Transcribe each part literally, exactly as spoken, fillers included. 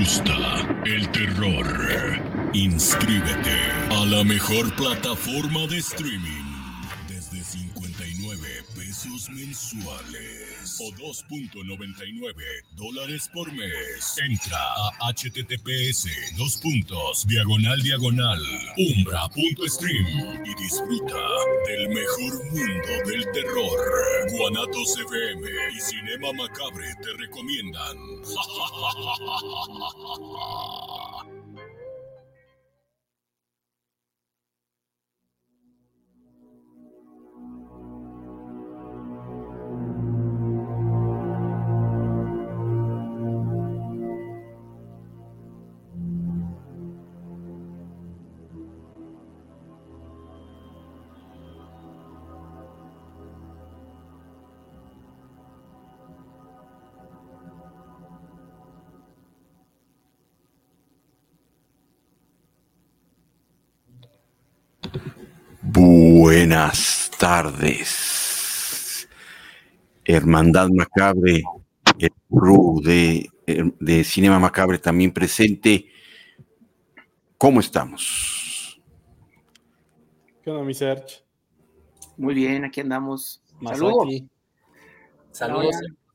gusta el terror? Inscríbete a la mejor plataforma de streaming desde cincuenta y nueve pesos mensuales o dos punto noventa y nueve dólares por mes. Entra a https dos puntos diagonal diagonal umbra punto stream y disfruta del mejor mundo del terror. Guanatos F M y Cinema Macabre te recomiendan. Buenas tardes, Hermandad Macabre, el crew de, de Cinema Macabre también presente. ¿Cómo estamos? ¿Qué onda, mi Serge? Muy bien, aquí andamos. Más Saludos. aquí. Saludos.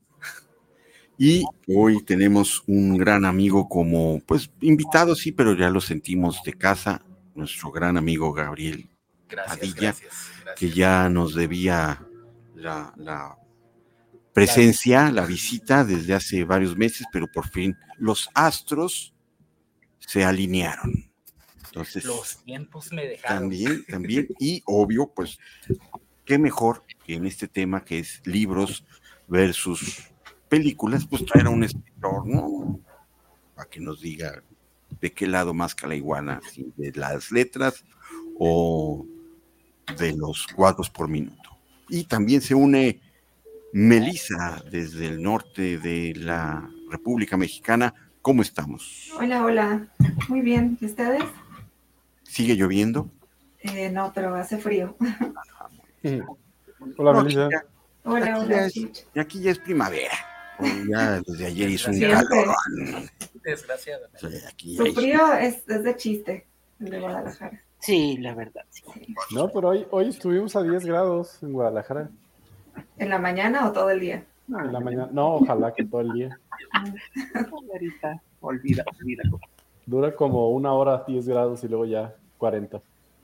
Y hoy tenemos un gran amigo como, pues, invitado, sí, pero ya lo sentimos de casa, nuestro gran amigo Gabriel Gracias, Padilla, gracias, gracias. que ya nos debía la, la presencia, la visita desde hace varios meses, pero por fin los astros se alinearon. Entonces, los tiempos me dejaron. También, también, y obvio, pues, qué mejor que en este tema que es libros versus películas, pues traer a un escritor, ¿no? Para que nos diga de qué lado más que la iguana, si de las letras o de los cuadros por minuto. Y también se une Melissa desde el norte de la República Mexicana. ¿Cómo estamos? Hola, hola. Muy bien. ¿Y ustedes? ¿Sigue lloviendo? Eh, no, pero hace frío. Hola, No, Melissa. aquí ya- Hola, aquí, hola. ya es, y aquí ya es primavera. O ya desde ayer hizo un Siempre. calor. Desgraciadamente. O sea, aquí Su ya hizo- frío es, es de chiste, el de Guadalajara. Sí, la verdad. Sí. No, pero hoy, hoy estuvimos a diez grados en Guadalajara. ¿En la mañana o todo el día? En la mañana. No, ojalá que todo el día. Ahorita, olvida, olvídalo. Dura como una hora diez grados y luego ya cuarenta.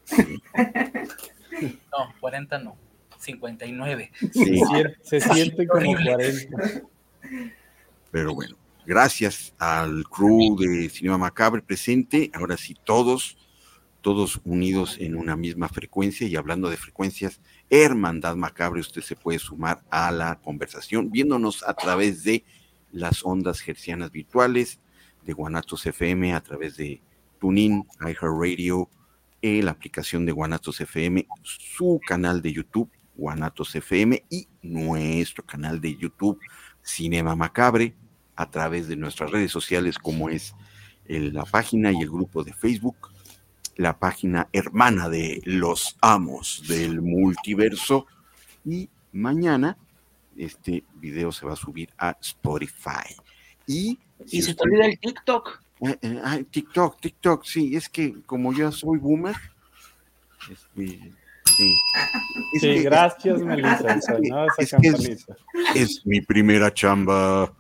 No, cuarenta no, cincuenta y nueve. Sí, Se siente, se siente como Horrible. cuarenta. pero bueno, gracias al crew de Cinema Macabre presente. Ahora sí, todos, todos unidos en una misma frecuencia. Y hablando de frecuencias, Hermandad Macabre, usted se puede sumar a la conversación viéndonos a través de las ondas hercianas virtuales de Guanatos F M, a través de TuneIn, iHeartRadio, eh, la aplicación de Guanatos F M, su canal de YouTube, Guanatos F M, y nuestro canal de YouTube, Cinema Macabre, a través de nuestras redes sociales, como es el- la página y el grupo de Facebook, la página hermana de Los Amos del Multiverso, y mañana este video se va a subir a Spotify. Y, Y si se te usted- olvida el TikTok. eh, eh, ay, TikTok, TikTok, sí, es que como yo soy boomer, este, sí. Es Sí, que- gracias, Melissa. O sea, nada de es esa que es- campanita. es mi primera chamba.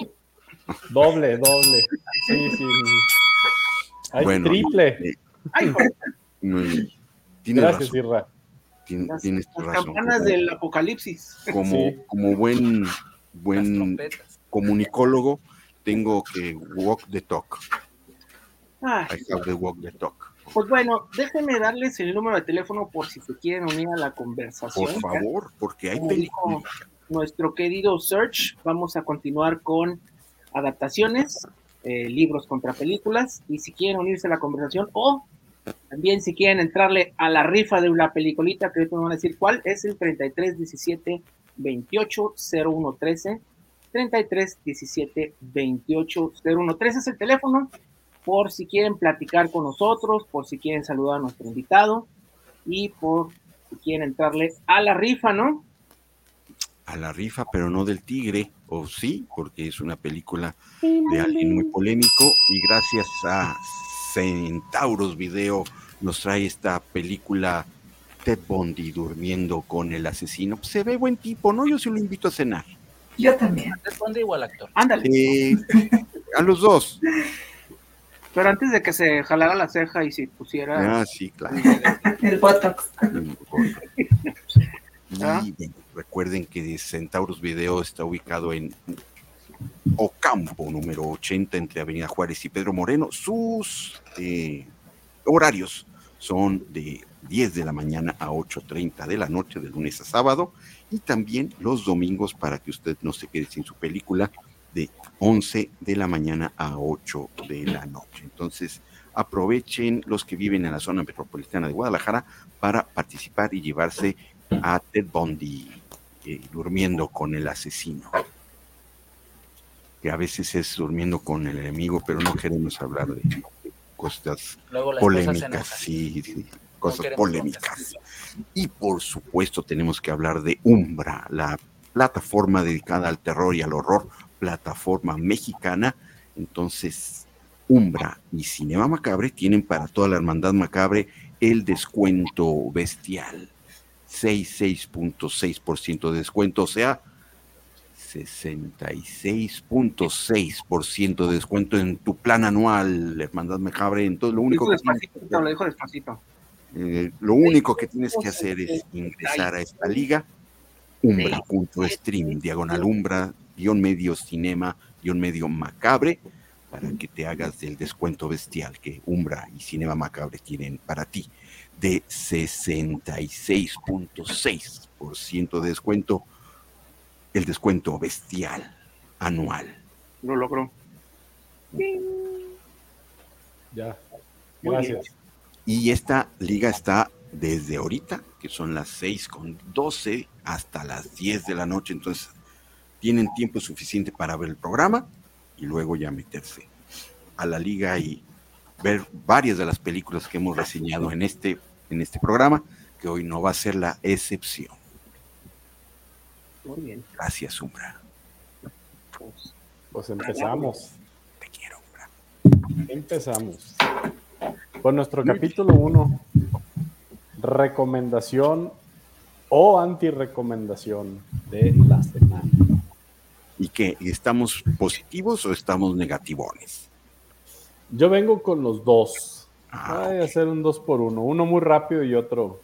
Doble, doble. Sí, sí. Hay Bueno, triple. eh, Ay, joder, mm, tienes Gracias, razón, Irra. tien- las, tienes las razón. campanas Como, del apocalipsis. como, Sí. como buen, Las buen trompetas. comunicólogo, tengo que walk the talk. Ah, I have to walk the talk. pues bueno, déjenme darles el número de teléfono por si se quieren unir a la Por conversación. favor, porque hay Como películas. dijo nuestro querido Search, vamos a continuar con adaptaciones, eh, libros contra películas, y si quieren unirse a la conversación, o también si quieren entrarle a la rifa de la peliculita, que ahorita me van a decir cuál, es el treinta y tres diecisiete veintiocho cero uno trece, treinta y tres diecisiete veintiocho cero uno trece es el teléfono, por si quieren platicar con nosotros, por si quieren saludar a nuestro invitado, y por si quieren entrarle a la rifa, ¿no? A la rifa, pero no del tigre. o sí, porque es una película de alguien muy polémico, y gracias a Centauros Video nos trae esta película Ted Bundy durmiendo con el asesino. Pues se ve buen tipo, ¿no? Yo sí lo invito a cenar. Yo también. Responde igual actor. Ándale. Eh, a los dos. Pero antes de que se jalara la ceja y se pusiera... Ah, sí, claro. El Botox. ¿Ah? Y bueno, recuerden que Centauros Video está ubicado en Ocampo, número ochenta, entre Avenida Juárez y Pedro Moreno. Sus eh, horarios son de diez de la mañana a ocho treinta de la noche, de lunes a sábado, y también los domingos, para que usted no se quede sin su película, de once de la mañana a ocho de la noche. Entonces, aprovechen los que viven en la zona metropolitana de Guadalajara para participar y llevarse a Ted Bundy eh, durmiendo con el asesino, que a veces es durmiendo con el enemigo, pero no queremos hablar de cosas Luego la esposa se polémicas, enoja. sí, sí, cosas queremos polémicas. Y por supuesto tenemos que hablar de Umbra, la plataforma dedicada al terror y al horror, plataforma mexicana. Entonces, Umbra y Cinema Macabre tienen para toda la hermandad macabre el descuento bestial, sesenta y seis punto seis por ciento de descuento, o sea, sesenta y seis punto seis por ciento de descuento en tu plan anual, hermandad macabre. Entonces, lo único Dijo que tienes despacito, que lo dijo despacito. Eh, lo único que tienes que hacer es ingresar a esta liga, umbra.stream, diagonal umbra, guión medio cinema, guión medio macabre, para que te hagas del descuento bestial que Umbra y Cinema Macabre tienen para ti, de sesenta y seis punto seis por ciento de descuento, el descuento bestial anual. Lo logró. Ya. Muy Gracias. Y esta liga está desde ahorita, que son las seis con doce, hasta las diez de la noche. Entonces, tienen tiempo suficiente para ver el programa y luego ya meterse a la liga y ver varias de las películas que hemos reseñado en este, en este programa, que hoy no va a ser la excepción. Muy bien. Gracias, Umbra. Pues, Pues empezamos. Te quiero, Umbra. Empezamos. Con nuestro capítulo uno. Recomendación o anti-recomendación de la semana. ¿Y qué? ¿Estamos positivos o estamos negativones? Yo vengo con los dos. Ah, Voy a hacer un dos por uno. Uno muy rápido y otro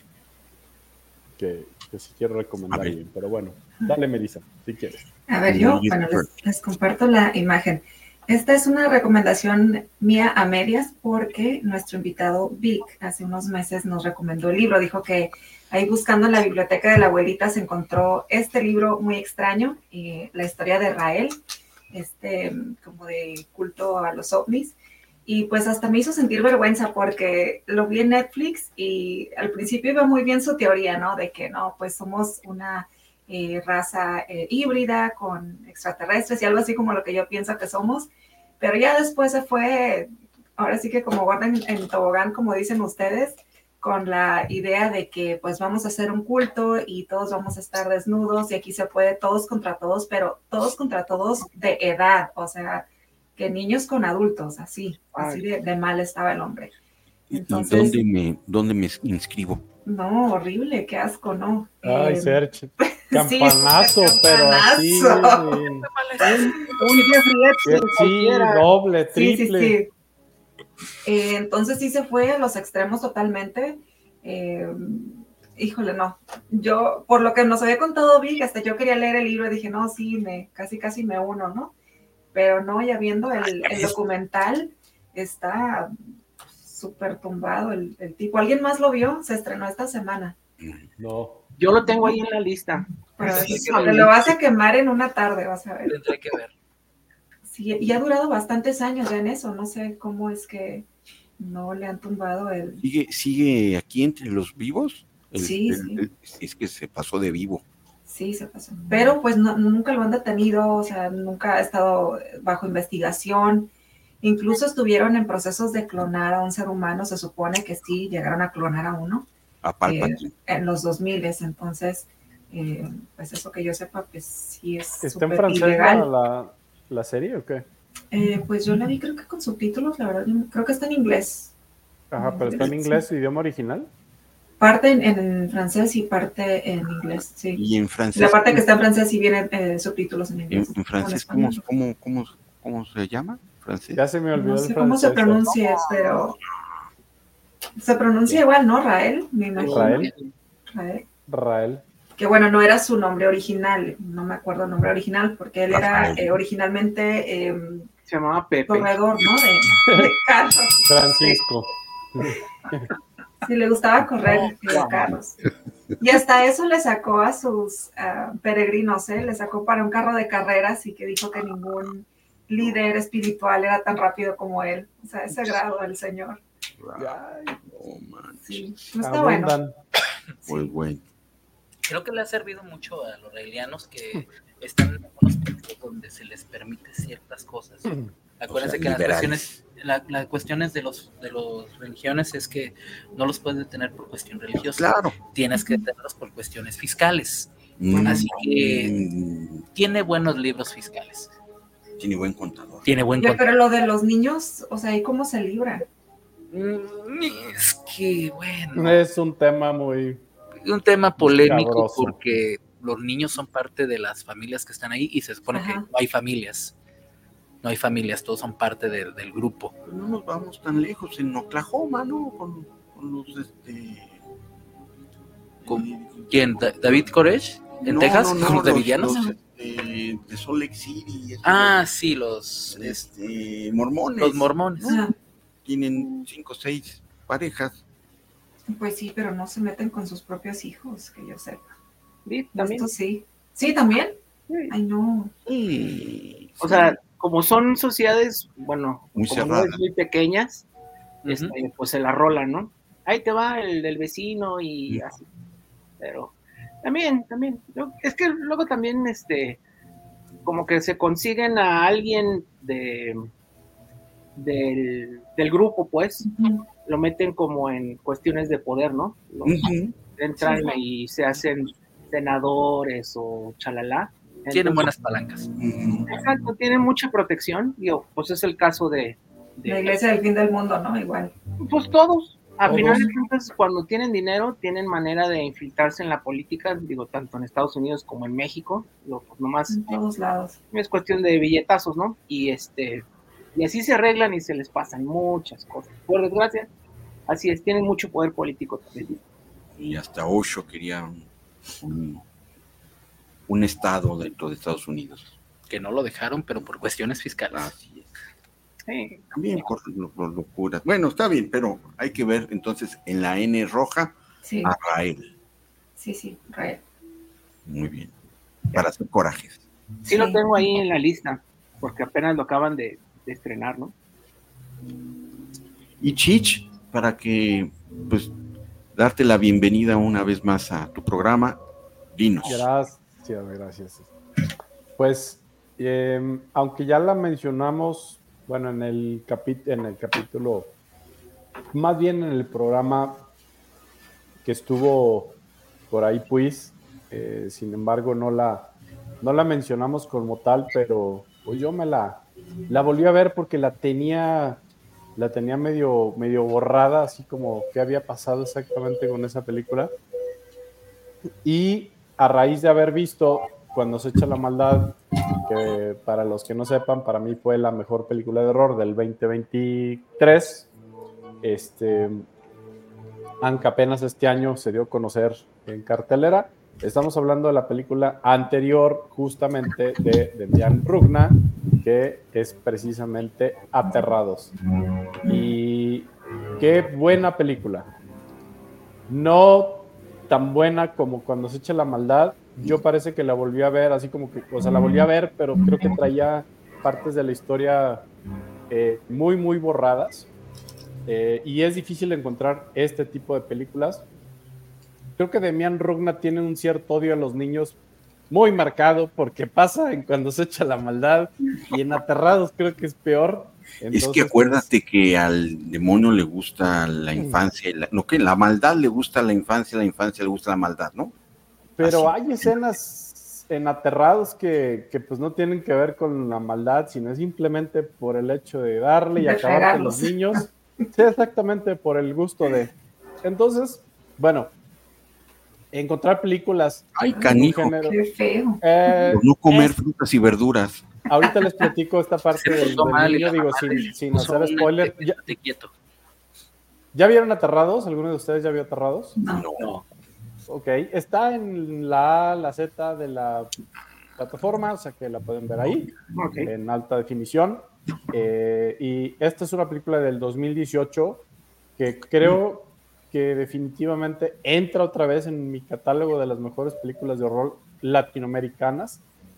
que, que sí quiero recomendar A ver. bien. Pero bueno, dale, Melissa, si quieres. A ver, yo, Yes, bueno, sir. les, les comparto la imagen. Esta es una recomendación mía a medias porque nuestro invitado Vic hace unos meses nos recomendó el libro. Dijo que ahí buscando en la biblioteca de la abuelita se encontró este libro muy extraño, eh, la historia de Rael, este como de culto a los ovnis. Y pues hasta me hizo sentir vergüenza porque lo vi en Netflix y al principio iba muy bien su teoría, ¿no? De que no, pues somos una eh, raza eh, híbrida con extraterrestres y algo así como lo que yo pienso que somos. Pero ya después se fue, ahora sí que como guardan en tobogán, como dicen ustedes, con la idea de que pues vamos a hacer un culto y todos vamos a estar desnudos y aquí se puede todos contra todos, pero todos contra todos de edad, o sea, que niños con adultos, así, así de, de mal estaba el hombre. ¿Y Entonces, dónde me, dónde me inscribo? no, horrible, qué asco, no. Ay, Eh, Serge. Campanazo, sí, pero así. campanazo. un Jeffrey Epstein, Sí, cualquiera. doble, Sí, sí, triple. sí. Eh, entonces sí se fue a los extremos totalmente. Eh, híjole, no. Yo, por lo que nos había contado Vic, hasta yo quería leer el libro y dije, no, sí, me, casi, casi me uno, ¿no? Pero no, ya viendo el, el documental, está súper tumbado el, el tipo. ¿Alguien más lo vio? Se estrenó esta semana. No. Yo lo tengo ahí en la lista. Pero Sí, es- sí, te lo vas a quemar en una tarde, vas a ver. Tendré que ver. Sí, y ha durado bastantes años ya en eso. No sé cómo es que no le han tumbado el... ¿Sigue, sigue aquí entre los vivos? El- Sí, el- sí. el- es que se pasó de vivo. Sí, se pasó. Pero pues no, nunca lo han detenido, o sea, nunca ha estado bajo investigación. Incluso estuvieron en procesos de clonar a un ser humano, se supone que sí, llegaron a clonar a uno A eh, Palpatine. en los dos mil, entonces eh, pues eso que yo sepa, pues sí es ¿Está en súper francés la, ilegal. la, la serie o qué? Eh, pues yo la vi creo que con subtítulos, la verdad, yo creo que está en inglés. Ajá, pero está en inglés, idioma original. Parte en, en francés y parte en inglés, sí. Y en francés. La parte que está en francés sí vienen eh, subtítulos en En, inglés. en francés, o en ¿cómo, español. cómo, cómo, cómo se llama? Francés. Ya se me olvidó No el sé cómo francés. se pronuncia, pero se pronuncia igual, ¿no? Rael, me imagino. Rael. Rael. Rael. Que bueno, no era su nombre original, no me acuerdo el nombre original, porque él era Rafael. eh, originalmente eh, Se llamaba Pepe. corredor, ¿no? De, de carros. Francisco. Sí, sí, le gustaba correr Oh, eh, wow. carros. Y hasta eso le sacó a sus uh, peregrinos, ¿eh? Le sacó para un carro de carreras y que dijo que ningún líder espiritual era tan rápido como él. O sea, ese grado del señor. Ay, Oh, man. Sí, no está bueno. abundan. Pues bueno. Creo que le ha servido mucho a los raelianos que están en unos países donde se les permite ciertas cosas. Acuérdense O sea, que las liberales. cuestiones, la, las cuestiones de los de los religiones es que no los puedes detener por cuestión religiosa. Claro. Tienes que detenerlos por cuestiones fiscales. Mm, Así que mm, tiene buenos libros fiscales. tiene buen contador. Tiene buen Oye, contenido. pero lo de los niños, o sea, ¿y cómo se libra? Mm, Es que, bueno, Es un tema muy... un tema polémico Sabroso. porque los niños son parte de las familias que están ahí y se supone Ajá. que no hay familias. No hay familias, todos son parte de- del grupo. Pero no nos vamos tan lejos, en Oklahoma, ¿no? Con, con los, este... ¿Con eh, quién? ¿Da- ¿David Koresh? ¿En no, Texas? no, no, ¿Con los de los- villanos? los, este, de Salt Lake City. esos, Ah, sí, los, los, es- este, mormones. los mormones. Ah, Tienen cinco o seis parejas. pues sí, pero no se meten con sus propios hijos, que yo sepa. Sí, también. Esto sí. ¿Sí, también? Sí. Ay, no. Y, O sea, como son sociedades, bueno, Muy como cerradas. no es muy pequeñas, Ujú. este, pues se la rolan, ¿no? Ahí te va el del vecino y Ujú. así. Pero también, también. Yo- es que luego también, este, como que se consiguen a alguien de del, del grupo, pues, Ujú. lo meten como en cuestiones de poder, ¿no? Los Ujú. entran Sí. y se hacen senadores o chalala. Tienen Entonces, buenas palancas. Ujú. exacto, tienen mucha protección. Digo, pues es el caso de, de- La iglesia del fin del mundo, ¿no? Igual. pues todos. A Todos. final de cuentas, cuando tienen dinero, tienen manera de infiltrarse en la política, digo, tanto en Estados Unidos como en México. Lo, pues nomás En todos lados. es cuestión de billetazos, ¿no? Y este, y así se arreglan y se les pasan muchas cosas. Por desgracia, así es, tienen mucho poder político también. Y hasta Osho quería un, un, un estado dentro de Estados Unidos. Que no lo dejaron, pero por cuestiones fiscales. Así es. Sí. También por, lo- por locuras. Bueno, está bien, pero hay que ver entonces en la N roja Sí, a Rael. sí, sí, Rael. Muy bien. Para hacer corajes. Sí, lo tengo ahí en la lista, porque apenas lo acaban de, de estrenar, ¿no? Y Chich, para que, pues, darte la bienvenida una vez más a tu programa, dinos. Gracias, gracias. Pues, eh, aunque ya la mencionamos, bueno, en el, capi- en el capítulo, más bien en el programa que estuvo por ahí, pues, eh, sin embargo, no la, no la mencionamos como tal, pero pues yo me la, la volví a ver porque la tenía, la tenía medio, medio borrada, así como qué había pasado exactamente con esa película. Y a raíz de haber visto Cuando se echa la maldad, que para los que no sepan, para mí fue la mejor película de horror del veinte veintitrés, este, aunque apenas este año se dio a conocer en cartelera. Estamos hablando de la película anterior, justamente de Demian Rugna, que es precisamente Aterrados. Y qué buena película. No tan buena como Cuando se echa la maldad. Yo parece que la volví a ver, así como que, o sea, la volví a ver, pero creo que traía partes de la historia eh, muy, muy borradas. Eh, y es difícil encontrar este tipo de películas. Creo que Demian Rugna tiene un cierto odio a los niños muy marcado, porque pasa en Cuando se echa la maldad, y en Aterrados creo que es peor. Entonces, es que acuérdate pues, que al demonio le gusta la infancia, y la, no que la maldad le gusta la infancia, la infancia le gusta la maldad, ¿no? pero Así. hay escenas en Aterrados que, que pues no tienen que ver con la maldad, sino simplemente por el hecho de darle y De acabar con fregarlos. los niños. Sí, exactamente, por el gusto de. Entonces, bueno, encontrar películas Ay, de un canijo. género. Qué feo. eh, Por no comer es- frutas y verduras. ahorita les platico esta parte Se del, portó del mal y niño, la digo, mamá sin, le sin puso hacer una spoiler. de- ¿Ya, de quieto. ¿Ya vieron Aterrados? ¿Alguno de ustedes ya vio Aterrados? No. No. Ok, está en la A, la Z de la plataforma, o sea que la pueden ver ahí, Ok. en alta definición. Eh, y esta es una película del dos mil dieciocho que creo que definitivamente entra otra vez en mi catálogo de las mejores películas de horror latinoamericanas.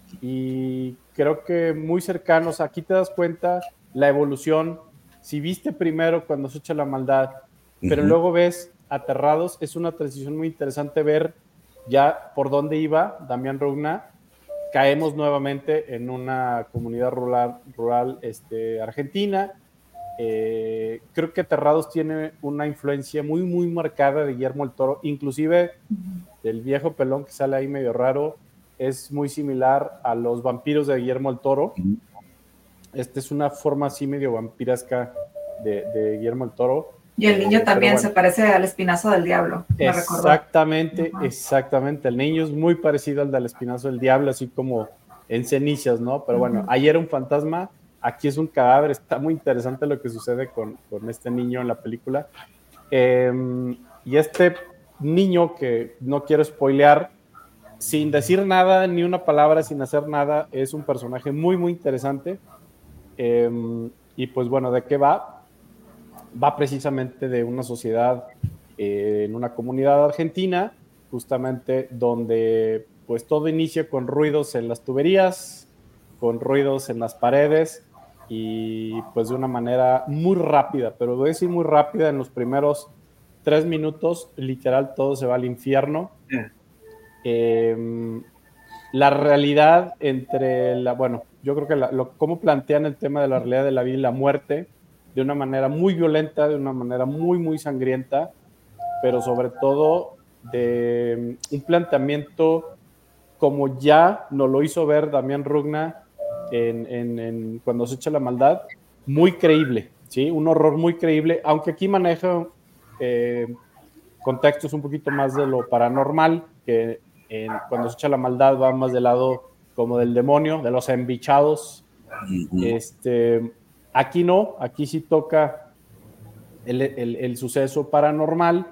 Y creo que muy cercanos, aquí te das cuenta la evolución. Si viste primero Cuando se echa la maldad, pero Ujú. luego ves Aterrados, es una transición muy interesante ver ya por dónde iba Damián Rugna. Caemos nuevamente en una comunidad rural, rural este, argentina. Eh, creo que Aterrados tiene una influencia muy, muy marcada de Guillermo el Toro, inclusive el viejo pelón que sale ahí medio raro, es muy similar a los vampiros de Guillermo el Toro. Ujú. Esta es una forma así medio vampiresca de, de Guillermo el Toro. Y el niño Eh, también pero bueno, se parece al espinazo del diablo, me recordó. exactamente, Ajá. exactamente. El niño es muy parecido al del espinazo del diablo, así como en cenizas, ¿no? Pero bueno, Ujú. ahí era un fantasma, aquí es un cadáver. Está muy interesante lo que sucede con, con este niño en la película. Eh, y este niño, que no quiero spoilear, sin decir nada, ni una palabra, sin hacer nada, es un personaje muy, muy interesante. Eh, y pues bueno, ¿de qué va? Va precisamente de una sociedad eh, en una comunidad argentina, justamente donde pues todo inicia con ruidos en las tuberías, con ruidos en las paredes y pues de una manera muy rápida, pero voy a decir muy rápida, en los primeros tres minutos literal todo se va al infierno. Yeah. Eh, la realidad entre la, bueno, yo creo que la, lo, cómo plantean el tema de la realidad de la vida y la muerte de una manera muy violenta, de una manera muy, muy sangrienta, pero sobre todo de un planteamiento como ya nos lo hizo ver Damián Rugna en, en, en Cuando se echa la maldad, muy creíble, ¿sí? Un horror muy creíble, aunque aquí maneja eh, contextos un poquito más de lo paranormal, que en Cuando se echa la maldad va más del lado como del demonio, de los embichados. Ujú. Este, aquí no, aquí sí toca el, el, el suceso paranormal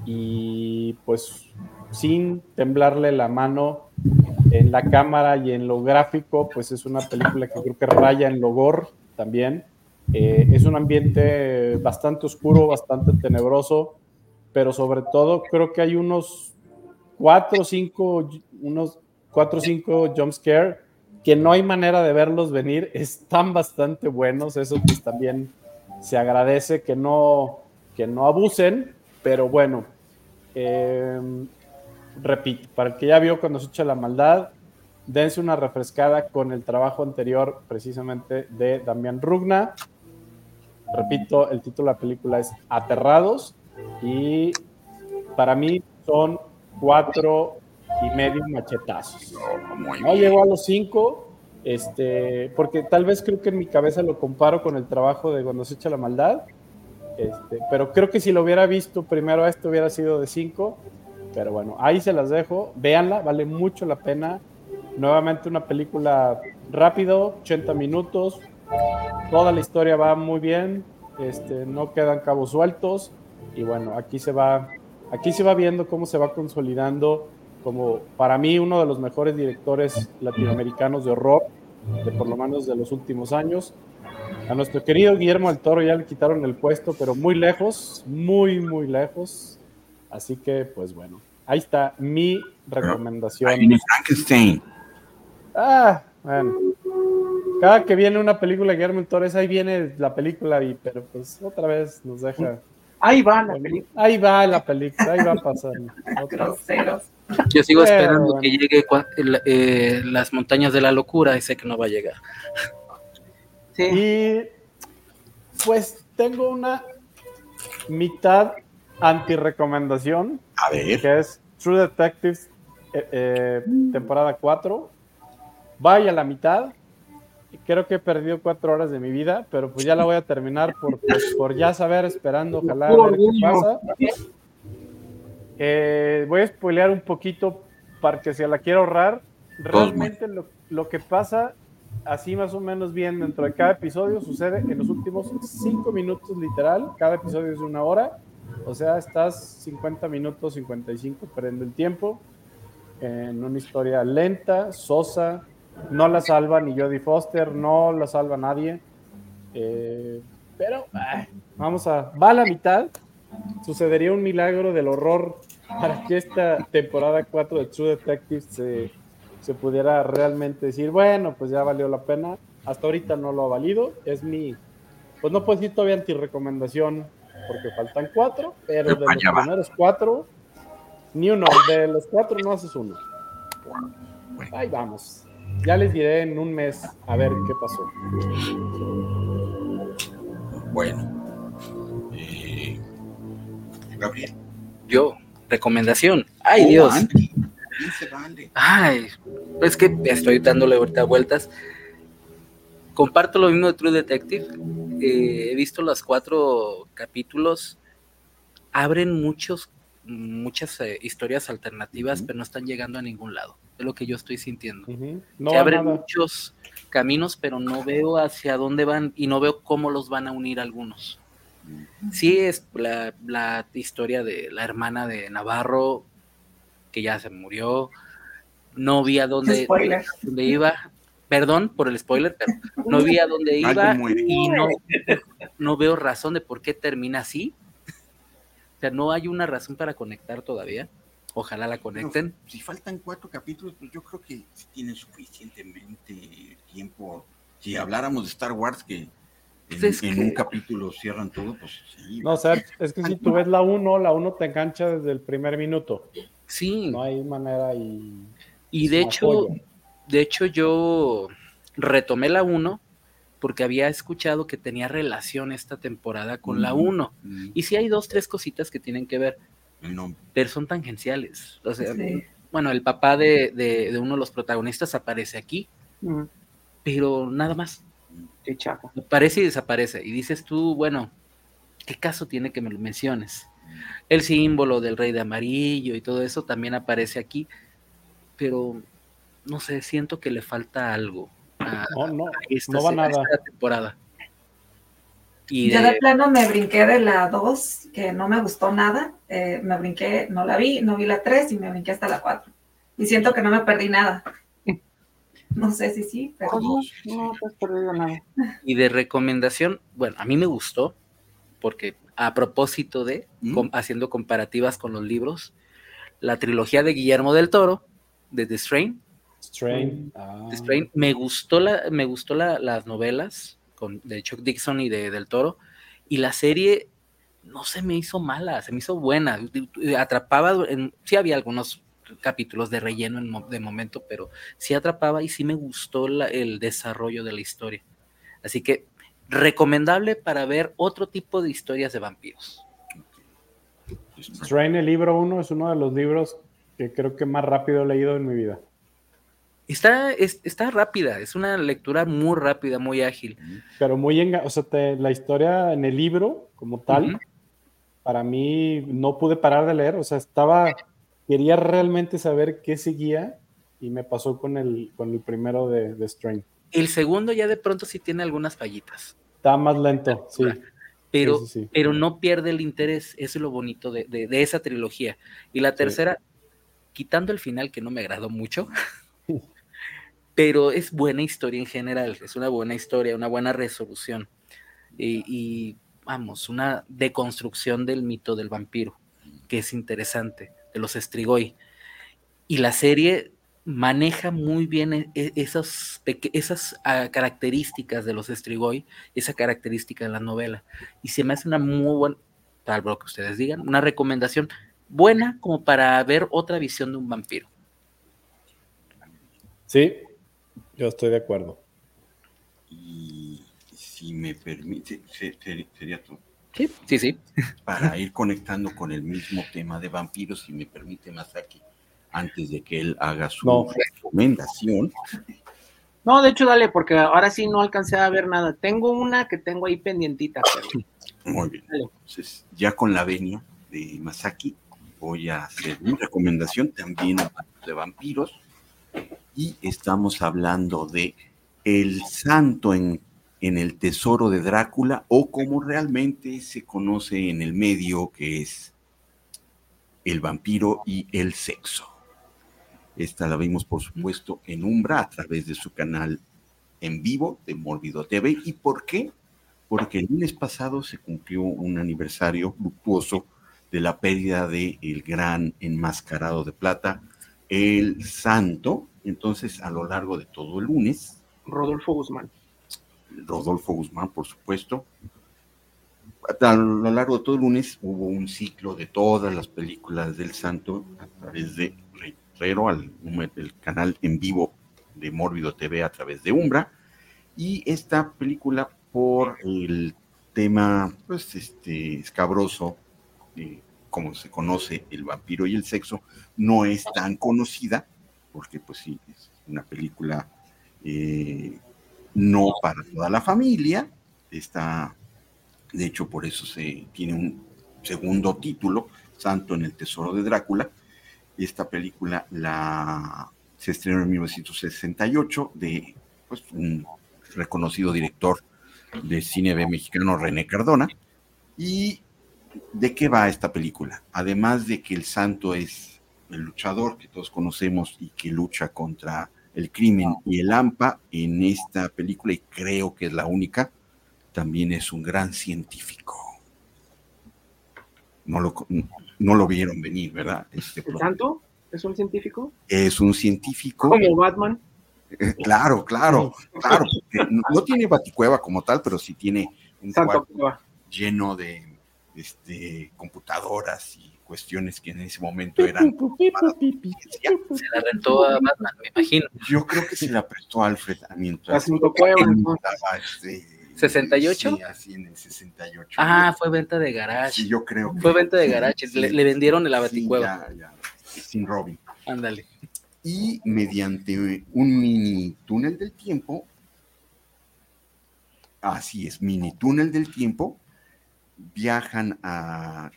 y pues sin temblarle la mano en la cámara y en lo gráfico, pues es una película que creo que raya en lo gore también. Eh, es un ambiente bastante oscuro, bastante tenebroso, pero sobre todo creo que hay unos cuatro o cinco, unos cuatro o cinco jump scare que no hay manera de verlos venir, están bastante buenos, eso pues también se agradece que no, que no abusen, pero bueno, eh, repito, para el que ya vio Cuando se echa la maldad, dense una refrescada con el trabajo anterior precisamente de Damián Rugna. Repito, el título de la película es Aterrados y para mí son cuatro y medio machetazos. No, muy No bien. llegó a los cinco, este, porque tal vez creo que en mi cabeza lo comparo con el trabajo de Cuando se echa la maldad, este, pero creo que si lo hubiera visto primero a esto hubiera sido de cinco, pero bueno, ahí se las dejo, véanla, vale mucho la pena. Nuevamente una película rápido, ochenta minutos, toda la historia va muy bien, este, no quedan cabos sueltos y bueno, aquí se va, aquí se va viendo cómo se va consolidando como para mí uno de los mejores directores latinoamericanos de horror, de por lo menos de los últimos años. A nuestro querido Guillermo del Toro ya le quitaron el puesto, pero muy lejos, muy, muy lejos. Así que, pues bueno, ahí está mi recomendación. Ahí viene Frankenstein. Ah, bueno. Cada que viene una película de Guillermo del Toro, ahí viene la película, y, pero pues otra vez nos deja. Ahí va la Bueno, película. ahí va la película, ahí va a pasar. Otra vez. Groseros. Yo sigo Pero, esperando bueno. que llegue cua- el- eh, las montañas de la locura y sé que no va a llegar. Sí. Y pues tengo una mitad anti-recomendación, A ver. que es True Detectives eh, eh, temporada cuatro. Vaya a la mitad. Creo que he perdido cuatro horas de mi vida, pero pues ya la voy a terminar por, pues, por ya saber, esperando, ojalá a ver qué pasa. Eh, voy a spoilear un poquito para que se la quiera ahorrar. Realmente lo, lo que pasa, así más o menos bien dentro de cada episodio, sucede en los últimos cinco minutos literal. Cada episodio es de una hora. O sea, estás cincuenta minutos, cincuenta y cinco perdiendo el tiempo en una historia lenta, sosa. No la salva ni Jodie Foster, no la salva nadie. Eh, pero ay, vamos a... Va a la mitad. Sucedería un milagro del horror para que esta temporada cuatro de True Detective se, se pudiera realmente decir, bueno, pues ya valió la pena. Hasta ahorita no lo ha valido. Es mi... Pues no puedo decir todavía anti-recomendación porque faltan cuatro, pero de los primeros cuatro, ni uno. De los cuatro no haces uno. Ahí vamos. Ya les diré en un mes a ver qué pasó. Bueno. Eh, Gabriel. Yo, recomendación. ¡Ay, oh, Dios! Andy. Vale. Ay, es que estoy dándole ahorita vueltas. Comparto lo mismo de True Detective. Eh, he visto los cuatro capítulos. Abren muchos, muchas eh, historias alternativas, uh-huh. pero no están llegando a ningún lado. Es lo que yo estoy sintiendo. Uh-huh. No Se abren nada. Muchos caminos, pero no veo hacia dónde van y no veo cómo los van a unir algunos. Uh-huh. Sí, es la, la historia de la hermana de Navarro, que ya se murió. No vi a dónde, dónde iba. Perdón por el spoiler, pero no vi a dónde iba y no, no veo razón de por qué termina así. O sea, no hay una razón para conectar todavía. Ojalá la conecten. Pero, si faltan cuatro capítulos, pues yo creo que tienen suficientemente tiempo. Si habláramos de Star Wars, que en, es en que... un capítulo cierran todo, pues sí. No, o sea, es que si tú ves la uno, la uno te engancha desde el primer minuto. Sí. No hay manera y... Y de hecho, apoyo. de hecho yo retomé la uno porque había escuchado que tenía relación esta temporada con mm, la uno. Mm. Y sí hay dos, tres cositas que tienen que ver. No. Pero son tangenciales. O sea, sí. Bueno, el papá de, de, de uno de los protagonistas aparece aquí, mm. pero nada más. Qué chafa. Aparece y desaparece. Y dices tú, bueno, ¿qué caso tiene que me lo menciones? El símbolo del rey de amarillo y todo eso también aparece aquí, pero no sé, siento que le falta algo a, no, no, a esta, no va a nada. esta temporada. Y Yo de... de plano me brinqué de la dos, que no me gustó nada, eh, me brinqué, no la vi, no vi la tres y me brinqué hasta la cuatro. Y siento que no me perdí nada. No sé si sí, pero... No, no te has perdido nada. Y de recomendación, bueno, a mí me gustó, porque a propósito de, ¿Mm? com, haciendo comparativas con los libros, la trilogía de Guillermo del Toro, de The Strain, Strain. Ah. The Strain me gustó, la, me gustó la, las novelas, con, de Chuck Dixon y de Del Toro, y la serie no se me hizo mala, se me hizo buena, atrapaba, en, sí había algunos capítulos de relleno en, de momento, pero sí atrapaba y sí me gustó la, el desarrollo de la historia, así que recomendable para ver otro tipo de historias de vampiros. Strain, el libro uno, es uno de los libros que creo que más rápido he leído en mi vida. Está, es, está rápida, es una lectura muy rápida, muy ágil. Pero muy, enga- o sea, te, la historia en el libro, como tal, uh-huh. para mí no pude parar de leer, o sea, estaba, quería realmente saber qué seguía y me pasó con el, con el primero de, de Strain. El segundo ya de pronto sí tiene algunas fallitas. Está más lento, sí. Pero, sí, sí, sí. pero no pierde el interés, eso es lo bonito de, de, de esa trilogía. Y la tercera, sí. quitando el final que no me agradó mucho, pero es buena historia en general, es una buena historia, una buena resolución. Y, y vamos, una deconstrucción del mito del vampiro, que es interesante, de los Strigoi. Y la serie maneja muy bien esas, esas uh, características de los Strigoi, esa característica de la novela, y se me hace una muy buena, tal lo que ustedes digan, una recomendación buena como para ver otra visión de un vampiro. Sí, yo estoy de acuerdo. Y si me permite, sería todo. Sí, sí, sí. Para ir conectando con el mismo tema de vampiros, si me permite, Masaki. antes de que él haga su No. recomendación. No, de hecho, dale, porque ahora sí no alcancé a ver nada. Tengo una que tengo ahí pendientita. Pero... Muy bien. Dale. Entonces, ya con la venia de Masaki, voy a hacer mi recomendación también de vampiros. Y estamos hablando de El Santo en, en el Tesoro de Drácula, o como realmente se conoce en el medio, que es El Vampiro y el Sexo. Esta la vimos, por supuesto, en Umbra, a través de su canal en vivo de Mórbido T V. ¿Y por qué? Porque el lunes pasado se cumplió un aniversario luctuoso de la pérdida del gran enmascarado de plata, El Santo. Entonces, a lo largo de todo el lunes, Rodolfo Guzmán. Rodolfo Guzmán, por supuesto, a lo largo de todo el lunes hubo un ciclo de todas las películas del Santo a través de, reitero, al el canal en vivo de Mórbido T V a través de Umbra. Y esta película, por el tema pues este escabroso, eh, como se conoce, El Vampiro y el Sexo, no es tan conocida, porque pues sí, es una película eh, no para toda la familia. Está, de hecho, por eso se tiene un segundo título, Santo en el Tesoro de Drácula. Esta película la, se estrenó en mil novecientos sesenta y ocho de pues, un reconocido director de cine B mexicano, René Cardona. ¿Y de qué va esta película? Además de que el Santo es el luchador que todos conocemos y que lucha contra el crimen y el AMPA, en esta película, y creo que es la única, también es un gran científico. No lo, no lo vieron venir, ¿verdad? Este, ¿El Santo es un científico? Es un científico. ¿Como Batman? Eh, claro, claro, claro. No, no tiene baticueva como tal, pero sí tiene un Santo cuarto lleno de este, computadoras y cuestiones que en ese momento eran. Se la rentó a Batman, me imagino. Yo creo que se la prestó a Alfred mientras. Santo Cueva, este, ¿sesenta y ocho? Sí, así en el sesenta y ocho. Ah, fue venta de garage. Sí, yo creo. Que fue venta de garage. sí, le, le vendieron la baticueva. Sí, ya, ya, sin Robin. Ándale. Y mediante un mini túnel del tiempo, así es, mini túnel del tiempo, viajan a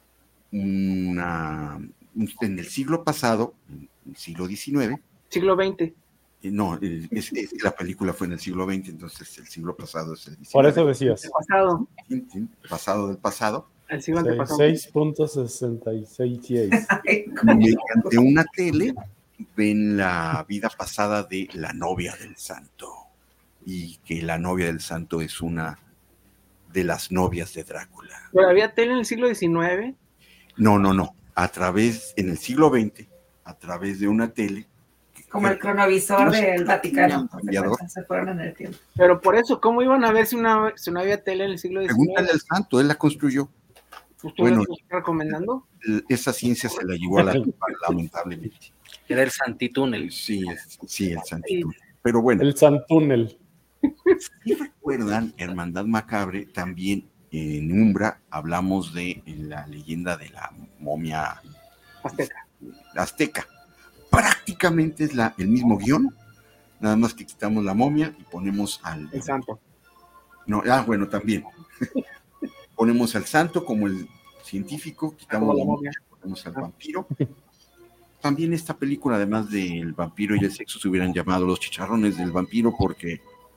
una, en el siglo pasado, en el siglo diecinueve. Siglo veinte. No, es, es, la película fue en el siglo veinte, entonces el siglo pasado es el diecinueve. Por eso decías. El pasado. Pasado del pasado. El siglo antepasado. seis punto sesenta y seis. Mediante una tele ven la vida pasada de la novia del Santo, y que la novia del Santo es una de las novias de Drácula. ¿Pero había tele en el siglo diecinueve? No, no, no. A través, en el siglo veinte, a través de una tele. Como el cronovisor no, del Vaticano. Se, se fueron en el tiempo. Pero por eso, ¿cómo iban a ver si, una, si no había tele en el siglo diecinueve? Pregúntale al Santo, él la construyó. ¿Usted bueno, lo está recomendando? Esa ciencia se la llevó a la tumba, lamentablemente. Era el Santitúnel. Sí, es, sí, el Santitúnel. Pero bueno. El Santúnel. Si recuerdan, Hermandad Macabre, también en Umbra hablamos de la leyenda de la momia azteca. azteca. Prácticamente es la, el mismo guión, nada más que quitamos la momia y ponemos al... El santo. No, ah, bueno, también. Ponemos al santo como el científico, quitamos la momia, ponemos al vampiro. También esta película, además del vampiro y el sexo, se hubieran llamado Los Chicharrones del Vampiro, porque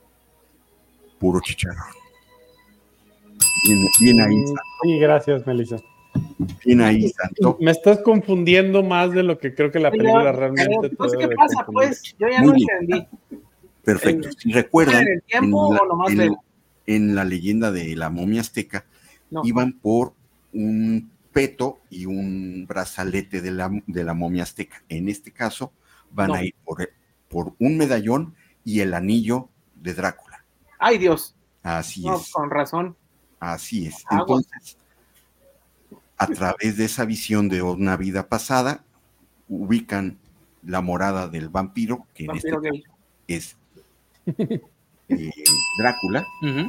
puro chicharrón. Bien, bien ahí, Santo. Sí, gracias, Melissa. Bien ahí, Santo. Me estás confundiendo más de lo que creo que la película Oye, realmente pues, ¿qué pasa, pues? Yo ya Muy no bien. entendí. Perfecto. Si recuerdan, ¿En el tiempo en la, o nomás en, veo? en la leyenda de la momia azteca, no. iban por un peto y un brazalete de la, de la momia azteca. En este caso, van no. a ir por, por un medallón y el anillo de Drácula. ¡Ay, Dios! Así no, es. Con razón. Así es. Agua. Entonces, a través de esa visión de una vida pasada, ubican la morada del vampiro, que vampiro en este caso es eh, Drácula. Uh-huh.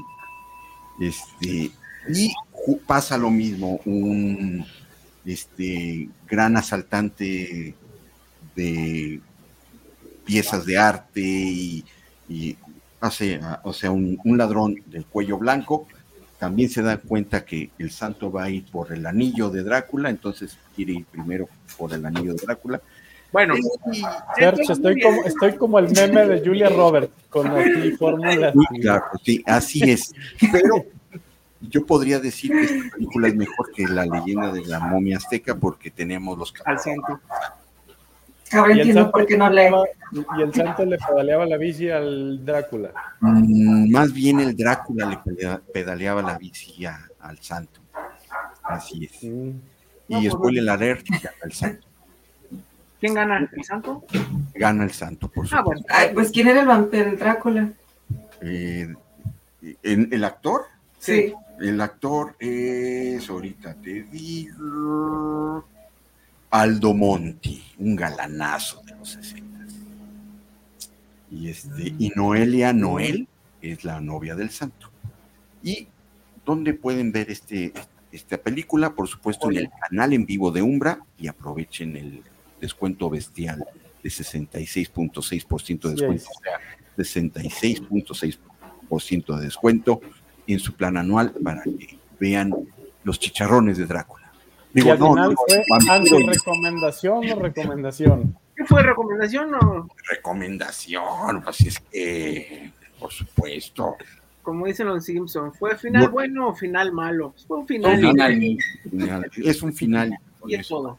Este, y pasa lo mismo, un este, gran asaltante de piezas de arte y, y hace, o sea, un, un ladrón del cuello blanco, también se da cuenta que el santo va a ir por el anillo de Drácula, entonces quiere ir primero por el anillo de Drácula. Bueno, Sergio, estoy como, estoy como el meme de Julia Roberts, con así fórmulas. Sí, claro, sí, así es. Pero yo podría decir que esta película es mejor que La leyenda de la momia azteca porque tenemos los al santo. Ahora Y el entiendo santo por qué no lee. pedaleaba- Y el santo le pedaleaba la bici al Drácula. Mm, más bien el Drácula le pelea- pedaleaba la bici a- al santo. Así es. Mm. Y spoiler alert, gana el santo. ¿Quién gana? ¿El santo? Gana el santo, por Ah, supuesto. bueno. Ay, pues ¿quién era el vampiro, el Drácula? Eh, ¿en- ¿El actor? Sí. El actor es, ahorita te digo, Aldo Monti, un galanazo de los sesenta. Y, este, y Noelia Noel es la novia del santo. ¿Y dónde pueden ver este, esta película? Por supuesto, en el canal en vivo de Umbra, y aprovechen el descuento bestial de sesenta y seis punto seis por ciento de descuento, Sí. o sea, sesenta y seis punto seis por ciento de descuento en su plan anual para que vean los chicharrones de Drácula. Y Digo, al no, final no, fue vampiro y- anti-recomendación o recomendación. ¿Qué fue recomendación o, recomendación, pues es que, por supuesto. como dicen los Simpsons, fue final No. bueno o final malo? Pues fue un final. Un final. Final, es un final. Y es todo.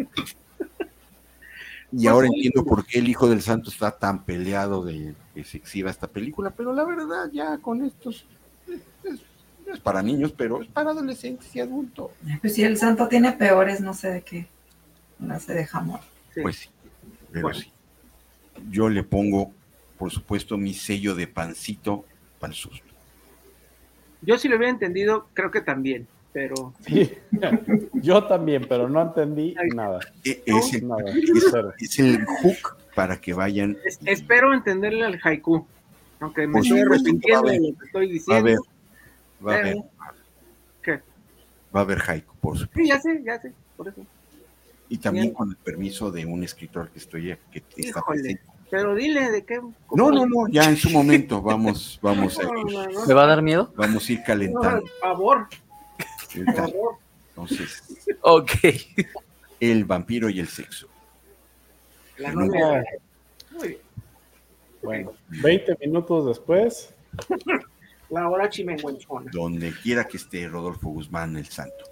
Y ahora entiendo por qué el Hijo del Santo está tan peleado de que se exhiba esta película, pero la verdad ya con estos es, es- no es para niños, pero es para adolescentes y adultos. Pues si el santo tiene peores, no sé de qué. No sé de jamón. Sí. Pues sí, pero Bueno. sí. Yo le pongo, por supuesto, mi sello de pancito para el susto. Yo si lo hubiera entendido, creo que también, pero Sí. Yo también, pero no entendí nada. E- Es el, Nada. es- Cero. es el hook para que vayan. es- espero entenderle al haiku, aunque me Por estoy supuesto, arrepintiendo va a de haber, lo que estoy Va a diciendo. haber, va a haber, pero- ¿Qué? va a haber haiku, por supuesto. Sí, ya sé, ya sé, por eso. Y también Bien. con el permiso de un escritor que estoy que está Híjole, presente. pero dile de qué. No, no, no, ya en su momento vamos, vamos a No, ir, no, no. ¿Me va a dar miedo? vamos a ir No, calentando. por favor, por Ahorita, favor. entonces, Ok. el vampiro y el sexo. La No. novia. Muy bien. Bueno, veinte minutos después. La hora chimenguenchona. Donde quiera que esté Rodolfo Guzmán, el santo.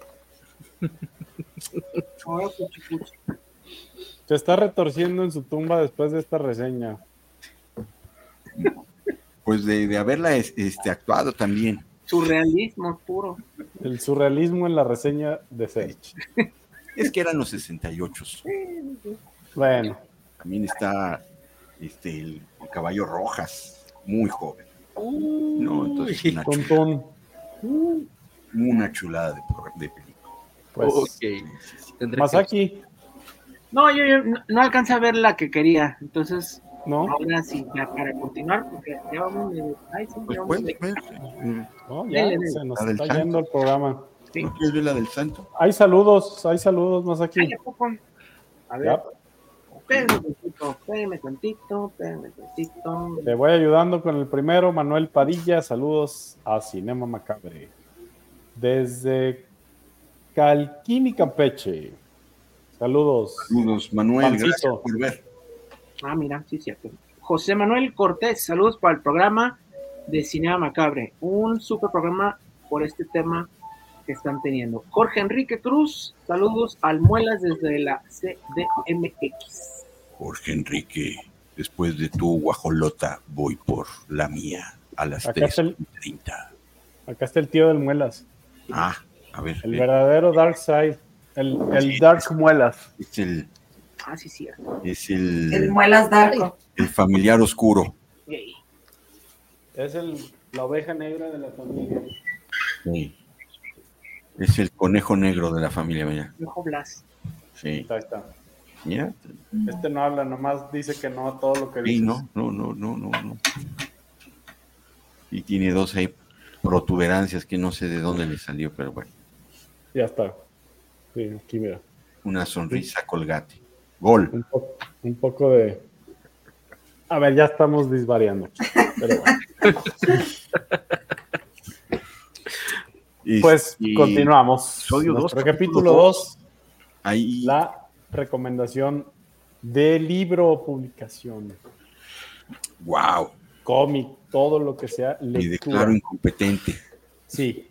Ahora puchi, puchi. Se está retorciendo en su tumba después de esta reseña. Pues de, de haberla es- este, actuado también. Surrealismo puro. El surrealismo en la reseña de Serge. Es que eran los sesenta y ocho. Bueno, También está este, el, el caballo Rojas, muy joven. No, entonces una, tun, chulada, tun. una chulada de, pro- de película. Pues, Ok. Tendré que- Masaki, No, yo, yo no, no alcancé a ver la que quería. Entonces, ¿no? ahora sí, ya para continuar, porque ya vamos de. Ay, sí, Pues ya vamos puedes de- ver. eh, No, ya Dele, dele. se nos La del está santo. yendo el programa. Sí. ¿No quieres ver la del santo? Hay saludos, hay saludos, Masaki. Ay, ¿a poco? A ver, Ya, espérenme tantito, espérenme tantito, espérenme tantito. te voy ayudando con el primero, Manuel Padilla. Saludos a Cinema Macabre. Desde Calquini, Campeche. Saludos. Saludos, Manuel, Pancito. gracias por ver. Ah, mira, sí, cierto. José Manuel Cortés, saludos para el programa de Cinema Macabre. Un super programa por este tema que están teniendo. Jorge Enrique Cruz, saludos al Muelas desde la C D M X. Jorge Enrique, después de tu guajolota, voy por la mía a las Acá tres está el- treinta. Acá está el tío del Muelas. Ah, a ver. El eh, verdadero Dark Side. El, el Dark Muelas. es el, Ah, sí, cierto. es El el, muelas darko. el familiar oscuro. Yay. Es el, la oveja negra de la familia. Sí. Es el conejo negro de la familia mía. Ojo Blas. Sí. Ahí está. Mira. Este no habla, nomás dice que no a todo lo que Sí, dice. no, no, no, no, no, no. Y tiene dos ahí protuberancias que no sé de dónde le salió, pero bueno. Ya está. Sí, aquí mira. Una sonrisa colgate. Gol. Un, po- un poco de... A ver, ya estamos disvariando. Pero bueno. Pues Este, continuamos. episodio dos, Nuestro capítulo capítulo dos, Ahí, la recomendación de libro o publicación, wow, cómic, todo lo que sea me lectura. declaro incompetente, Sí.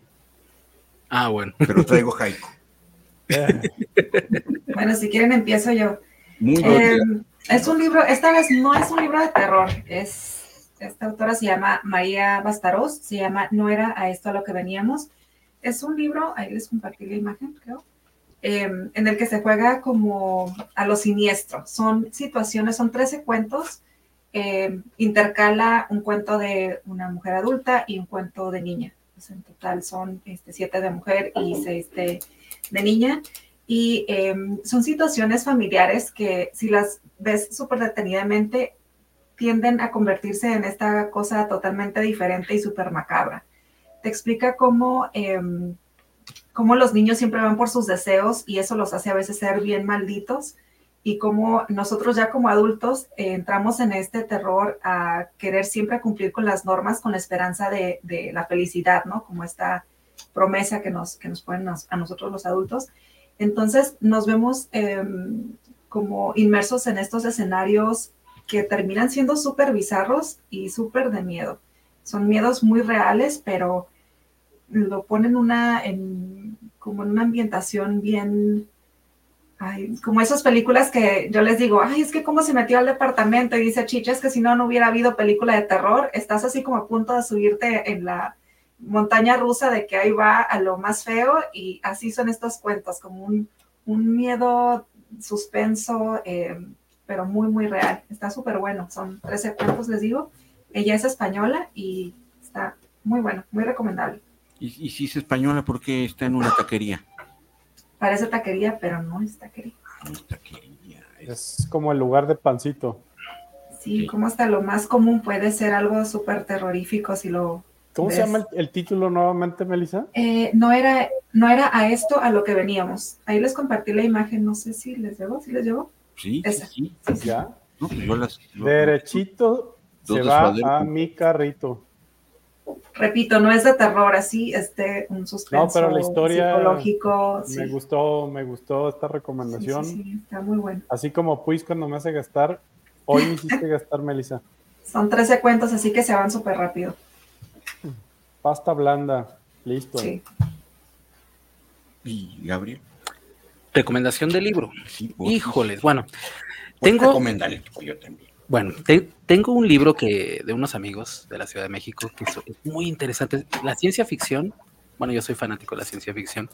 Ah, bueno. pero traigo haiku. Eh, Bueno, si quieren empiezo yo. Muy Eh, bien. es un libro, esta vez no es un libro de terror, es, esta autora se llama María Bastaros, se llama No era a esto a lo que veníamos. Es un libro, ahí les compartí la imagen, creo, eh, en el que se juega como a lo siniestro. Son situaciones, son trece cuentos, eh, intercala un cuento de una mujer adulta y un cuento de niña. Pues en total son este, siete de mujer y seis de, de niña. Y eh, son situaciones familiares que si las ves súper detenidamente tienden a convertirse en esta cosa totalmente diferente y súper macabra. Te explica cómo, eh, cómo los niños siempre van por sus deseos y eso los hace a veces ser bien malditos y cómo nosotros ya como adultos eh, entramos en este terror a querer siempre cumplir con las normas con la esperanza de, de la felicidad, ¿no? Como esta promesa que nos, que nos ponen a nosotros los adultos. Entonces nos vemos eh, como inmersos en estos escenarios que terminan siendo súper bizarros y súper de miedo. Son miedos muy reales, pero lo ponen una, en, como en una ambientación bien, ay, como esas películas que yo les digo, ay, es que cómo se metió al departamento y dice Chicha, es que si no, no hubiera habido película de terror, estás así como a punto de subirte en la montaña rusa de que ahí va a lo más feo y así son estos cuentos, como un, un miedo, suspenso, eh, pero muy, muy real. Está súper bueno, son trece cuentos, les digo. Ella es española y está muy bueno, muy recomendable. Y, y si es española, ¿por qué está en una taquería? Parece taquería, pero no es taquería. No es taquería. Es... es como el lugar de Pancito. Sí, Sí. como hasta lo más común puede ser algo súper terrorífico si lo ¿Cómo ves. se llama el, el título nuevamente, Melissa? Eh, no, era, no era a esto a lo que veníamos. Ahí les compartí la imagen, no sé si les llegó, ¿sí les llegó? Sí, Esa. sí, Sí, sí. Ya. no, pues yo las, yo- Derechito Dos se de va suadero a con- mi carrito. Repito, no es de terror, así, este, un suspenso No, pero la historia psicológico. Me Sí. gustó, me gustó esta Sí, recomendación. sí, sí, está muy bueno. Así como Puis cuando me hace gastar, hoy me hiciste gastar, Melissa. Son trece cuentos, así que se van súper rápido. Pasta blanda, listo. Sí. ¿Y Gabriel? Recomendación de libro. Sí, por Híjoles, bueno, Pues tengo, recomendale, yo también. bueno, te- tengo un libro que de unos amigos de la Ciudad de México que es es muy interesante. La ciencia ficción, bueno, yo soy fanático de la ciencia ficción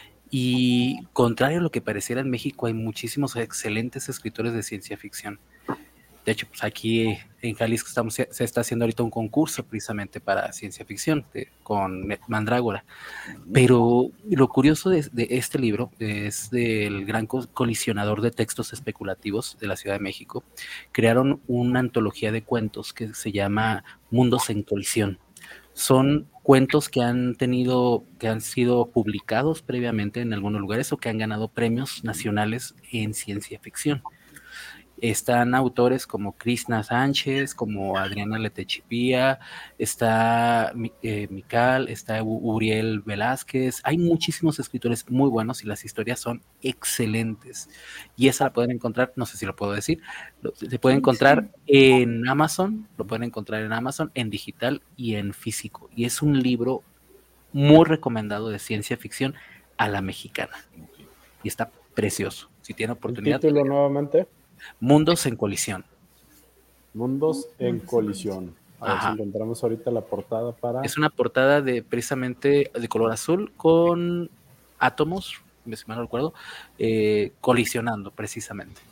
y contrario a lo que pareciera en México, hay muchísimos excelentes escritores de ciencia ficción. De hecho, pues aquí en Jalisco estamos, se se está haciendo ahorita un concurso precisamente para ciencia ficción de- con Mandrágora. Pero lo curioso de, de este libro es del gran co- colisionador de textos especulativos de la Ciudad de México. Crearon una antología de cuentos que se llama Mundos en Colisión. Son cuentos que han tenido, que han sido publicados previamente en algunos lugares o que han ganado premios nacionales en ciencia ficción. Están autores como Krishna Sánchez, como Adriana Letechipía, está eh, Mical, está Uriel Velázquez. Hay muchísimos escritores muy buenos y las historias son excelentes. Y esa la pueden encontrar, no sé si lo puedo decir, lo, se puede encontrar en Amazon, lo pueden encontrar en Amazon, en digital y en físico. Y es un libro muy recomendado de ciencia ficción a la mexicana. Y está precioso. Si tiene El oportunidad. título nuevamente, Mundos en Colisión. Mundos en Colisión. A ver Ajá. si encontramos ahorita la portada para... Es una portada de precisamente de color azul con átomos, si mal no recuerdo, eh, colisionando precisamente.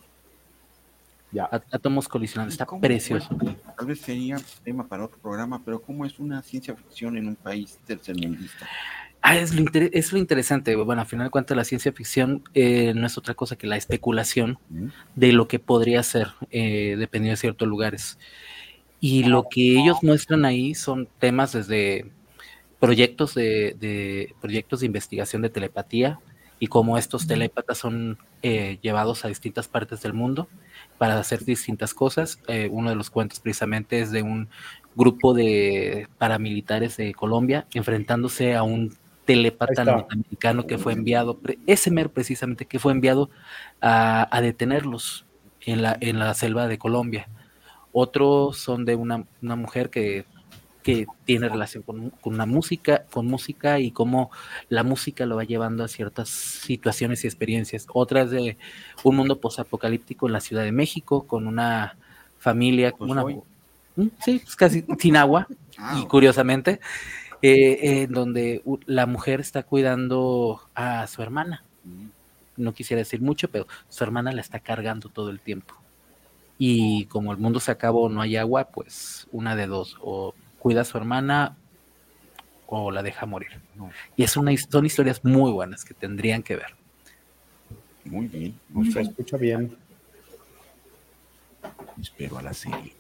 Ya. Á- Átomos colisionando, está ¿Cómo? precioso. Bueno, tal vez sería tema para otro programa, pero ¿cómo es una ciencia ficción en un país tercermundista? Ah, es lo, inter- es lo interesante. Bueno, al final de cuentas, la ciencia ficción eh, no es otra cosa que la especulación ¿Mm? de lo que podría ser, eh, dependiendo de ciertos lugares. Y lo que ellos muestran ahí son temas desde proyectos de, de proyectos de investigación de telepatía, y cómo estos telépatas son eh, llevados a distintas partes del mundo para hacer distintas cosas. Eh, uno de los cuentos precisamente es de un grupo de paramilitares de Colombia enfrentándose a un telépata norteamericano que fue enviado, ese mero precisamente, que fue enviado a, a detenerlos en la, en la selva de Colombia. Otros son de una, una mujer que, que tiene relación con, con una música, con música y cómo la música lo va llevando a ciertas situaciones y experiencias. Otra es de un mundo posapocalíptico en la Ciudad de México, con una familia, pues una, sí, pues casi sin agua, y curiosamente, eh, eh, donde la mujer está cuidando a su hermana. No quisiera decir mucho, pero su hermana la está cargando todo el tiempo. Y como el mundo se acabó, no hay agua, pues una de dos, o cuida a su hermana o la deja morir. No. Y es una, son historias muy buenas que tendrían que ver. Muy bien. Se sea, escucha bien. Espero a la serie.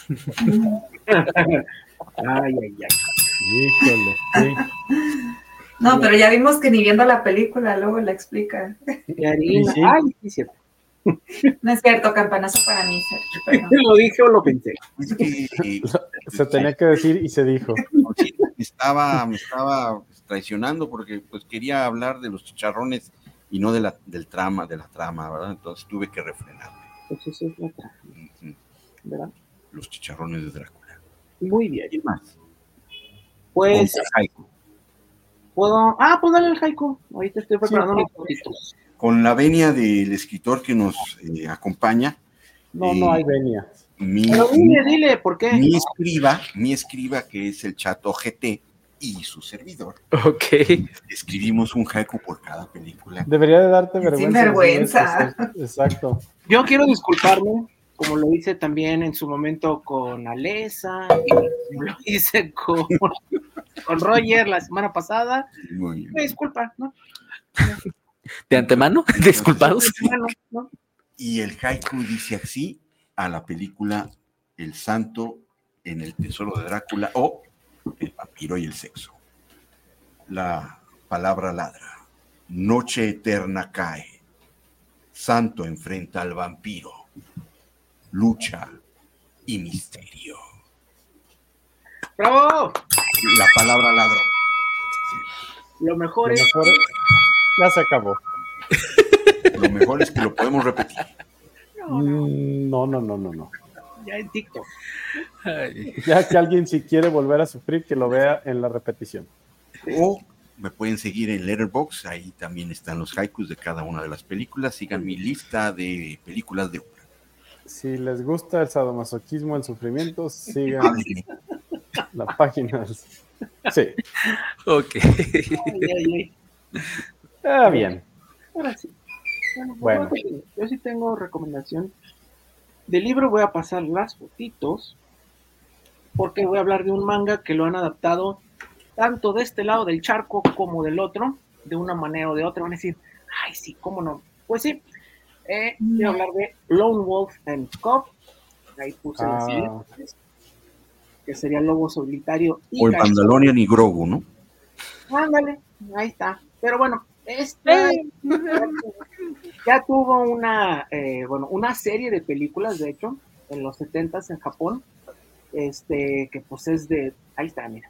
Ay, ay, ay. Híjole, sí. No, pero ya vimos que ni viendo la película luego la explica. ¿Y sí? Ay, sí, cierto. No es cierto, campanazo para mí, Sergio. ¿Lo dije o lo pensé? Es que, eh, se tenía que decir y se dijo. Sí, me estaba, me estaba traicionando porque pues quería hablar de los chicharrones y no de la, del trama, de la trama, ¿verdad? Entonces tuve que refrenarme. Pues eso es la trama, ¿verdad? Los chicharrones de Drácula. Muy bien. ¿Qué más? Pues... ¿Puedo? Ah, pues dale el haiku. Ahorita estoy preparando mis fotitos. Con la venia del escritor que nos eh, acompaña. No, eh, no hay venia. Mi, Pero dile, dile, ¿por qué? Mi escriba, mi escriba, que es el chat O G T y su servidor. Ok. Escribimos un haiku por cada película. Debería de darte vergüenza. Sin vergüenza. Exacto. Yo quiero disculparme, como lo hice también en su momento con Alesa, y como lo hice con, con Roger la semana pasada. Muy bien. Me disculpa, ¿no? ¿De antemano? ¿Disculpados? De antemano, ¿no? Y el haiku dice así a la película El Santo en el Tesoro de Drácula o El Vampiro y el Sexo. La palabra ladra. Noche eterna cae. Santo enfrenta al vampiro. Lucha y misterio. ¡Bravo! La palabra ladró. Lo mejor Lo es... mejor es... Ya se acabó. Lo mejor es que lo podemos repetir. No, no, no, no, no. no. Ya en TikTok. Ay. Ya que alguien si quiere volver a sufrir, que lo vea en la repetición. O me pueden seguir en Letterboxd, ahí también están los haikus de cada una de las películas. Sigan mi lista de películas de obra. Si les gusta el sadomasoquismo, el sufrimiento, sigan la página. Sí. Ok. Ay, ay, ay. Ah, bien. Ahora sí. Bueno, Bueno. bueno, yo sí tengo recomendación. Del libro voy a pasar las fotitos, porque voy a hablar de un manga que lo han adaptado tanto de este lado del charco como del otro, de una manera o de otra. Van a decir, ay, sí, ¿cómo no? Pues sí, eh, voy a hablar de Lone Wolf and Cub. Ahí puse Ah. las siguientes, que sería Lobo Solitario y O el Cachorro. Mandalorian y Grogu, ¿no? Ándale, ahí está. Pero bueno, esta ya tuvo una, eh, bueno, una serie de películas, de hecho, en los setentas en Japón, este, que pues es de, ahí está, mira,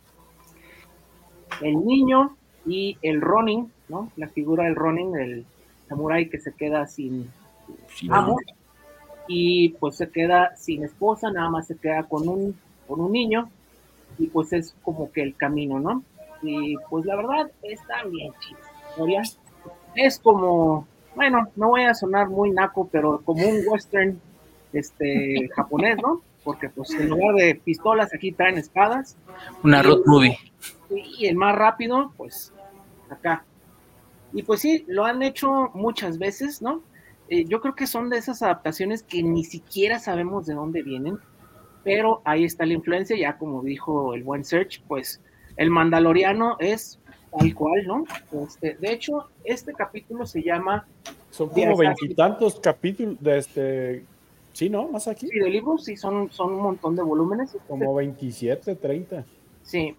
el niño y el Ronin, ¿no? La figura del Ronin, el samurái que se queda sin Sí, amo, y pues se queda sin esposa, nada más se queda con un, con un niño, y pues es como que el camino, ¿no? Y pues la verdad está bien chida la historia. Es como, bueno, no voy a sonar muy naco, pero como un western este japonés, ¿no? Porque pues en lugar de pistolas aquí traen espadas. Una road movie. Y el más rápido, pues acá. Y pues sí, lo han hecho muchas veces, ¿no? Eh, yo creo que son de esas adaptaciones que ni siquiera sabemos de dónde vienen, pero ahí está la influencia, ya como dijo el buen Search, pues el Mandaloriano es tal cual, ¿no? Este, de hecho, este capítulo se llama... Son como veintitantos capítulos de este... Sí, ¿no? Más aquí. Sí, de libros, sí, son, son un montón de volúmenes. Como veintisiete, treinta. Sí,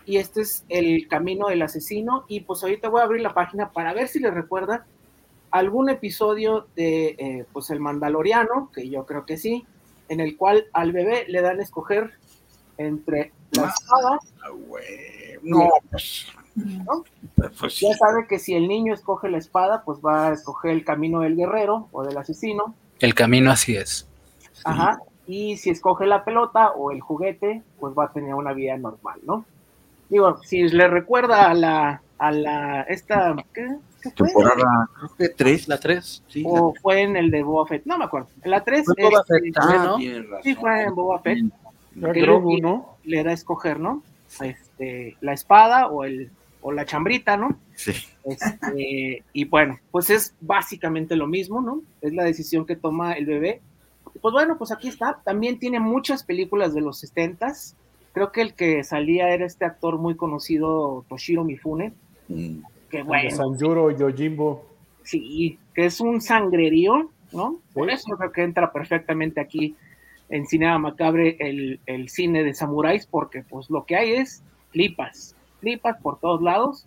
y este es El Camino del Asesino, y pues ahorita voy a abrir la página para ver si les recuerda algún episodio de eh, pues El Mandaloriano, que yo creo que sí, en el cual al bebé le dan a escoger entre la espada. Ah, güey. No, pues, ¿no? pues sí. Ya sabe que si el niño escoge la espada, pues va a escoger el camino del guerrero o del asesino. El camino así es. Ajá. Y si escoge la pelota o el juguete, pues va a tener una vida normal, ¿no? Digo, si le recuerda a la, a la, esta, ¿qué, qué fue? Temporada, creo que tres. La tres. Sí, O fue en el de Boba Fett, no me acuerdo. En la tres, Fue Boba este, Fett también, ¿no? tienes razón. sí fue en Boba Fett, Era que Grogu, Luke ¿no? le da a escoger, ¿no? Este, la espada o el, o la chambrita, ¿no? Sí. Este, y bueno, pues es básicamente lo mismo, ¿no? Es la decisión que toma el bebé. Pues bueno, pues aquí está. También tiene muchas películas de los setentas. Creo que el que salía era este actor muy conocido, Toshiro Mifune. Mm. Que El de bueno, Sanjuro, Yojimbo. sí, que es un sangrerío, ¿no? Por Sí. eso creo que entra perfectamente aquí en Cinema Macabre el, el cine de samuráis, porque pues lo que hay es flipas, flipas por todos lados.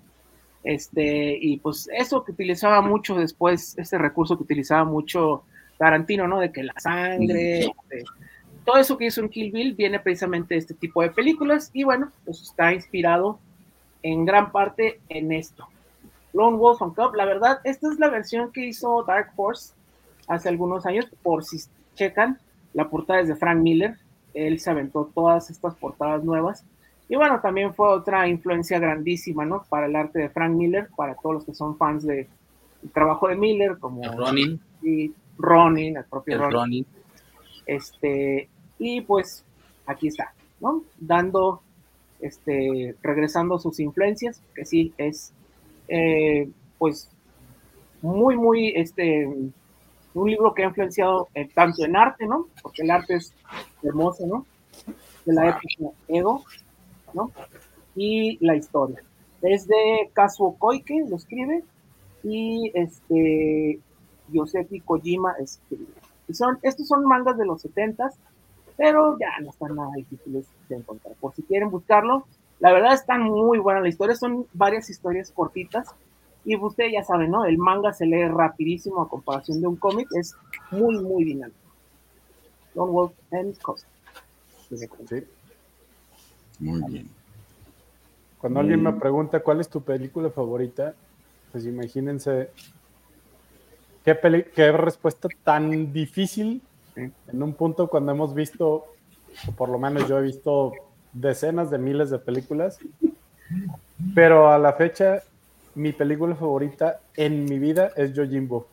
Este, y pues eso que utilizaba mucho después, ese recurso que utilizaba mucho Tarantino, ¿no? De que la sangre, de, todo eso que hizo en Kill Bill viene precisamente de este tipo de películas, y bueno, pues está inspirado en gran parte en esto. Lone Wolf and Cub, la verdad, esta es la versión que hizo Dark Horse hace algunos años, por si checan, la portada es de Frank Miller, él se aventó todas estas portadas nuevas, y bueno, también fue otra influencia grandísima, ¿no? Para el arte de Frank Miller, para todos los que son fans del de trabajo de Miller, como El Ronin. Y Ronin, el propio El Ronin. Ronin. Este, y pues aquí está, ¿no? Dando, este, regresando sus influencias, que sí es, eh, pues, muy, muy, este, un libro que ha influenciado eh, tanto en arte, ¿no? Porque el arte es hermoso, ¿no? De la época Edo, ¿no? Y la historia. Es de Kazuo Koike, lo escribe, y este Yosefi Kojima escribe. Y son, estos son mangas de los setentas, pero ya no están nada difíciles de encontrar. Por si quieren buscarlo, la verdad están muy buenas las historias, son varias historias cortitas, y ustedes ya saben, ¿no? El manga se lee rapidísimo a comparación de un cómic, es muy, muy dinámico. Lone Wolf and Cub. Sí. Muy bien. Cuando Mm. alguien me pregunta cuál es tu película favorita, pues imagínense qué, peli- qué respuesta tan difícil Sí. en un punto cuando hemos visto, o por lo menos yo he visto decenas de miles de películas, pero a la fecha mi película favorita en mi vida es Yojimbo.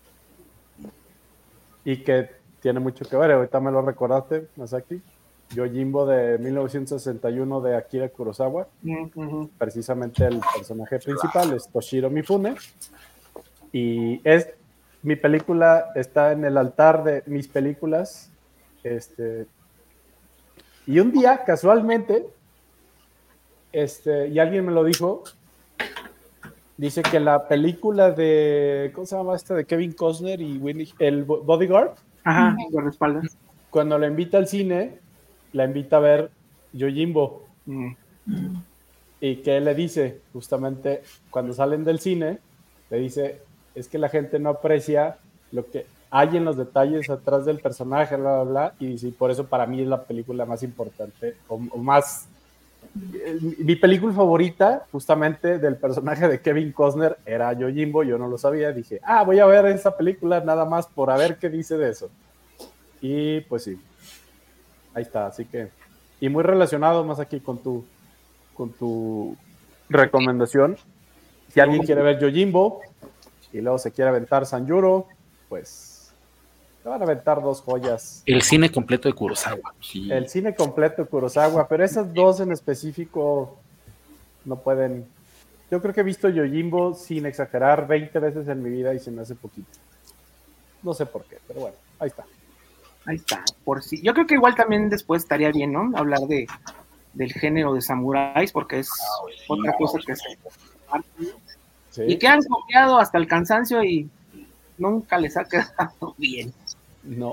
Y que tiene mucho que ver, ahorita me lo recordaste, Masaki. Yojimbo de mil novecientos sesenta y uno de Akira Kurosawa. Uh-huh. Precisamente el personaje principal es Toshiro Mifune. Y es mi película, está en el altar de mis películas. Este, y un día, casualmente, este, y alguien me lo dijo, dice que la película de, ¿cómo se llama esta? De Kevin Costner y Winnie, el Bodyguard, Ajá, de respaldas. cuando la invita al cine, la invita a ver Yojimbo. Mm. Y que él le dice, justamente cuando salen del cine, le dice, es que la gente no aprecia lo que hay en los detalles atrás del personaje, bla, bla, bla, y dice, por eso para mí es la película más importante, o, o más, eh, mi película favorita, justamente del personaje de Kevin Costner, era Yojimbo, yo no lo sabía, dije, ah, voy a ver esa película nada más por a ver qué dice de eso. Y pues sí, ahí está, así que, y muy relacionado más aquí con tu con tu recomendación. Si alguien quiere ver Yojimbo y luego se quiere aventar Sanjuro, pues te van a aventar dos joyas. El cine completo de Kurosawa. Sí. El cine completo de Kurosawa, pero esas dos en específico no pueden. Yo creo que he visto Yojimbo sin exagerar veinte veces en mi vida y se me hace poquito. No sé por qué, pero bueno, ahí está. Ahí está, por si. Yo creo que igual también después estaría bien, ¿no? Hablar de del género de samuráis, porque es otra cosa que se Sí. y que han copiado hasta el cansancio y nunca les ha quedado bien, No,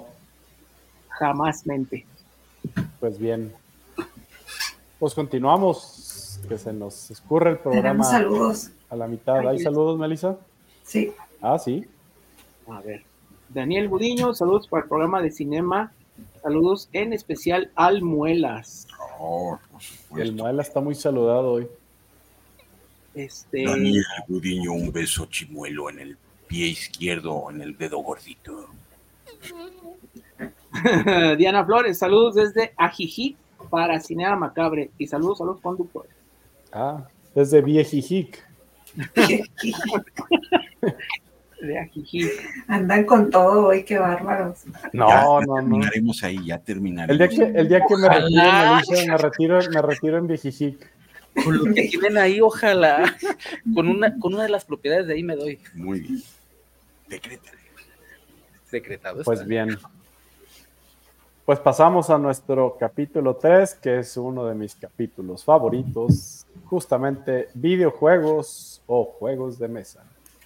jamás mente. pues bien. Pues continuamos. que se nos escurre el programa. Tenemos saludos. A la mitad. ¿Hay saludos, Melissa? Sí. Ah, sí. A ver. Daniel Gudiño, saludos para el programa de Cinema. Saludos en especial al Muelas. Oh, por supuesto. El Muelas está muy saludado hoy. Este... Daniel Gudiño, un beso chimuelo en el pie izquierdo, en el dedo gordito. Diana Flores, saludos desde Ajijic para Cinema Macabre y saludos a los conductores. Ah, desde Viejijic. De Ajijic. Andan con todo hoy, qué bárbaros. No, ya, no, ya no. terminaremos ahí, ya terminaremos. El día que, el día que me retiro, Ojalá. Melissa, me retiro, me retiro en Viejijic. Con lo que tienen ahí, ojalá. Con una, con una de las propiedades de ahí me doy. Muy bien. Decrétale. Secretado. Pues está. bien. Pues pasamos a nuestro capítulo tres, que es uno de mis capítulos favoritos, justamente videojuegos o juegos de mesa.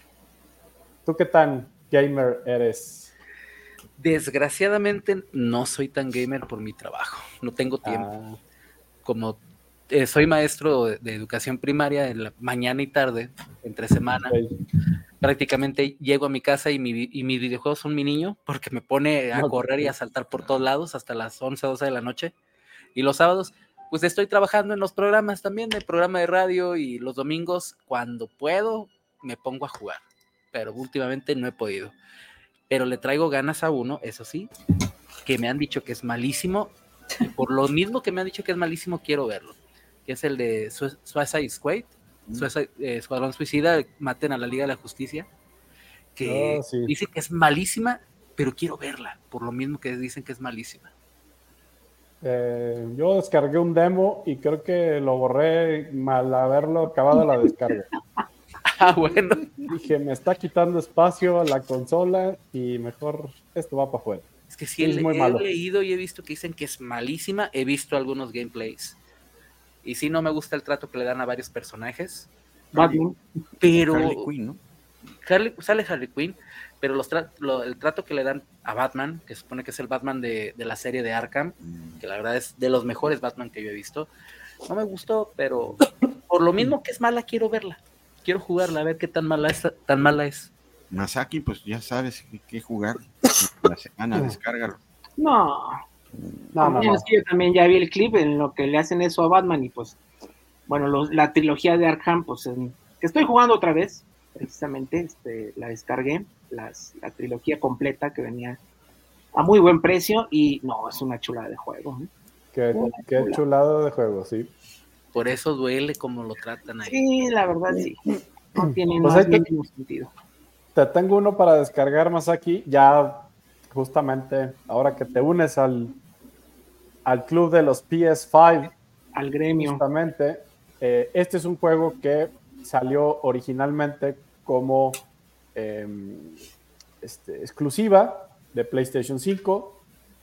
¿Tú qué tan gamer eres? Desgraciadamente no soy tan gamer por mi trabajo. No tengo tiempo. Ah, Como eh, soy maestro de, de educación primaria en la mañana y tarde, entre semana, ok. prácticamente llego a mi casa y, mi, y mis videojuegos son mi niño, porque me pone a Ok. correr y a saltar por todos lados hasta las once, doce de la noche. Y los sábados, pues estoy trabajando en los programas también, de programa de radio, y los domingos, cuando puedo, me pongo a jugar. Pero últimamente no he podido. Pero le traigo ganas a uno, eso sí, que me han dicho que es malísimo, y por lo mismo que me han dicho que es malísimo, quiero verlo, que es el de Su- Suicide Squad, Suicide, eh, Escuadrón Suicida, Maten a la Liga de la Justicia, que Oh, sí. dicen que es malísima, pero quiero verla, por lo mismo que dicen que es malísima. Eh, yo descargué un demo y creo que lo borré mal haberlo acabado la descarga. Ah, bueno. Dije, me está quitando espacio la consola y mejor esto va para afuera. Es que sí, Es he, muy he malo. leído y he visto que dicen que es malísima, he visto algunos gameplays, y sí, no me gusta el trato que le dan a varios personajes, Batman. pero... Harley Quinn, ¿no? Harley, sale Harley Quinn, pero los tra lo, el trato que le dan a Batman, que se supone que es el Batman de, de la serie de Arkham, que la verdad es de los mejores Batman que yo he visto, no me gustó, pero por lo mismo que es mala, quiero verla, quiero jugarla, a ver qué tan mala es. Tan mala es. Masaki, pues ya sabes qué, qué jugar. La semana, descárgalo. No, No, no, no. Es que yo también ya vi el clip en lo que le hacen eso a Batman y pues, bueno, los, la trilogía de Arkham, pues, en, que estoy jugando otra vez, precisamente, este, la descargué, las, la trilogía completa que venía a muy buen precio y no, es una chulada de juego. ¿eh? Qué, qué chulado de juego, sí. Por eso duele como lo tratan ahí. Sí, la verdad sí, no tiene Pues más ahí te- mínimo sentido. Te tengo uno para descargar más aquí, ya justamente ahora que te unes al, al club de los P S cinco, Al gremio. justamente, eh, este es un juego que salió originalmente como eh, este, exclusiva de PlayStation cinco.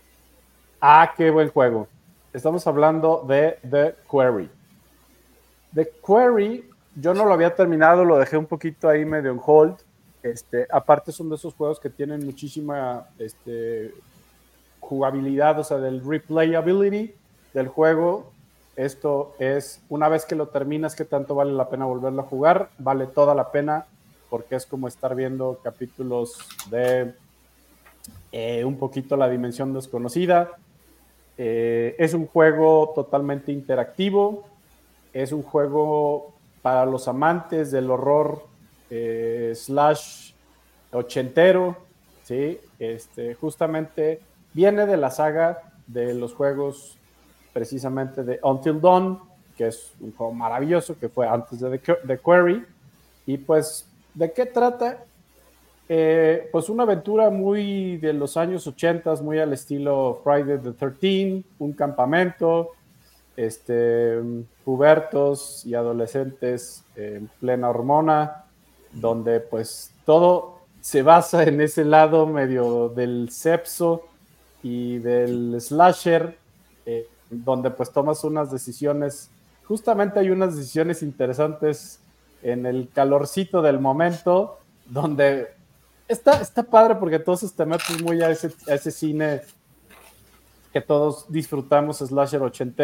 Ah, qué buen juego. Estamos hablando de The Quarry. The Quarry, yo no lo había terminado, lo dejé un poquito ahí medio en hold. Este, aparte son de esos juegos que tienen muchísima este, jugabilidad, o sea, del replayability del juego. Esto es, una vez que lo terminas, ¿qué tanto vale la pena volverlo a jugar? Vale toda la pena, porque es como estar viendo capítulos de eh, un poquito La Dimensión Desconocida. Eh, es un juego totalmente interactivo, es un juego para los amantes del horror eh, slash ochentero, ¿sí? Este, justamente viene de la saga de los juegos precisamente de Until Dawn, que es un juego maravilloso que fue antes de The, The Quarry. Y pues, ¿de qué trata? Eh, pues una aventura muy de los años ochenta, muy al estilo Friday the thirteenth, un campamento, este, pubertos y adolescentes en plena hormona, donde pues todo se basa en ese lado medio del sepso y del slasher, eh, donde pues tomas unas decisiones, justamente hay unas decisiones interesantes en el calorcito del momento, donde está, está padre porque entonces te metes muy a ese, a ese cine que todos disfrutamos, slasher ochentero,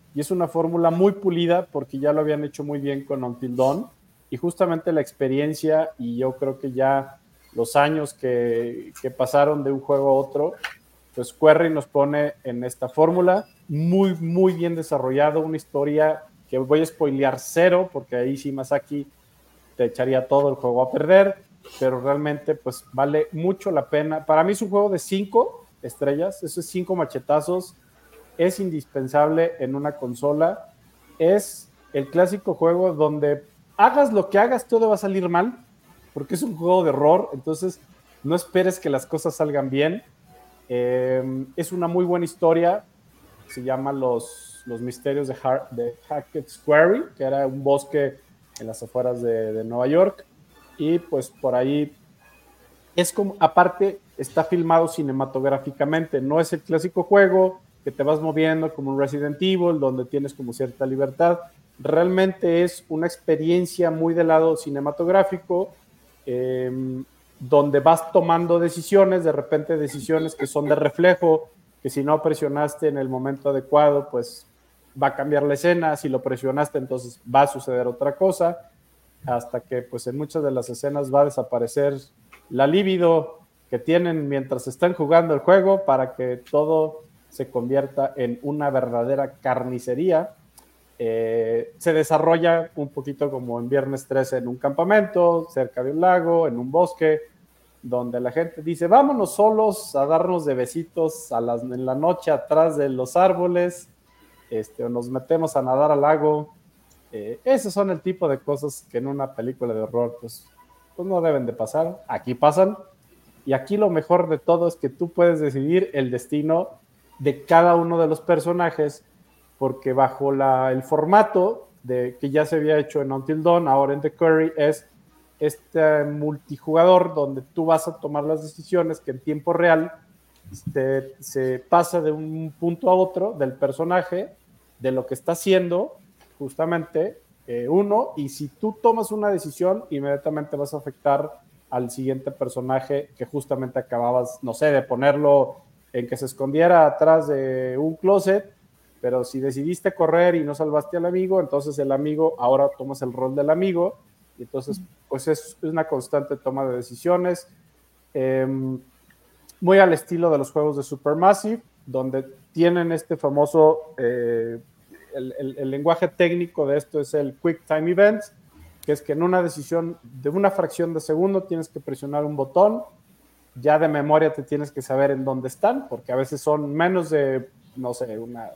y es una fórmula muy pulida porque ya lo habían hecho muy bien con Until Dawn, y justamente la experiencia y yo creo que ya los años que, que pasaron de un juego a otro, pues Quarry nos pone en esta fórmula muy, muy bien desarrollado, una historia que voy a spoilear cero, porque ahí sí Masaki te echaría todo el juego a perder, pero realmente pues vale mucho la pena. Para mí es un juego de cinco estrellas, esos cinco machetazos, es indispensable en una consola, es el clásico juego donde hagas lo que hagas, todo va a salir mal, porque es un juego de horror, entonces no esperes que las cosas salgan bien. Eh, es una muy buena historia, se llama Los, los Misterios de, Har- de Hackett's Quarry, que era un bosque en las afueras de, de Nueva York, y pues por ahí es como, aparte está filmado cinematográficamente, no es el clásico juego que te vas moviendo como un Resident Evil, donde tienes como cierta libertad, realmente es una experiencia muy del lado cinematográfico, eh, donde vas tomando decisiones, de repente decisiones que son de reflejo, que si no presionaste en el momento adecuado, pues va a cambiar la escena, si lo presionaste entonces va a suceder otra cosa, hasta que pues en muchas de las escenas va a desaparecer la libido que tienen mientras están jugando el juego para que todo se convierta en una verdadera carnicería. Eh, se desarrolla un poquito como en Viernes trece en un campamento, cerca de un lago, en un bosque, donde la gente dice, vámonos solos a darnos de besitos a las, en la noche atrás de los árboles, este, o nos metemos a nadar al lago. Eh, esos son el tipo de cosas que en una película de horror pues, pues no deben de pasar. Aquí pasan, y aquí lo mejor de todo es que tú puedes decidir el destino de cada uno de los personajes, porque bajo la, el formato de, que ya se había hecho en Until Dawn, ahora en The Quarry, es este multijugador donde tú vas a tomar las decisiones que en tiempo real se, se pasa de un punto a otro del personaje, de lo que está haciendo justamente eh, uno, y si tú tomas una decisión, inmediatamente vas a afectar al siguiente personaje que justamente acababas, no sé, de ponerlo en que se escondiera atrás de un closet, pero si decidiste correr y no salvaste al amigo, entonces el amigo, ahora tomas el rol del amigo, y entonces pues es una constante toma de decisiones, eh, muy al estilo de los juegos de Supermassive, donde tienen este famoso, eh, el, el, el lenguaje técnico de esto es el Quick Time Events, que es que en una decisión de una fracción de segundo tienes que presionar un botón, ya de memoria te tienes que saber en dónde están, porque a veces son menos de, no sé, una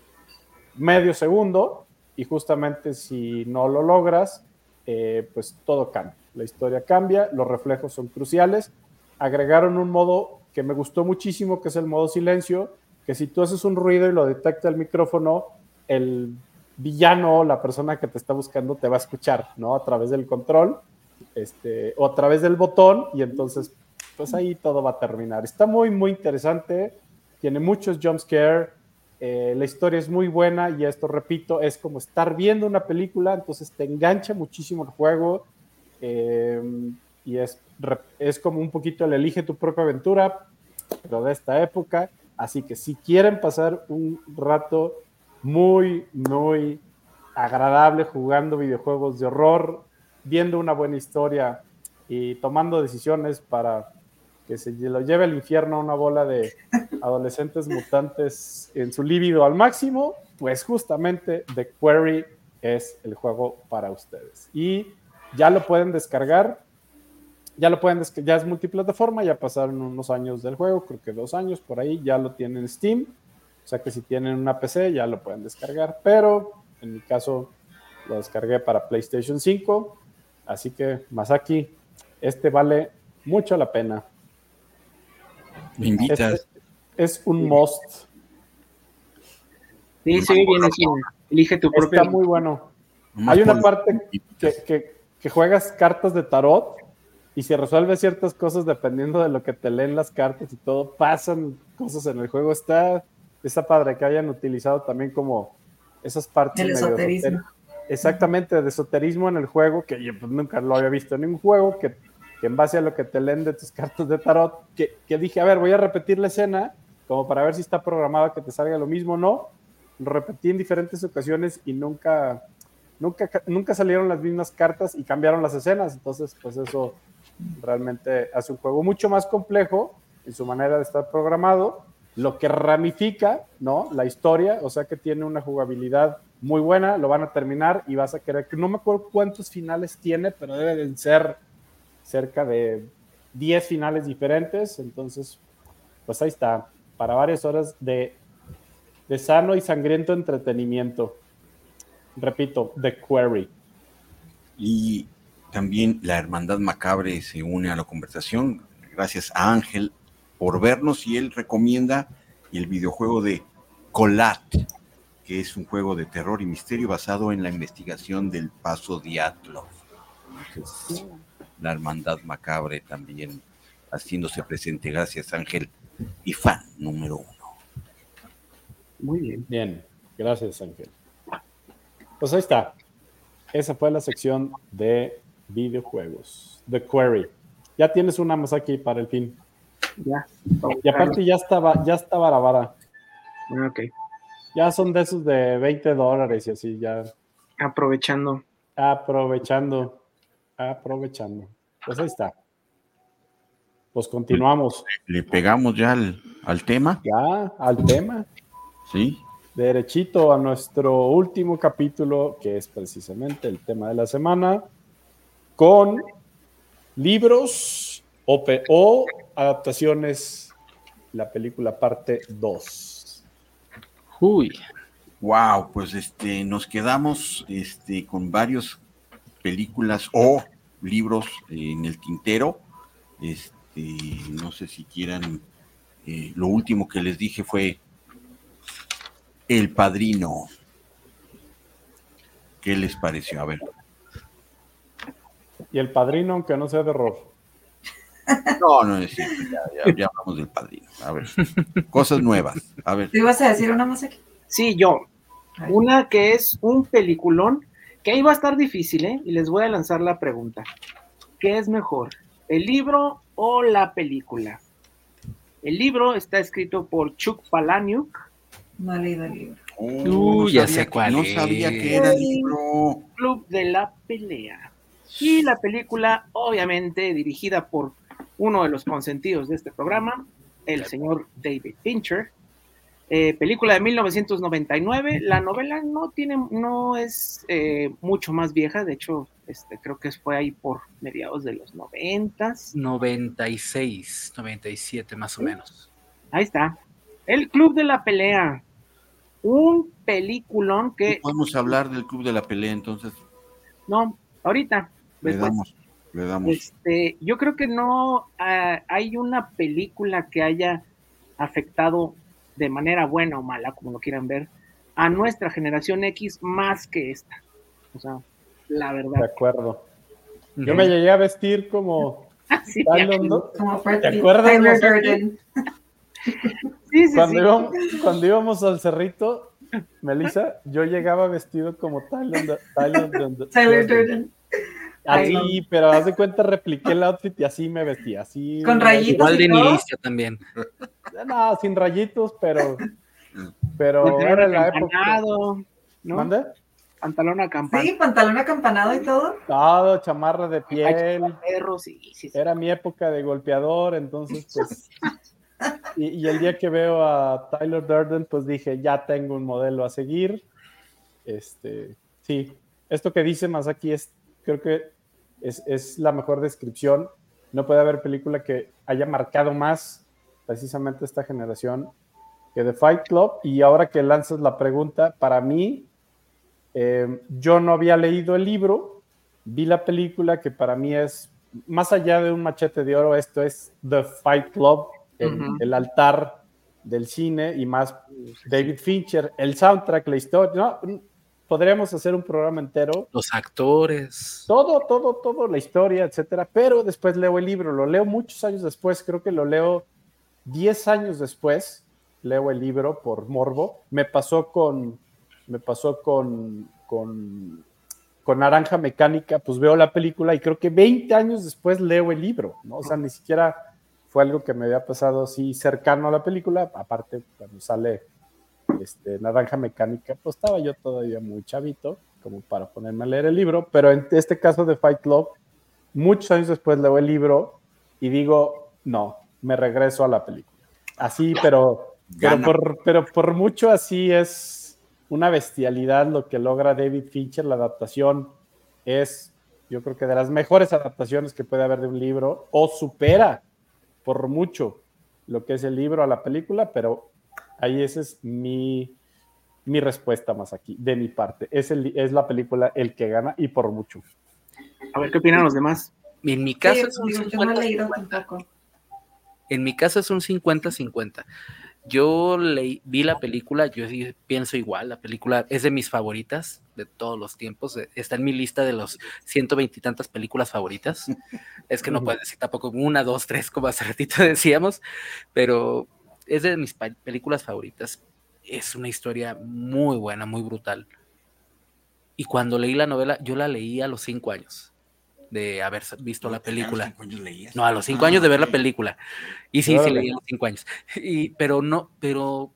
medio segundo, y justamente si no lo logras, eh, pues todo cambia, la historia cambia, los reflejos son cruciales. Agregaron un modo que me gustó muchísimo, que es el modo silencio, que si tú haces un ruido y lo detecta el micrófono, el villano, la persona que te está buscando, te va a escuchar, ¿no? A través del control, este, o a través del botón, y entonces, pues ahí todo va a terminar. Está muy, muy interesante, tiene muchos jumpscare, eh, la historia es muy buena, y esto, repito, es como estar viendo una película, entonces te engancha muchísimo el juego, eh, y es, es como un poquito el elige tu propia aventura, pero de esta época. Así que si quieren pasar un rato muy, muy agradable jugando videojuegos de horror, viendo una buena historia y tomando decisiones para que se lo lleve al infierno a una bola de adolescentes mutantes en su líbido al máximo, pues justamente The Quarry es el juego para ustedes. Y ya lo pueden descargar, ya lo pueden descargar, ya es multiplataforma, ya pasaron unos años del juego, creo que dos años por ahí, ya lo tienen en Steam, o sea que si tienen una P C ya lo pueden descargar, pero en mi caso lo descargué para PlayStation cinco, así que Masaki, este vale mucho la pena. Me invitas. Este es un must. Sí, sí, bien así. Elige tu propio. Está muy bueno. Hay una parte que, que, que juegas cartas de tarot y se resuelve ciertas cosas dependiendo de lo que te leen las cartas y todo. Pasan cosas en el juego. Está, está padre que hayan utilizado también como esas partes. El medio esoterismo. Exactamente, de esoterismo en el juego, que yo pues, nunca lo había visto en ningún juego, que, que en base a lo que te leen de tus cartas de tarot, que, que dije, a ver, voy a repetir la escena como para ver si está programada que te salga lo mismo o no. lo repetí en diferentes ocasiones y nunca, nunca, nunca salieron las mismas cartas y cambiaron las escenas. Entonces, pues eso realmente hace un juego mucho más complejo en su manera de estar programado, lo que ramifica, ¿no?, la historia, o sea que tiene una jugabilidad muy buena, lo van a terminar y vas a querer, que no me acuerdo cuántos finales tiene, pero deben ser cerca de diez finales diferentes. Entonces, pues ahí está, para varias horas de, de sano y sangriento entretenimiento. Repito, The Quarry. Y también la Hermandad Macabre se une a la conversación, gracias a Ángel por vernos, y él recomienda el videojuego de Colat, que es un juego de terror y misterio basado en la investigación del Paso Dyatlov. Entonces, la Hermandad Macabre también haciéndose presente. Gracias, Ángel, y fan número uno. Muy bien. Bien, gracias, Ángel. Pues ahí está. Esa fue la sección de videojuegos. The Quarry. Ya tienes una más aquí para el fin. Ya. Y aparte ya estaba, ya está barabara. Ok. Ya son de esos de veinte dólares y así, ya. Aprovechando. Aprovechando. Aprovechando. Pues ahí está. Pues continuamos. ¿Le pegamos ya al, al tema? Ya, al tema. Sí. Derechito a nuestro último capítulo, que es precisamente el tema de la semana, con libros o, o adaptaciones, la película parte dos. Uy. Wow, pues este, nos quedamos este, con varias películas o libros en el tintero. Este, no sé si quieran, eh, lo último que les dije fue El Padrino. ¿Qué les pareció? A ver. Y El Padrino, aunque no sea de horror. No, no es cierto, ya, ya, ya hablamos del Padrino. A ver, cosas nuevas. A ver. ¿Te ibas a decir una más aquí? Sí, yo. Ay. Una que es un peliculón, que ahí va a estar difícil, ¿eh? Y les voy a lanzar la pregunta. ¿Qué es mejor, el libro o la película? El libro está escrito por Chuck Palahniuk. No he leído el libro. Oh, Uh, no ya sabía sé cuál que, no es. sabía que era el libro. Club de la Pelea. Y la película, obviamente, dirigida por uno de los consentidos de este programa, el señor David Fincher. Eh, película de mil novecientos noventa y nueve. La novela no tiene, no es eh, mucho más vieja. De hecho, este, creo que fue ahí por mediados de los noventas. noventa y seis, noventa y siete más o menos. Ahí está. El Club de la Pelea. Un peliculón que... Podemos hablar del Club de la Pelea, entonces. No, ahorita. Le Después. damos, le damos. Este, yo creo que no uh, hay una película que haya afectado de manera buena o mala, como lo quieran ver, a nuestra generación X más que esta. O sea, la verdad. De acuerdo. Yo me llegué a vestir como... Sí, Tyler, Como Brad ¿te Pitt, acuerdas, Tyler Masaki? Durden. Sí, sí, Cuando, sí. íbamos, cuando íbamos al cerrito, Melissa, yo llegaba vestido como Tyler, Tyler, Durden. Tyler Durden. Así, Ay, pero haz de cuenta, repliqué el outfit y así me vestí. Así, Con rayitos. Igual de ¿y todo? inicio también. No, sin rayitos, pero, pero Pantalón era la época. acampanado, ¿no? ¿Mande? Pantalón acampanado. Sí, pantalón acampanado y todo. Todo, chamarra de piel. Perro, sí, sí, sí. Era mi época de golpeador, entonces, pues. Y, y el día que veo a Tyler Durden, pues dije, ya tengo un modelo a seguir. Este, sí, esto que dice Masaki es, creo que es, es la mejor descripción. No puede haber película que haya marcado más precisamente esta generación que The Fight Club. Y ahora que lanzas la pregunta, para mí, eh, yo no había leído el libro, vi la película que para mí es, más allá de un machete de oro, esto es The Fight Club, el, Uh-huh. el altar del cine, y más David Fincher, el soundtrack, la historia, ¿no? Podríamos hacer un programa entero. Los actores. Todo, todo, todo, la historia, etcétera. Pero después leo el libro, lo leo muchos años después, creo que lo leo diez años después, leo el libro por morbo. Me pasó con, me pasó con, con, con Naranja Mecánica, pues veo la película y creo que veinte años después leo el libro, ¿no? O sea, ni siquiera fue algo que me había pasado así cercano a la película, aparte cuando sale este, Naranja Mecánica, pues estaba yo todavía muy chavito, como para ponerme a leer el libro, pero en este caso de Fight Club, muchos años después leo el libro y digo, no, me regreso a la película. Así, pero, pero, por, pero por mucho así es una bestialidad lo que logra David Fincher, la adaptación es, yo creo que de las mejores adaptaciones que puede haber de un libro, o supera por mucho lo que es el libro a la película, pero ahí esa es mi, mi respuesta más aquí, de mi parte. Es, el, es la película el que gana y por mucho. A ver qué opinan los demás. En mi caso Sí, es un digo, yo no he leído tampoco. En mi caso es un cincuenta cincuenta. Yo leí, vi la película, yo sí pienso igual, la película es de mis favoritas de todos los tiempos, está en mi lista de los ciento veinte y tantas películas favoritas. Es que no puedes decir tampoco una, dos, tres, como hace ratito decíamos, pero es de mis películas favoritas. Es una historia muy buena, muy brutal. Y cuando leí la novela, yo la leí a los cinco años de haber visto la película. No, a los cinco ah, años de ver la película. Y sí, sí leí a los cinco años. Y, pero no, pero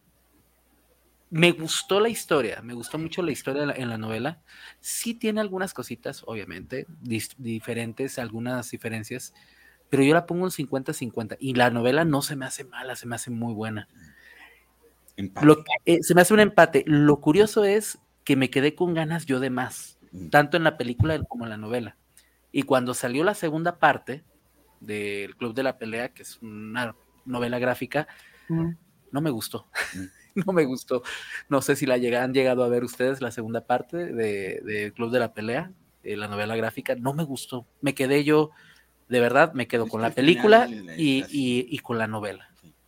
me gustó la historia, me gustó mucho la historia en la, en la novela. Sí tiene algunas cositas, obviamente, dis, diferentes, algunas diferencias, pero yo la pongo un cincuenta cincuenta. Y la novela no se me hace mala, se me hace muy buena. Lo, eh, se me hace un empate. Lo curioso es que me quedé con ganas yo de más, tanto en la película como en la novela. Y cuando salió la segunda parte del Club de la Pelea, que es una novela gráfica, mm. no me gustó. Mm. no me gustó. No sé si la llegan, han llegado a ver ustedes la segunda parte de, de Club de la Pelea, de la novela gráfica. No me gustó. Me quedé yo, de verdad, me quedo es con la película y, y, y con la novela.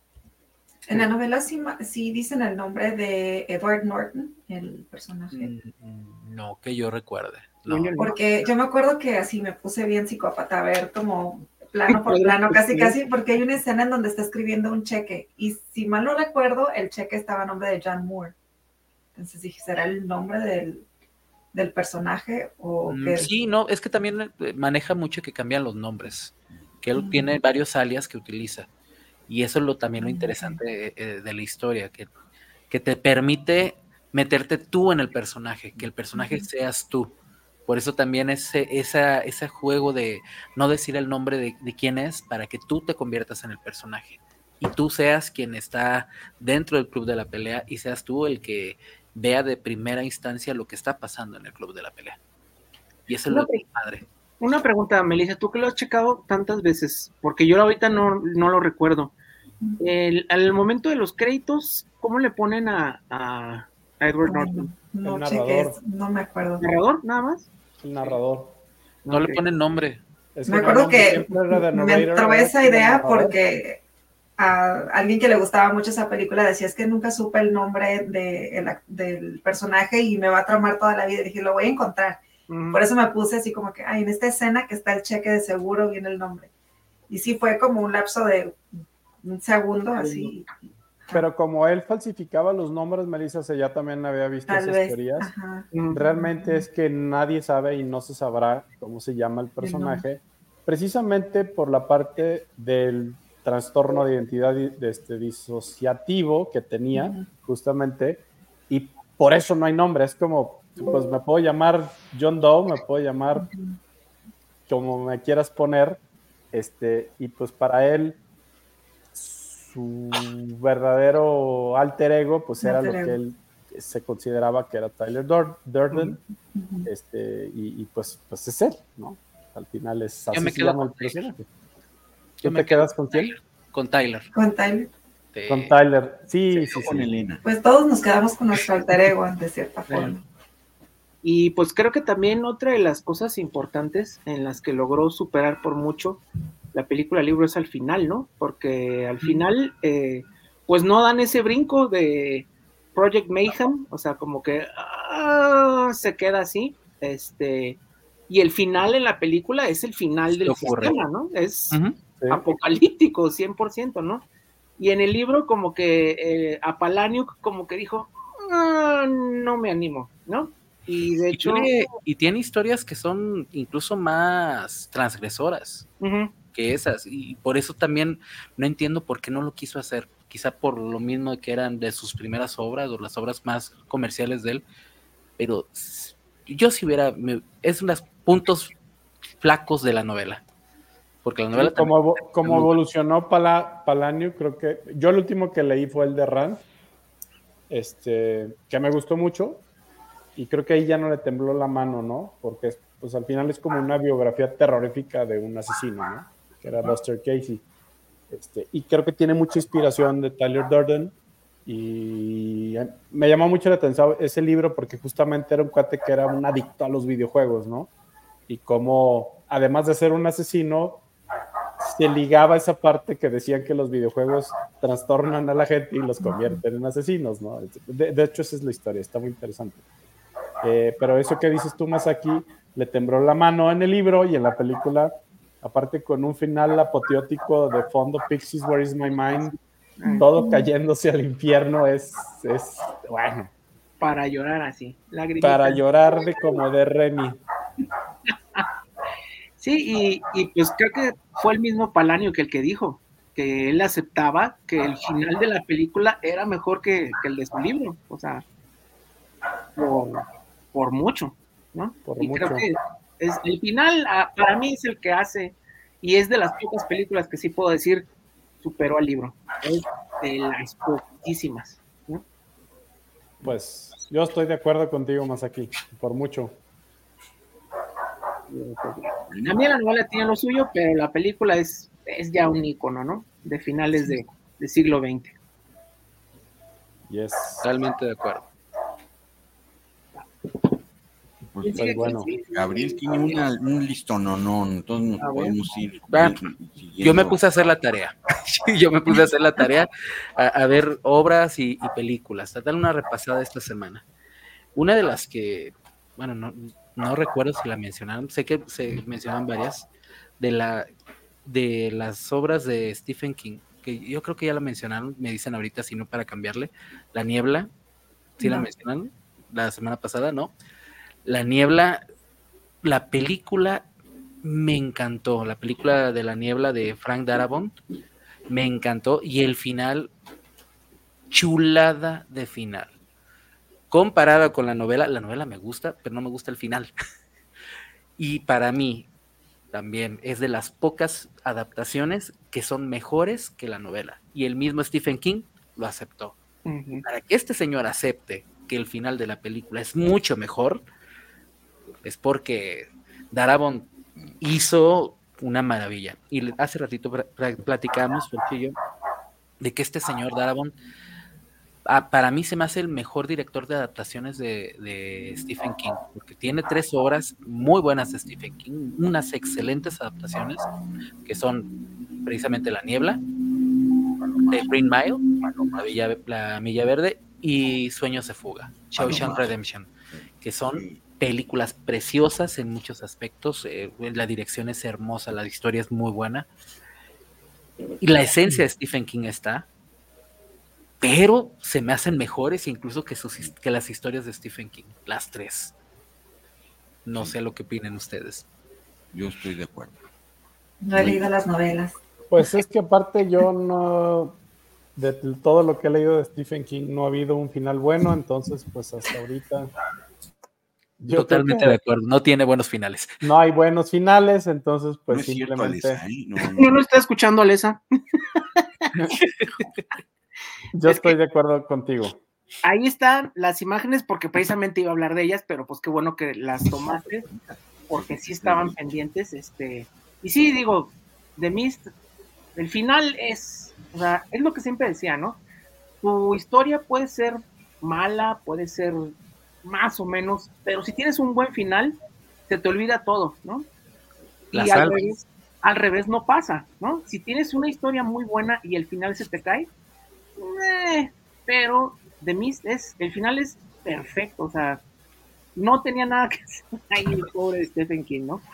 En la novela sí, sí dicen el nombre de Edward Norton, el personaje. No, que yo recuerde. No. Porque yo me acuerdo que así me puse bien psicópata a ver como plano por plano, casi casi, porque hay una escena en donde está escribiendo un cheque y si mal no recuerdo, el cheque estaba a nombre de John Moore. Entonces dije, ¿será el nombre del, del personaje? O mm, que... Sí, no, es que también maneja mucho que cambian los nombres, que él mm. tiene varios alias que utiliza. Y eso es lo, también lo interesante eh, de la historia, que, que te permite meterte tú en el personaje, que el personaje uh-huh. seas tú. Por eso también ese, esa, ese juego de no decir el nombre de, de quién es, para que tú te conviertas en el personaje. Y tú seas quien está dentro del Club de la Pelea y seas tú el que vea de primera instancia lo que está pasando en el Club de la Pelea. Y eso es lo que es padre. Una pregunta, Melissa, tú que lo has checado tantas veces, porque yo ahorita no, no lo recuerdo. El, al momento de los créditos, ¿cómo le ponen a, a, a Edward Norton? No, no cheques, no me acuerdo. ¿Narrador, nada más? El narrador. No okay. le ponen nombre. Es que me acuerdo que me entró esa idea porque a alguien que le gustaba mucho esa película decía, es que nunca supe el nombre de, el, del personaje y me va a traumar toda la vida. Y dije, lo voy a encontrar. Por eso me puse así como que, ay, en esta escena que está el cheque de seguro viene el nombre. Y sí fue como un lapso de un segundo así. Pero como él falsificaba los nombres, Melissa, ya también había visto Tal esas vez. teorías. Ajá. Realmente es que nadie sabe y no se sabrá cómo se llama el personaje, precisamente por la parte del trastorno de identidad de este, disociativo que tenía, uh-huh. justamente, y por eso no hay nombre. Es como, pues me puedo llamar John Doe, me puedo llamar uh-huh. como me quieras poner, este, y pues para él su verdadero alter ego pues era alter lo ego. Que él se consideraba que era Tyler Durden, uh-huh. este, y, y pues, pues es él, ¿no? Al final es así Yo me se quedo llama el con personaje. Yo ¿Tú me te quedas con quién? Con Tyler. Con Tyler. Sí. Con Tyler, sí, sí, con sí. Elena. Pues todos nos quedamos con nuestro alter ego de cierta forma. Y pues creo que también otra de las cosas importantes en las que logró superar por mucho la película libro es al final, ¿no? Porque al final, eh, pues no dan ese brinco de Project Mayhem, o sea, como que ah, se queda así, este, y el final en la película es el final del sistema, ¿no? Es uh-huh. sí. apocalíptico, cien por ciento, ¿no? Y en el libro como que eh, Apalaniuk como que dijo, ah, no me animo, ¿no? Y de hecho... Y tiene, y tiene historias que son incluso más transgresoras uh-huh. que esas, y por eso también no entiendo por qué no lo quiso hacer, quizá por lo mismo que eran de sus primeras obras o las obras más comerciales de él, pero yo si hubiera, me, es unos puntos flacos de la novela, porque la novela sí, como, como evolucionó Pala, Palanio, creo que yo el último que leí fue el de Rand, este, que me gustó mucho, y creo que ahí ya no le tembló la mano, ¿no? Porque pues al final es como una biografía terrorífica de un asesino, ¿no? Que era Buster Casey. Este, y creo que tiene mucha inspiración de Tyler Durden, y me llamó mucho la atención ese libro porque justamente era un cuate que era un adicto a los videojuegos, ¿no? Y cómo, además de ser un asesino, se ligaba esa parte que decían que los videojuegos trastornan a la gente y los convierten en asesinos, ¿no? De, de hecho, esa es la historia, está muy interesante. Eh, pero eso que dices tú, Masaki, le tembló la mano en el libro y en la película, aparte con un final apoteótico de fondo, Pixies, Where is my mind, todo cayéndose al infierno, es, es bueno. Para llorar así, lagrimita. Para llorar de como de Remy. Sí, y, y pues creo que fue el mismo Palanio que el que dijo que él aceptaba que el final de la película era mejor que, que el de su libro, o sea, por, por mucho, ¿no? Por y mucho. creo que es, el final a, para mí es el que hace, y es de las pocas películas que sí puedo decir superó al libro, es de las poquísimas, ¿no? Pues yo estoy de acuerdo contigo, Masaki, por mucho. También la novela tiene lo suyo, pero la película es, es ya un ícono, ¿no? De finales de, de siglo veinte. Yes. Totalmente de acuerdo. Pues, pues bueno. Gabriel tiene una, un listón, no, no, entonces nos Ah, podemos ir. Ah, siguiendo. Yo me puse a hacer la tarea. Yo me puse a hacer la tarea a, a ver obras y, y películas, a dar una repasada esta semana. Una de las que, bueno, no, no recuerdo si la mencionaron, sé que se mencionan varias, de, la, de las obras de Stephen King, que yo creo que ya la mencionaron, me dicen ahorita, si no para cambiarle. La Niebla, ¿sí no. la mencionaron la semana pasada? No. La Niebla, la película me encantó, la película de La Niebla de Frank Darabont, me encantó, y el final, chulada de final. Comparada con la novela, la novela me gusta, pero no me gusta el final. Y para mí, también es de las pocas adaptaciones que son mejores que la novela. Y el mismo Stephen King lo aceptó. Uh-huh. Para que este señor acepte que el final de la película es mucho mejor, es porque Darabont hizo una maravilla. Y hace ratito platicamos, Fercho y yo, de que este señor Darabont, ah, para mí se me hace el mejor director de adaptaciones de, de Stephen King, porque tiene tres obras muy buenas de Stephen King, unas excelentes adaptaciones, que son precisamente La Niebla, The Green Mile, La Milla, la Milla Verde, y Sueños de Fuga, Shawshank Redemption, que son películas preciosas en muchos aspectos. Eh, la dirección es hermosa, la historia es muy buena, y la esencia de Stephen King está, pero se me hacen mejores incluso que, sus, que las historias de Stephen King, las tres. No sé lo que opinen ustedes. Yo estoy de acuerdo. No he leído las novelas. Pues es que aparte yo no, de todo lo que he leído de Stephen King, no ha habido un final bueno, entonces pues hasta ahorita... Yo Totalmente de acuerdo, no tiene buenos finales. No hay buenos finales, entonces pues no es simplemente... Cierto, Alesa, ¿eh? no, no. no, no está escuchando, Alesa. Yo es estoy que de acuerdo contigo. Ahí están las imágenes, porque precisamente iba a hablar de ellas, pero pues qué bueno que las tomaste, porque sí estaban pendientes. Este, y sí, digo, The Mist, el final es, o sea, es lo que siempre decía, ¿no? Tu historia puede ser mala, puede ser más o menos, pero si tienes un buen final, se te olvida todo, ¿no? La y al revés, al revés no pasa, ¿no? Si tienes una historia muy buena y el final se te cae, eh, pero The Mist es, el final es perfecto, o sea, no tenía nada que hacer ahí el pobre Stephen King, ¿no?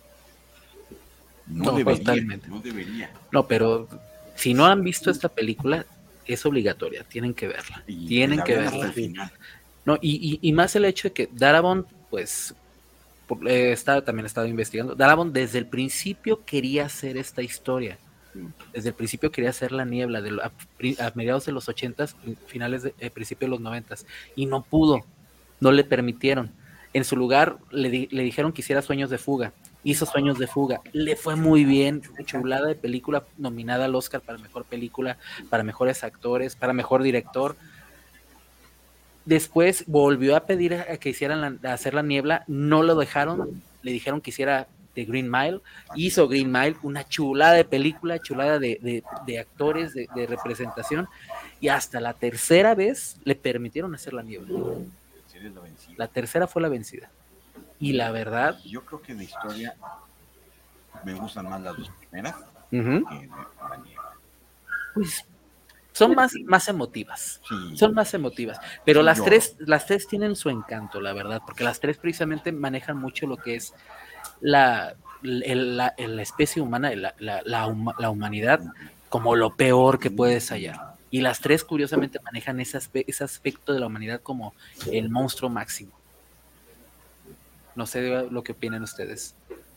No, no debería, totalmente. no debería. No, pero si no han visto esta película, es obligatoria, tienen que verla, y tienen que verla. No, y, y, y más el hecho de que Darabont, pues, eh, está, también he estado investigando, Darabont desde el principio quería hacer esta historia. Desde el principio quería hacer La Niebla, de, a, a mediados de los ochentas, finales de eh, principio de los noventas, y no pudo, no le permitieron. En su lugar le, di, le dijeron que hiciera Sueños de Fuga. Hizo Sueños de Fuga, le fue muy bien, chulada de película, nominada al Oscar para mejor película, para mejores actores, para mejor director. Después volvió a pedir a que hicieran la, a hacer La Niebla, no lo dejaron, le dijeron que hiciera The Green Mile, hizo Green Mile, una chulada de película, chulada de, de, de actores, de, de representación, y hasta la tercera vez le permitieron hacer La Niebla. La tercera fue la vencida. Y la verdad... Yo creo que en la historia me gustan más las dos primeras uh-huh. que La Niebla. Pues son más, más emotivas, sí. son más emotivas, pero sí, las yo. tres, las tres tienen su encanto, la verdad, porque las tres precisamente manejan mucho lo que es la, la, la, la especie humana, la, la, la, la humanidad, como lo peor que puedes hallar. Y las tres, curiosamente, manejan ese, aspe- ese aspecto de la humanidad como el monstruo máximo. No sé lo que opinan ustedes.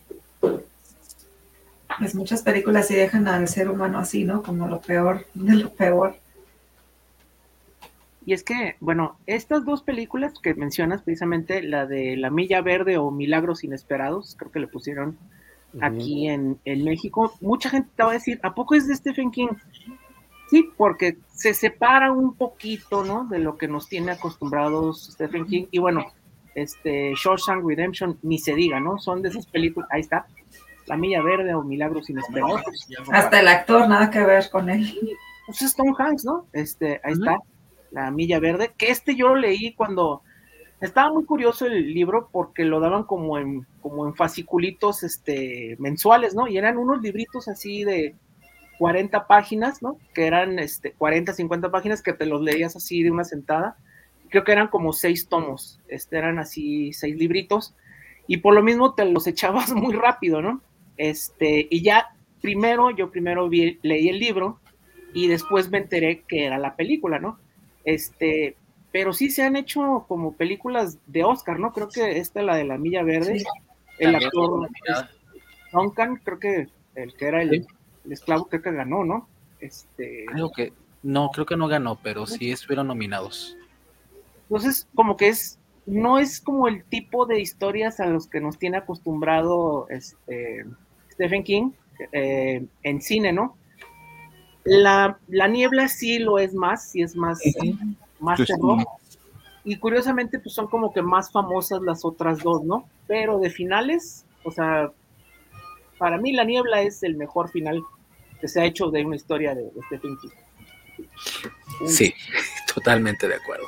Pues muchas películas sí dejan al ser humano así, ¿no? Como lo peor de lo peor. Y es que, bueno, estas dos películas que mencionas, precisamente la de La Milla Verde o Milagros Inesperados, creo que le pusieron uh-huh. aquí en, en México, mucha gente te va a decir, ¿a poco es de Stephen King? Sí, porque se separa un poquito, ¿no? De lo que nos tiene acostumbrados Stephen King. Y bueno, este Shawshank Redemption, ni se diga, ¿no? Son de esas películas, ahí está, La Milla Verde o Milagros Inesperados. Hasta el actor, nada que ver con él. Pues es Tom Hanks, ¿no? Este, ahí uh-huh. está, La Milla Verde, que este yo lo leí cuando estaba muy curioso el libro porque lo daban como en, como en fasciculitos este, mensuales, ¿no? Y eran unos libritos así de cuarenta páginas, ¿no? Que eran este, cuarenta, cincuenta páginas que te los leías así de una sentada. Creo que eran como seis tomos, este, eran así seis libritos, y por lo mismo te los echabas muy rápido, ¿no? Este, y ya primero, yo primero vi, leí el libro, y después me enteré que era la película, ¿no? Este, pero sí se han hecho como películas de Oscar, ¿no? Creo que esta, la de La Milla Verde, sí. El actor Duncan, creo que el que era el, sí. el esclavo, creo que ganó, ¿no? Este, creo que, no, creo que no ganó, pero sí estuvieron nominados. Entonces, como que es, no es como el tipo de historias a los que nos tiene acostumbrado este, Stephen King eh, en cine, ¿no? La, la Niebla sí lo es más, sí es más, uh-huh. más pues terror. Sí. Y curiosamente, pues son como que más famosas las otras dos, ¿no? Pero de finales, o sea, para mí La Niebla es el mejor final que se ha hecho de una historia de, de Stephen King. Sí, totalmente de acuerdo.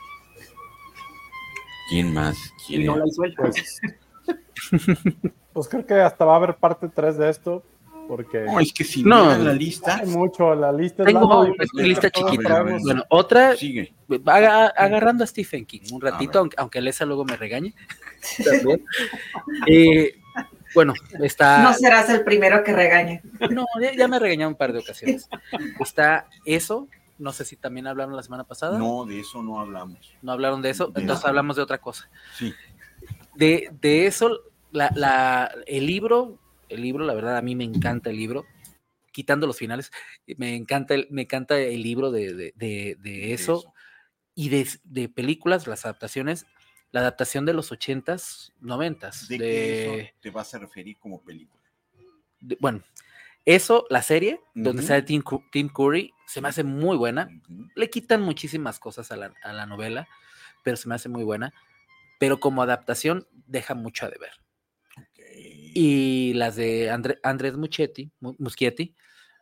¿Quién más quiere? No la hizo él. Pues, pues creo que hasta va a haber parte tres de esto, porque... No, es que si no, no la lista... Hay mucho, la lista tengo es una lista chiquita. Bueno, otra, sigue. Ag- agarrando a Stephen King un ratito, aunque, aunque Lesa luego me regañe. También. eh, bueno, está... No serás el primero que regañe. No, ya me regañó un par de ocasiones. Está eso... No sé si también hablaron la semana pasada. No, de eso no hablamos. No hablaron de eso, de entonces eso. Hablamos de otra cosa. Sí. De, de eso, la, la, el libro, el libro, la verdad, a mí me encanta el libro, quitando los finales, me encanta el, me encanta el libro de, de, de, de eso, eso. Y de, de películas, las adaptaciones, la adaptación de los ochentas, noventas. ¿De, de qué eso te vas a referir como película? De, bueno, eso, la serie, uh-huh. donde sale Tim, Tim Curry, se me hace muy buena. Uh-huh. Le quitan muchísimas cosas a la, a la novela, pero se me hace muy buena. Pero como adaptación, deja mucho a deber. Okay. Y las de André, Andrés Muschietti, Muschietti,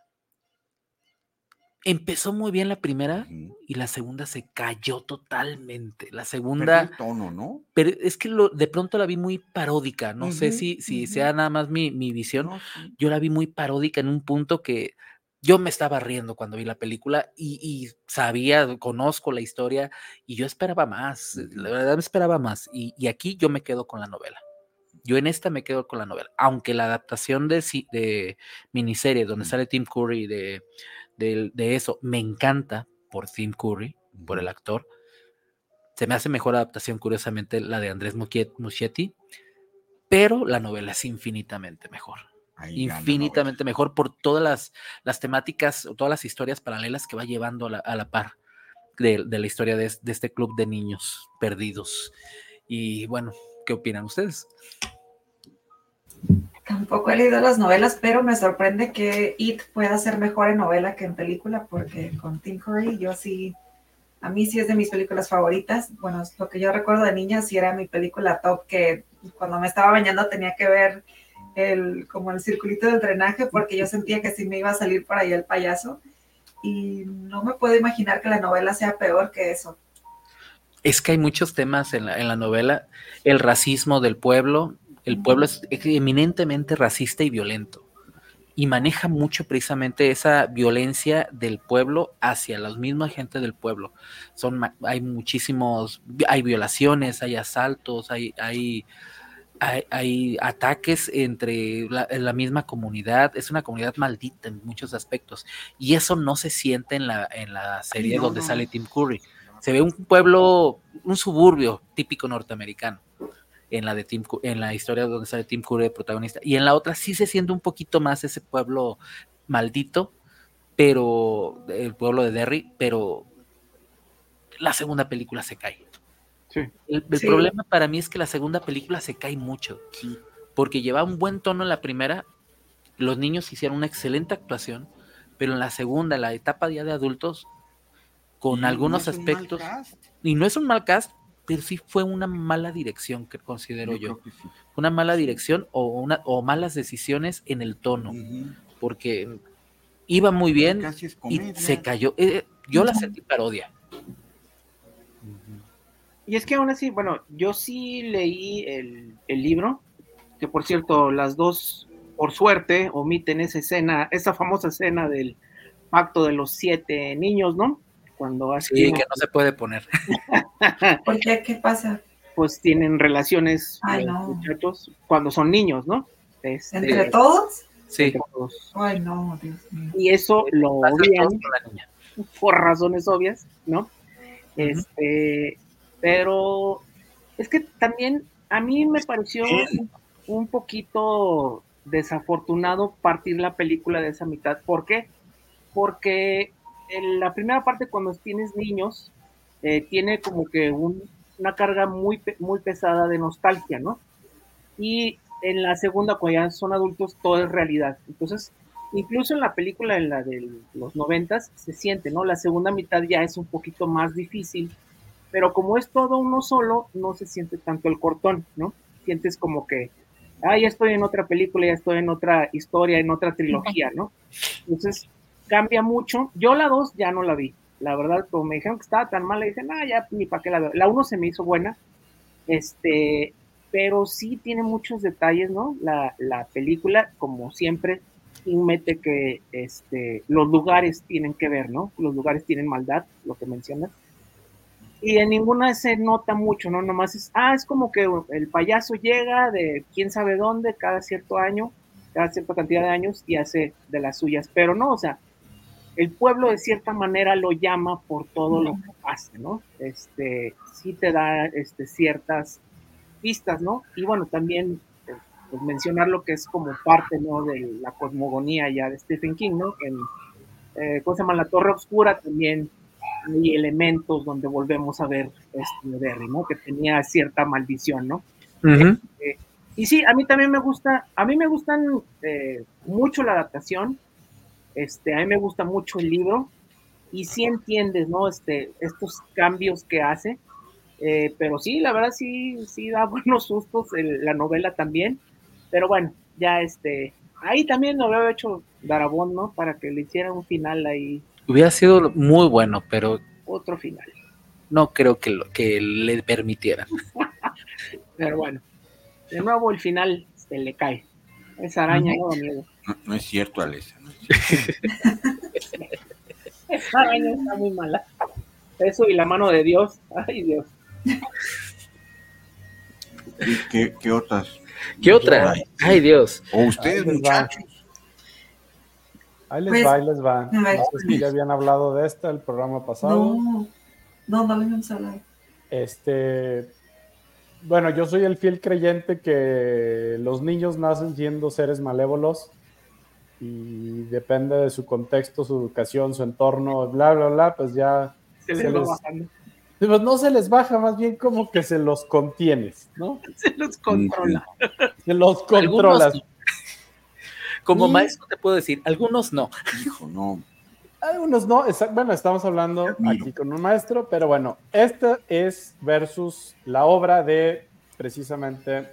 empezó muy bien la primera uh-huh. y la segunda se cayó totalmente. La segunda... Perdió el tono, ¿no? Pero es que lo, de pronto la vi muy paródica. No uh-huh, sé si, si uh-huh. sea nada más mi, mi visión. No, sí. Yo la vi muy paródica en un punto que yo me estaba riendo cuando vi la película y, y sabía, conozco la historia y yo esperaba más. Uh-huh. La verdad me esperaba más. Y, y aquí yo me quedo con la novela. Yo en esta me quedo con la novela. Aunque la adaptación de, de miniserie donde uh-huh. sale Tim Curry de... De, de eso, me encanta por Tim Curry, uh-huh. por el actor. Se me hace mejor adaptación, curiosamente, la de Andrés Muschietti, pero la novela es infinitamente mejor. Ahí infinitamente mejor por todas las, las temáticas, o todas las historias paralelas que va llevando a la, a la par de, de la historia de, de este club de niños perdidos. Y bueno, ¿qué opinan ustedes? Tampoco he leído las novelas, pero me sorprende que It pueda ser mejor en novela que en película, porque con Tim Curry yo sí, a mí sí es de mis películas favoritas. Bueno, lo que yo recuerdo de niña sí era mi película top, que cuando me estaba bañando tenía que ver el, como el circulito del drenaje, porque yo sentía que sí me iba a salir por ahí el payaso, y no me puedo imaginar que la novela sea peor que eso. Es que hay muchos temas en la, en la novela, el racismo del pueblo, el pueblo es eminentemente racista y violento, y maneja mucho precisamente esa violencia del pueblo hacia la misma gente del pueblo. Son, hay muchísimos, hay violaciones, hay asaltos, hay, hay, hay, hay ataques entre la, la misma comunidad. Es una comunidad maldita en muchos aspectos, y eso no se siente en la, en la serie. Ay, no, donde no. sale Tim Curry. Se ve un pueblo, un suburbio típico norteamericano. En la de Tim, en la historia donde sale Tim Curry de protagonista, y en la otra sí se siente un poquito más ese pueblo maldito, pero el pueblo de Derry, pero la segunda película se cae. Sí. El, el sí. problema para mí es que la segunda película se cae mucho, sí. porque lleva un buen tono en la primera, los niños hicieron una excelente actuación, pero en la segunda, la etapa ya de adultos, con y algunos no aspectos, y no es un mal cast, pero sí fue una mala dirección, que considero yo. yo. Que sí. Una mala sí. dirección o, una, o malas decisiones en el tono, uh-huh. porque iba muy bien y se cayó. Eh, yo uh-huh. la sentí parodia. Uh-huh. Y es que aún así, bueno, yo sí leí el, el libro, que por cierto, las dos, por suerte, omiten esa escena, esa famosa escena del pacto de los siete niños, ¿no? Cuando así sí, que no se puede poner. ¿Por qué? ¿Qué pasa? Pues tienen relaciones Ay, los no. muchachos cuando son niños, ¿no? Este, ¿Entre todos? Sí. Entre todos. Ay, no, Dios mío. Y eso lo obvian por razones obvias, ¿no? Uh-huh. Este, pero es que también a mí me pareció un, un poquito desafortunado partir la película de esa mitad. ¿Por qué? Porque en la primera parte, cuando tienes niños, eh, tiene como que un, una carga muy, muy pesada de nostalgia, ¿no? Y en la segunda, cuando ya son adultos, todo es realidad. Entonces, incluso en la película, en la de los noventas, se siente, ¿no? La segunda mitad ya es un poquito más difícil, pero como es todo uno solo, no se siente tanto el cortón, ¿no? Sientes como que, ah, ya estoy en otra película, ya estoy en otra historia, en otra trilogía, ¿no? Entonces, cambia mucho. Yo la dos ya no la vi. La verdad, como me dijeron que estaba tan mala, dije, nah, ya ni para qué la veo. La uno se me hizo buena, este, pero sí tiene muchos detalles, ¿no? La, la película, como siempre, mete que este, los lugares tienen que ver, ¿no? Los lugares tienen maldad, lo que mencionas. Y en ninguna se nota mucho, ¿no? Nomás es, ah, es como que el payaso llega de quién sabe dónde cada cierto año, cada cierta cantidad de años y hace de las suyas. Pero no, o sea, el pueblo de cierta manera lo llama por todo lo que hace, ¿no? Este, sí te da este, ciertas pistas, ¿no? Y bueno, también pues, mencionar lo que es como parte, ¿no? De la cosmogonía ya de Stephen King, ¿no? En, eh, ¿cómo se llama? La Torre Oscura también hay elementos donde volvemos a ver este Derry, ¿no? Que tenía cierta maldición, ¿no? Uh-huh. Eh, y sí, a mí también me gusta, a mí me gustan eh, mucho la adaptación. Este, a mí me gusta mucho el libro y sí entiendes, ¿no? Este, estos cambios que hace, eh, pero sí, la verdad sí, sí da buenos sustos el, la novela también, pero bueno, ya este, ahí también lo había hecho Darabont, ¿no? Para que le hiciera un final ahí. Hubiera sido muy bueno, pero otro final. No creo que, lo, que le permitieran. Pero bueno, de nuevo el final se le cae. Esa araña no da miedo. No, no es cierto, Alessa. No es cierto. Esa araña está muy mala. Eso y la mano de Dios. Ay, Dios. ¿Y qué, qué otras? ¿Qué otra? Ay, Ay Dios. O ustedes, Ahí muchachos. Va. Ahí les pues, va, ahí les va. No sé si ya habían hablado de esta el programa pasado. No, no, no habíamos hablado. Este, bueno, yo soy el fiel creyente que los niños nacen siendo seres malévolos y depende de su contexto, su educación, su entorno, bla, bla, bla, pues ya Se les va bajando. Pues no se les baja, más bien como que se los contienes, ¿no? Se los controla. Se los controlas. Algunos, como Y- maestro te puedo decir, algunos no. Hijo, no. Algunos no, esa- bueno, estamos hablando Admiro. aquí con un maestro, pero bueno, esta es versus la obra de precisamente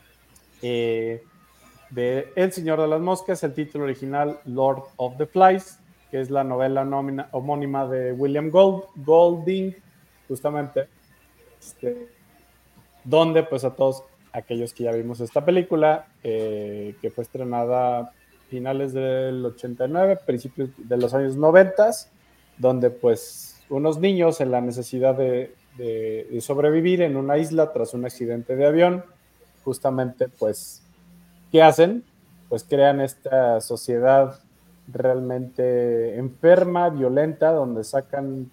eh, de El Señor de las Moscas, el título original Lord of the Flies, que es la novela nómina- homónima de William Gold, Golding, justamente, este, donde pues a todos aquellos que ya vimos esta película, eh, que fue estrenada finales del ochenta y nueve, principios de los años noventa, donde pues unos niños en la necesidad de, de, de sobrevivir en una isla tras un accidente de avión, justamente pues, ¿qué hacen? Pues crean esta sociedad realmente enferma, violenta, donde sacan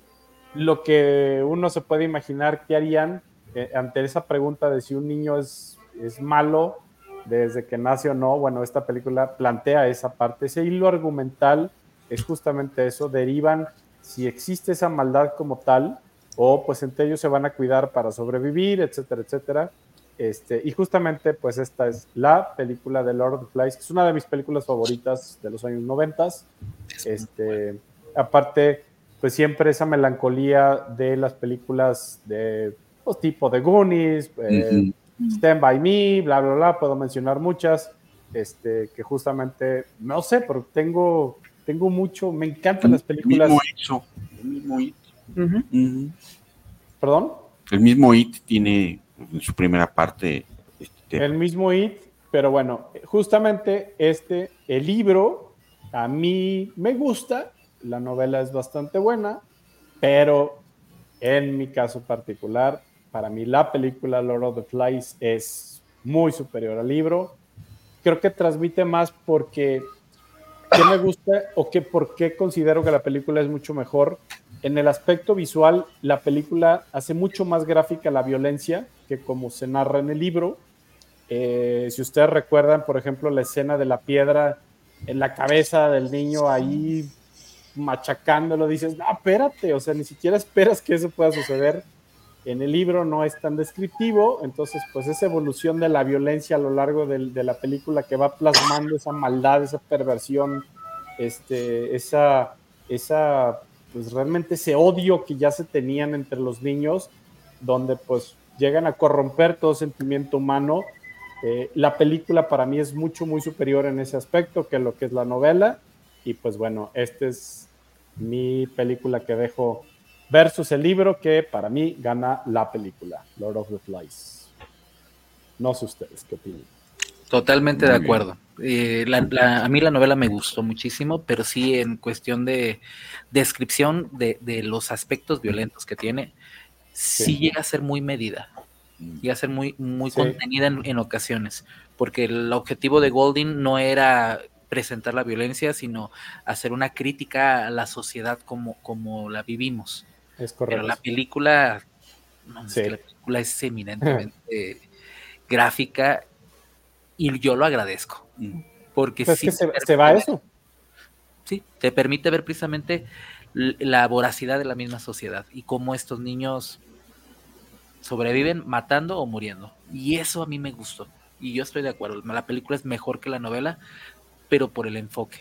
lo que uno se puede imaginar que harían eh, ante esa pregunta de si un niño es, es malo desde que nace o no. Bueno, esta película plantea esa parte, ese hilo argumental es justamente eso, derivan si existe esa maldad como tal o pues entre ellos se van a cuidar para sobrevivir, etcétera, etcétera. Este, y justamente pues esta es la película de Lord of the Flies, que es una de mis películas favoritas de los años noventas. Este, aparte, pues siempre esa melancolía de las películas de pues, tipo de Goonies, eh, Ujú. Stand By Me, bla, bla, bla, puedo mencionar muchas, este, que justamente, no sé, pero tengo, tengo mucho, me encantan las películas. El mismo It, el mismo It. Ujú. Ujú. ¿Perdón? El mismo It tiene en su primera parte este tema. El mismo It, pero bueno, justamente este, el libro, a mí me gusta, la novela es bastante buena, pero en mi caso particular, para mí la película Lord of the Flies es muy superior al libro. Creo que transmite más porque ¿qué me gusta o qué, por qué considero que la película es mucho mejor? En el aspecto visual, la película hace mucho más gráfica la violencia que como se narra en el libro. Eh, si ustedes recuerdan, por ejemplo, la escena de la piedra en la cabeza del niño ahí machacándolo, dices, no, espérate, o sea, ni siquiera esperas que eso pueda suceder. En el libro no es tan descriptivo, entonces pues esa evolución de la violencia a lo largo de, de la película que va plasmando esa maldad, esa perversión, este, esa, esa, pues realmente ese odio que ya se tenían entre los niños, donde pues llegan a corromper todo sentimiento humano. Eh, la película para mí es mucho, muy superior en ese aspecto que lo que es la novela, y pues bueno, esta es mi película que dejo versus el libro que para mí gana la película, Lord of the Flies. No sé ustedes qué opinan. Totalmente Muy de bien. acuerdo. Eh, la, la, a mí la novela me gustó muchísimo, pero sí en cuestión de descripción de, de los aspectos violentos que tiene, sí, Sí. llega a ser muy medida, llega a ser muy, muy Sí. contenida en, en ocasiones, porque el objetivo de Golding no era presentar la violencia, sino hacer una crítica a la sociedad como, como la vivimos. Es Pero correcto. la película, no, Sí. es que la película es eminentemente gráfica y yo lo agradezco, porque Pues sí, que se, te se va a permite eso. ver- sí, te permite ver precisamente l- la voracidad de la misma sociedad y cómo estos niños sobreviven matando o muriendo. Y eso a mí me gustó. Y yo estoy de acuerdo. La película es mejor que la novela, pero por el enfoque.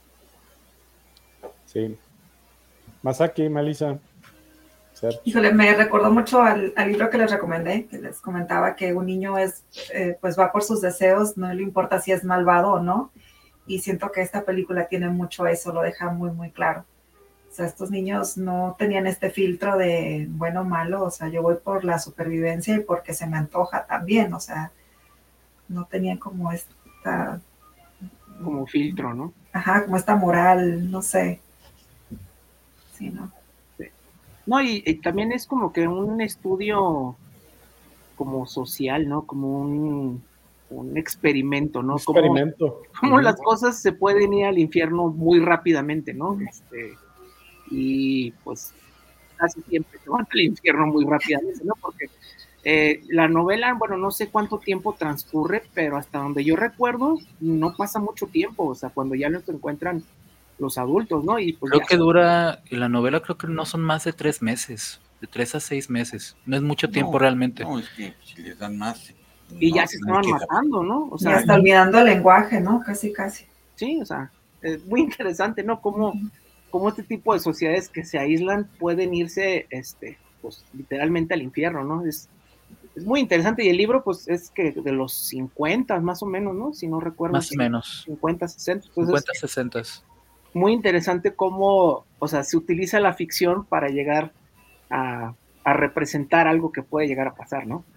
Sí. Masaki, Melissa. Sergio. Híjole, me recordó mucho al, al libro que les recomendé, que les comentaba que un niño es, eh, pues va por sus deseos, no le importa si es malvado o no, y siento que esta película tiene mucho eso, lo deja muy, muy claro. O sea, estos niños no tenían este filtro de bueno o malo, o sea, yo voy por la supervivencia y porque se me antoja también, o sea, no tenían como esta, Como filtro, ¿no? ajá, como esta moral, no sé. Sí, ¿no? No, y, y también es como que un estudio como social, ¿no? Como un, un experimento, ¿no? Un experimento. Como, como Ujú. las cosas se pueden ir al infierno muy rápidamente, ¿no? Este, y pues casi siempre se van al infierno muy rápidamente, ¿no? Porque Eh, la novela, bueno, no sé cuánto tiempo transcurre, pero hasta donde yo recuerdo, no pasa mucho tiempo, o sea, cuando ya los encuentran los adultos, ¿no? Y pues Creo ya. que dura, en la novela creo que no son más de tres meses, de tres a seis meses. No es mucho tiempo No, realmente. No, es que si les dan más. Y no, ya se no hay estaban que- matando, ¿no? O Y sea, hasta olvidando el lenguaje, ¿no? Casi, casi. sí, o sea, es muy interesante, ¿no? Cómo, cómo este tipo de sociedades que se aíslan pueden irse, este, pues, literalmente al infierno, ¿no? Es, es muy interesante. Y el libro, pues, es que de los cincuenta, más o menos, ¿no? Si no recuerdo. Más o menos. cincuenta, sesenta. Entonces, cincuenta, sesenta. muy interesante cómo, o sea, se utiliza la ficción para llegar a, a representar algo que puede llegar a pasar, ¿no?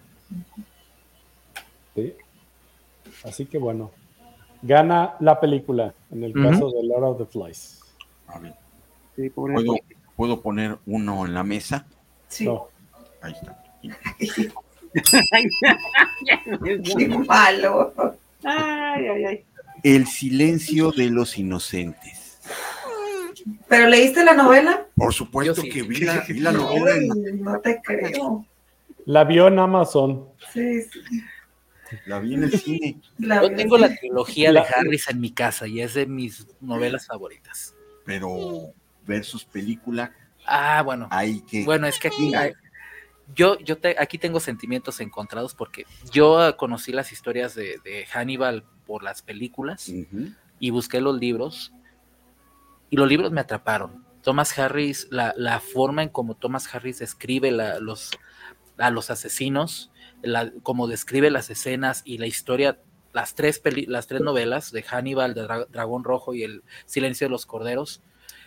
Sí. Así que bueno, gana la película en el Ujú. caso de Lord of the Flies. A ver, Sí, pobre ¿puedo, político. ¿puedo poner uno en la mesa? Sí. No, Ahí está. Qué malo. Ay, ay, ay. El silencio de los inocentes. ¿Pero leíste la novela? Por supuesto Yo sí. que vi la, vi la novela. Ay, en- no te creo. la vio en Amazon. Sí, sí. La vi en el cine, La Yo vi tengo así. la trilogía La- de Harris en mi casa y es de mis novelas favoritas. pero versus película, Ah, bueno. hay que. Bueno, es que aquí hay- yo, yo te- aquí tengo sentimientos encontrados porque yo eh, conocí las historias de, de Hannibal por las películas Ujú. y busqué los libros y los libros me atraparon. Thomas Harris, la, la forma en cómo Thomas Harris describe la- los, a los asesinos, la, cómo describe las escenas y la historia, las tres, peli, las tres novelas de Hannibal, de Dra- Dragón Rojo y El Silencio de los Corderos,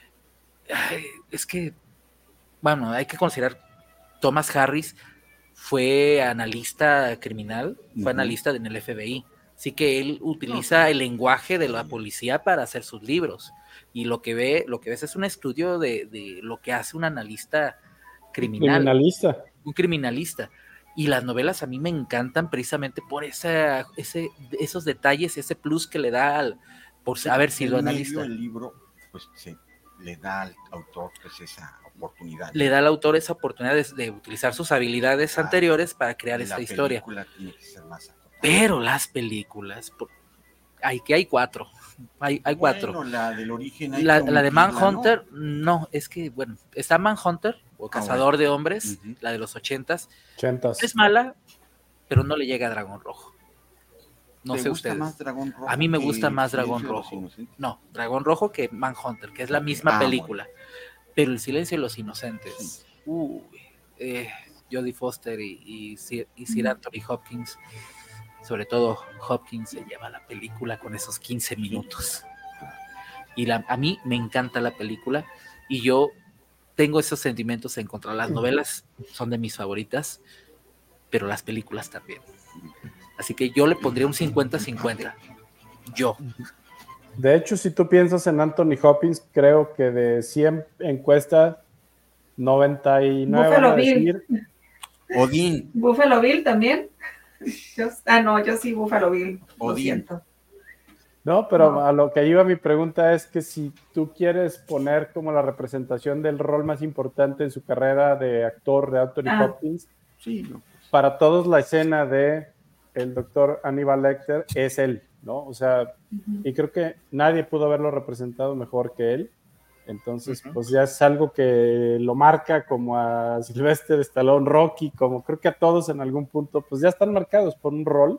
ay, es que, bueno, hay que considerar, Thomas Harris fue analista criminal, fue Ujú. analista en el F B I, así que él utiliza el lenguaje de la policía para hacer sus libros, y lo que ve, lo que ves es un estudio de, de lo que hace un analista criminal, Criminalista. un criminalista. Y las novelas a mí me encantan precisamente por esa, ese, esos detalles, ese plus que le da al, por haber sido En medio, analista. el libro, pues se le da al autor pues, esa oportunidad. Le da al autor esa oportunidad de, de utilizar sus habilidades Claro. anteriores para crear La esta historia. película tiene que ser más acotada. Pero las películas, por- hay que hay cuatro, hay, hay cuatro. Bueno, la del origen hay La, que la de omitirla, Manhunter, no, es que, bueno, está Manhunter, o Cazador de Hombres, Ujú. la de los ochentas, Ochentas. es mala, pero no le llega a Dragón Rojo. No ¿Te sé gusta ustedes. más Dragón Rojo A mí me que gusta más Silencio Dragón de los Rojo. Inocentes? No, Dragón Rojo que Manhunter, que es la misma Ah, película. Pero El Silencio de los Inocentes, uy, eh, Jodie Foster y, y, Sir, y Sir Anthony Hopkins, sobre todo Hopkins, se lleva la película con esos quince minutos. Y la, a mí me encanta la película y yo tengo esos sentimientos en contra. Las novelas son de mis favoritas, pero las películas también. Así que yo le pondría un cincuenta cincuenta. Yo. De hecho, si tú piensas en Anthony Hopkins, creo que de cien encuestas, noventa y nueve van a Buffalo Bill. decir Odín. ¿Buffalo Bill también? Yo- ah, no, yo sí Buffalo Bill. Lo Odín. siento. no, pero No. a lo que iba mi pregunta es que si tú quieres poner como la representación del rol más importante en su carrera de actor de Anthony Ah. Hopkins, Sí, no. para todos la escena de el doctor Hannibal Lecter es él, ¿no? O sea, Ujú. y creo que nadie pudo haberlo representado mejor que él. Entonces, Ujú. pues ya es algo que lo marca como a Sylvester Stallone, Rocky, como creo que a todos en algún punto, pues ya están marcados por un rol.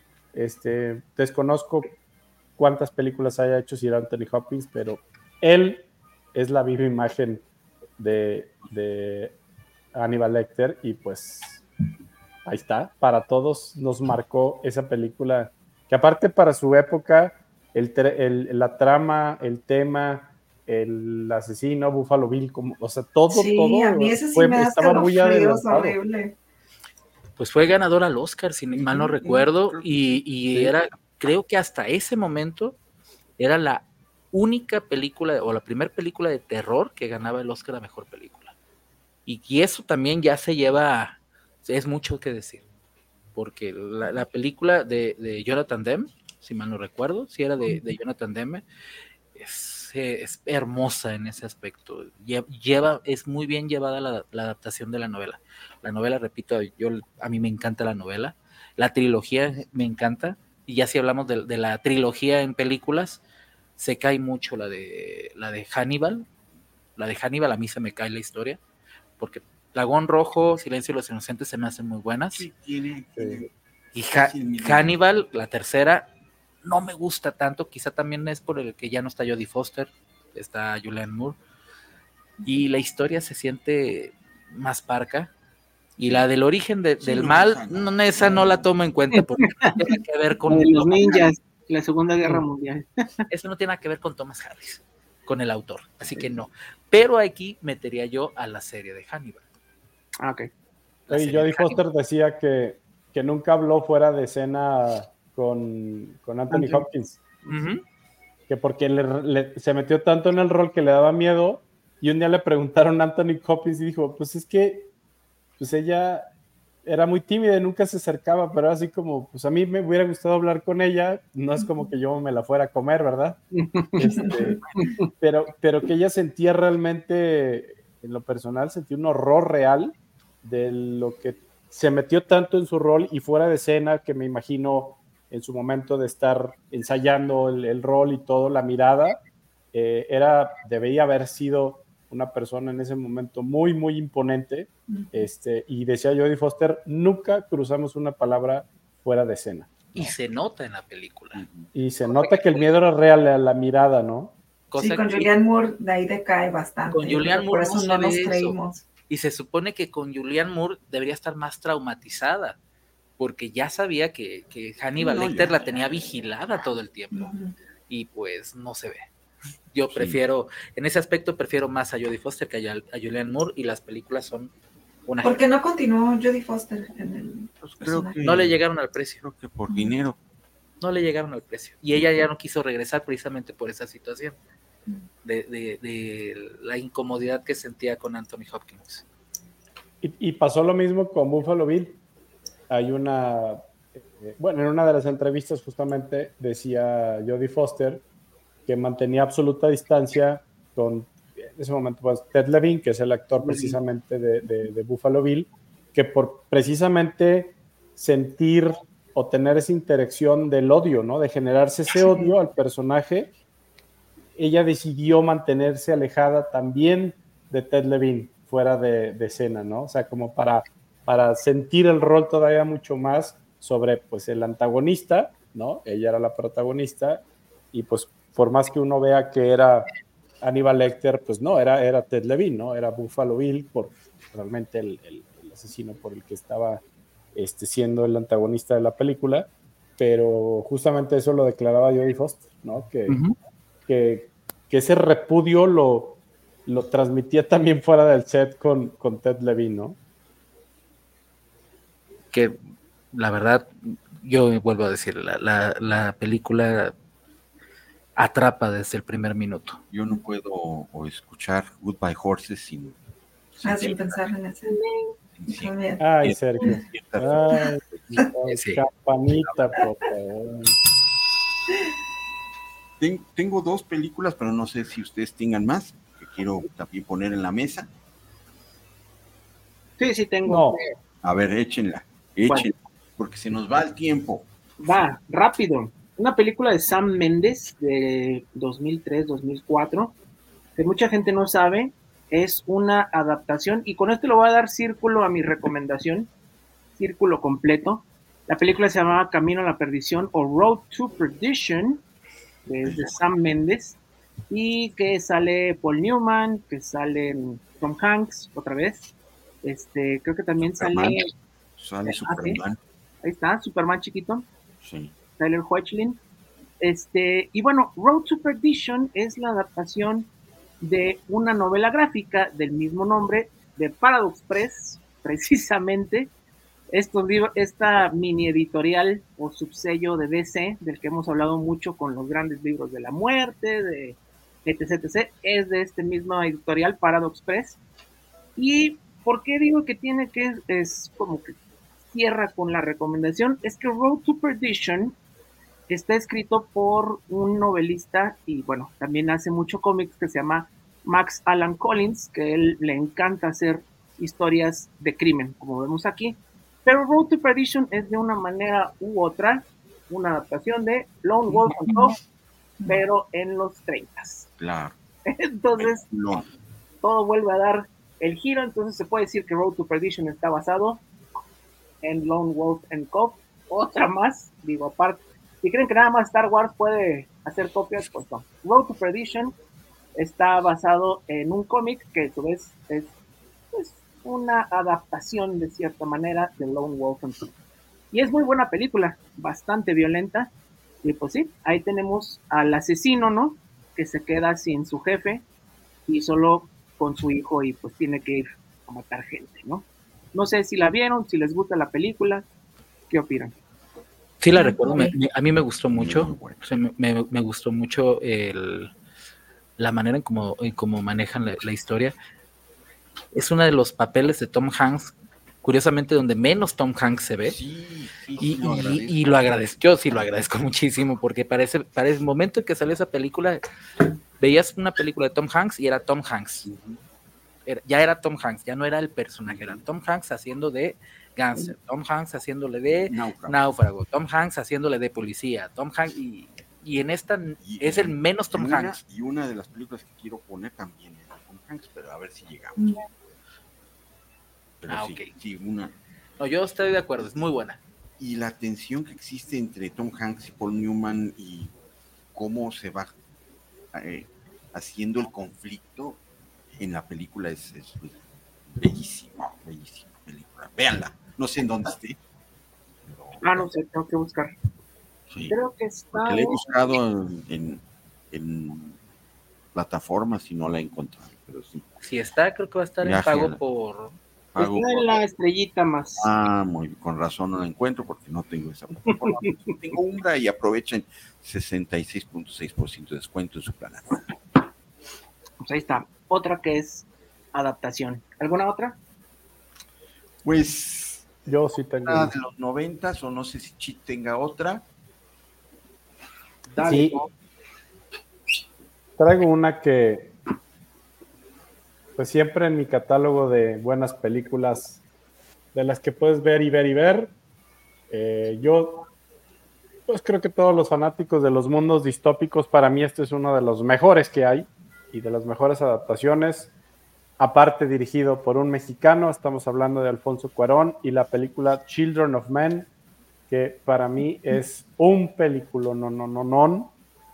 Este, desconozco cuántas películas haya hecho Sir Anthony Hopkins, pero él es la viva imagen de, de Hannibal Lecter y pues ahí está, para todos nos marcó esa película, que aparte para su época, el, el, la trama, el tema, el asesino, Buffalo Bill, como, o sea, todo, Sí, todo a mí ese sí fue, me da estaba muy escalofríos, adelantado. horrible. Pues fue ganador al Oscar, si mal no Ujú, recuerdo, creo que y, sí. y Sí. era, creo que hasta ese momento era la única película o la primera película de terror que ganaba el Oscar a mejor película. Y, y eso también ya se lleva, es mucho que decir, porque la, la película de, de Jonathan Demme, si mal no recuerdo, si era de, de Jonathan Demme, es es, es hermosa en ese aspecto. Lleva, es muy bien llevada la, la adaptación de la novela. La novela, repito, yo, a mí me encanta la novela. La trilogía me encanta. Y ya si hablamos de, de la trilogía en películas, se cae mucho la de, la de Hannibal. La de Hannibal a mí se me cae la historia, porque Dragón Rojo, Silencio de los Inocentes se me hacen muy buenas. Sí, tiene, tiene. Y ha Hannibal, la tercera, no me gusta tanto, quizá también es por el que ya no está Jodie Foster, está Julianne Moore, y la historia se siente más parca, y la del origen de, sí, del no, mal, no, esa no la tomo en cuenta, porque no tiene que ver con los ninjas, la Segunda Guerra Mundial. Eso no tiene nada que ver con Thomas Harris, con el autor, así que no. Pero aquí metería yo a la serie de Hannibal. Ah, ok. Y Jodie Foster decía que, que nunca habló fuera de escena con, con Anthony, Anthony Hopkins. Uh-huh. Que porque le, le, se metió tanto en el rol que le daba miedo, y un día le preguntaron a Anthony Hopkins y dijo, pues es que pues ella era muy tímida y nunca se acercaba, pero así como, pues a mí me hubiera gustado hablar con ella, no es como que yo me la fuera a comer, ¿verdad? Este, pero, pero que ella sentía realmente, en lo personal, sentía un horror real de lo que se metió tanto en su rol y fuera de escena, que me imagino en su momento de estar ensayando el, el rol y todo, la mirada, eh, era, debía haber sido una persona en ese momento muy, muy imponente, este, y decía Jodie Foster, nunca cruzamos una palabra fuera de escena. Y ¿no? Se nota en la película. Y se nota que el miedo era real, la, la mirada, ¿no? Cosa sí, con que... Julianne Moore de ahí decae bastante. Con Julianne Moore por eso no, no nos creímos. Y se supone que con Julianne Moore debería estar más traumatizada, porque ya sabía que, que Hannibal no, Lecter ya, la tenía vigilada todo el tiempo. Uh-huh. Y pues no se ve. Yo prefiero, sí. En ese aspecto prefiero más a Jodie Foster que a, a Julianne Moore, y las películas son una... ¿Por qué no continuó Jodie Foster en el pues creo que no le llegaron al precio. Creo que por dinero. No le llegaron al precio. Y ella ya no quiso regresar precisamente por esa situación. De, de, de la incomodidad que sentía con Anthony Hopkins. Y, y pasó lo mismo con Buffalo Bill. Hay una... Eh, bueno, en una de las entrevistas justamente decía Jodie Foster que mantenía absoluta distancia con, en ese momento, pues, Ted Levine, que es el actor precisamente de, de, de Buffalo Bill, que por precisamente sentir o tener esa interacción del odio, ¿no? De generarse ese odio al personaje, ella decidió mantenerse alejada también de Ted Levine, fuera de, de escena, ¿no? O sea, como para, para sentir el rol todavía mucho más sobre, pues, el antagonista, ¿no? Ella era la protagonista, y pues por más que uno vea que era Hannibal Lecter, pues no, era, era Ted Levine, ¿no? Era Buffalo Bill, por realmente el, el, el asesino por el que estaba este, siendo el antagonista de la película, pero justamente eso lo declaraba Jodie Foster, ¿no? Que, uh-huh. que, que ese repudio lo, lo transmitía también fuera del set con, con Ted Levine, ¿no? Que la verdad, yo vuelvo a decir, la, la, la película atrapa desde el primer minuto. Yo no puedo o escuchar Goodbye Horses sin, sin, ah, sin pensar en eso. Sí. Ay, Sergio. Ay, sí. Campanita, por favor. Ten, tengo dos películas, pero no sé si ustedes tengan más, que quiero también poner en la mesa. Sí, sí tengo. No. A ver, échenla, échenla, bueno, porque se nos va el tiempo. Va, rápido. Una película de Sam Mendes de dos mil tres, dos mil cuatro, que mucha gente no sabe, es una adaptación, y con esto le voy a dar círculo a mi recomendación, círculo completo. La película se llamaba Camino a la Perdición o Road to Perdition, que es de Sam Mendes, y que sale Paul Newman, que sale Tom Hanks, otra vez, este, creo que también Superman. sale... Sale Superman. Ahí está, Superman chiquito. Sí. Tyler Hoechlin. Este, y bueno, Road to Perdition es la adaptación de una novela gráfica del mismo nombre de Paradox Press, precisamente. Estos libros, esta mini editorial o subsello de D C, del que hemos hablado mucho con los grandes libros de la muerte, de etc, etc, es de este mismo editorial, Paradox Press. ¿Y por qué digo que tiene que, es como que cierra con la recomendación? Es que Road to Perdition está escrito por un novelista y bueno, también hace mucho cómics que se llama Max Alan Collins, que él le encanta hacer historias de crimen, como vemos aquí. Pero Road to Perdition es de una manera u otra una adaptación de Lone Wolf and Cub, pero en los treinta. Claro. Entonces, No. todo vuelve a dar el giro. Entonces se puede decir que Road to Perdition está basado en Lone Wolf and Cub. Otra más, digo, aparte. Si creen que nada más Star Wars puede hacer copias, pues no. Road to Perdition está basado en un cómic que a su vez es pues, una adaptación de cierta manera de Lone Wolf and Cub. Y es muy buena película, bastante violenta. Y pues sí, ahí tenemos al asesino, ¿no? Que se queda sin su jefe y solo con su hijo y pues tiene que ir a matar gente, ¿no? No sé si la vieron, si les gusta la película, ¿qué opinan? Sí, la recuerdo, me, me, a mí me gustó mucho, o sea, me, me, me gustó mucho el, la manera en cómo, en cómo manejan la, la historia. Es uno de los papeles de Tom Hanks, curiosamente donde menos Tom Hanks se ve, Sí, sí, y, sí, lo y, y lo agradezco, yo sí lo agradezco muchísimo, porque parece, para el momento en que salió esa película, veías una película de Tom Hanks y era Tom Hanks, era, ya era Tom Hanks, ya no era el personaje, era Tom Hanks haciendo de gánster, Tom Hanks haciéndole de náufrago, náufrago Tom Hanks haciéndole de policía, Tom Hanks, y, y en esta y, es el menos Tom y una, Hanks. Y una de las películas que quiero poner también es Tom Hanks, pero a ver si llegamos. Pero ah, sí, ok. Sí, una. No, yo estoy de acuerdo, es muy buena. Y la tensión que existe entre Tom Hanks y Paul Newman y cómo se va eh, haciendo el conflicto en la película es, es, es bellísima, bellísima película. Véanla, no sé en dónde esté. Pero... Ah, no sé, tengo que buscar. Sí, creo que está. Porque la he buscado en, en, en plataformas y no la he encontrado, pero sí. Si está, creo que va a estar Viaje en pago la... por. Pago está por... en la estrellita más. Ah, muy con razón no la encuentro porque no tengo esa plataforma. Tengo una y aprovechen sesenta y seis punto seis por ciento de descuento en su plan. Pues ahí está. Otra que es adaptación. ¿Alguna otra? Pues yo sí tengo una de los noventas o no sé si Chit tenga otra. Dale, sí. ¿No? Traigo una que pues siempre en mi catálogo de buenas películas de las que puedes ver y ver y ver, eh, yo pues creo que todos los fanáticos de los mundos distópicos, para mí este es uno de los mejores que hay y de las mejores adaptaciones, aparte dirigido por un mexicano, estamos hablando de Alfonso Cuarón y la película Children of Men, que para mí es un película no, no, no, no.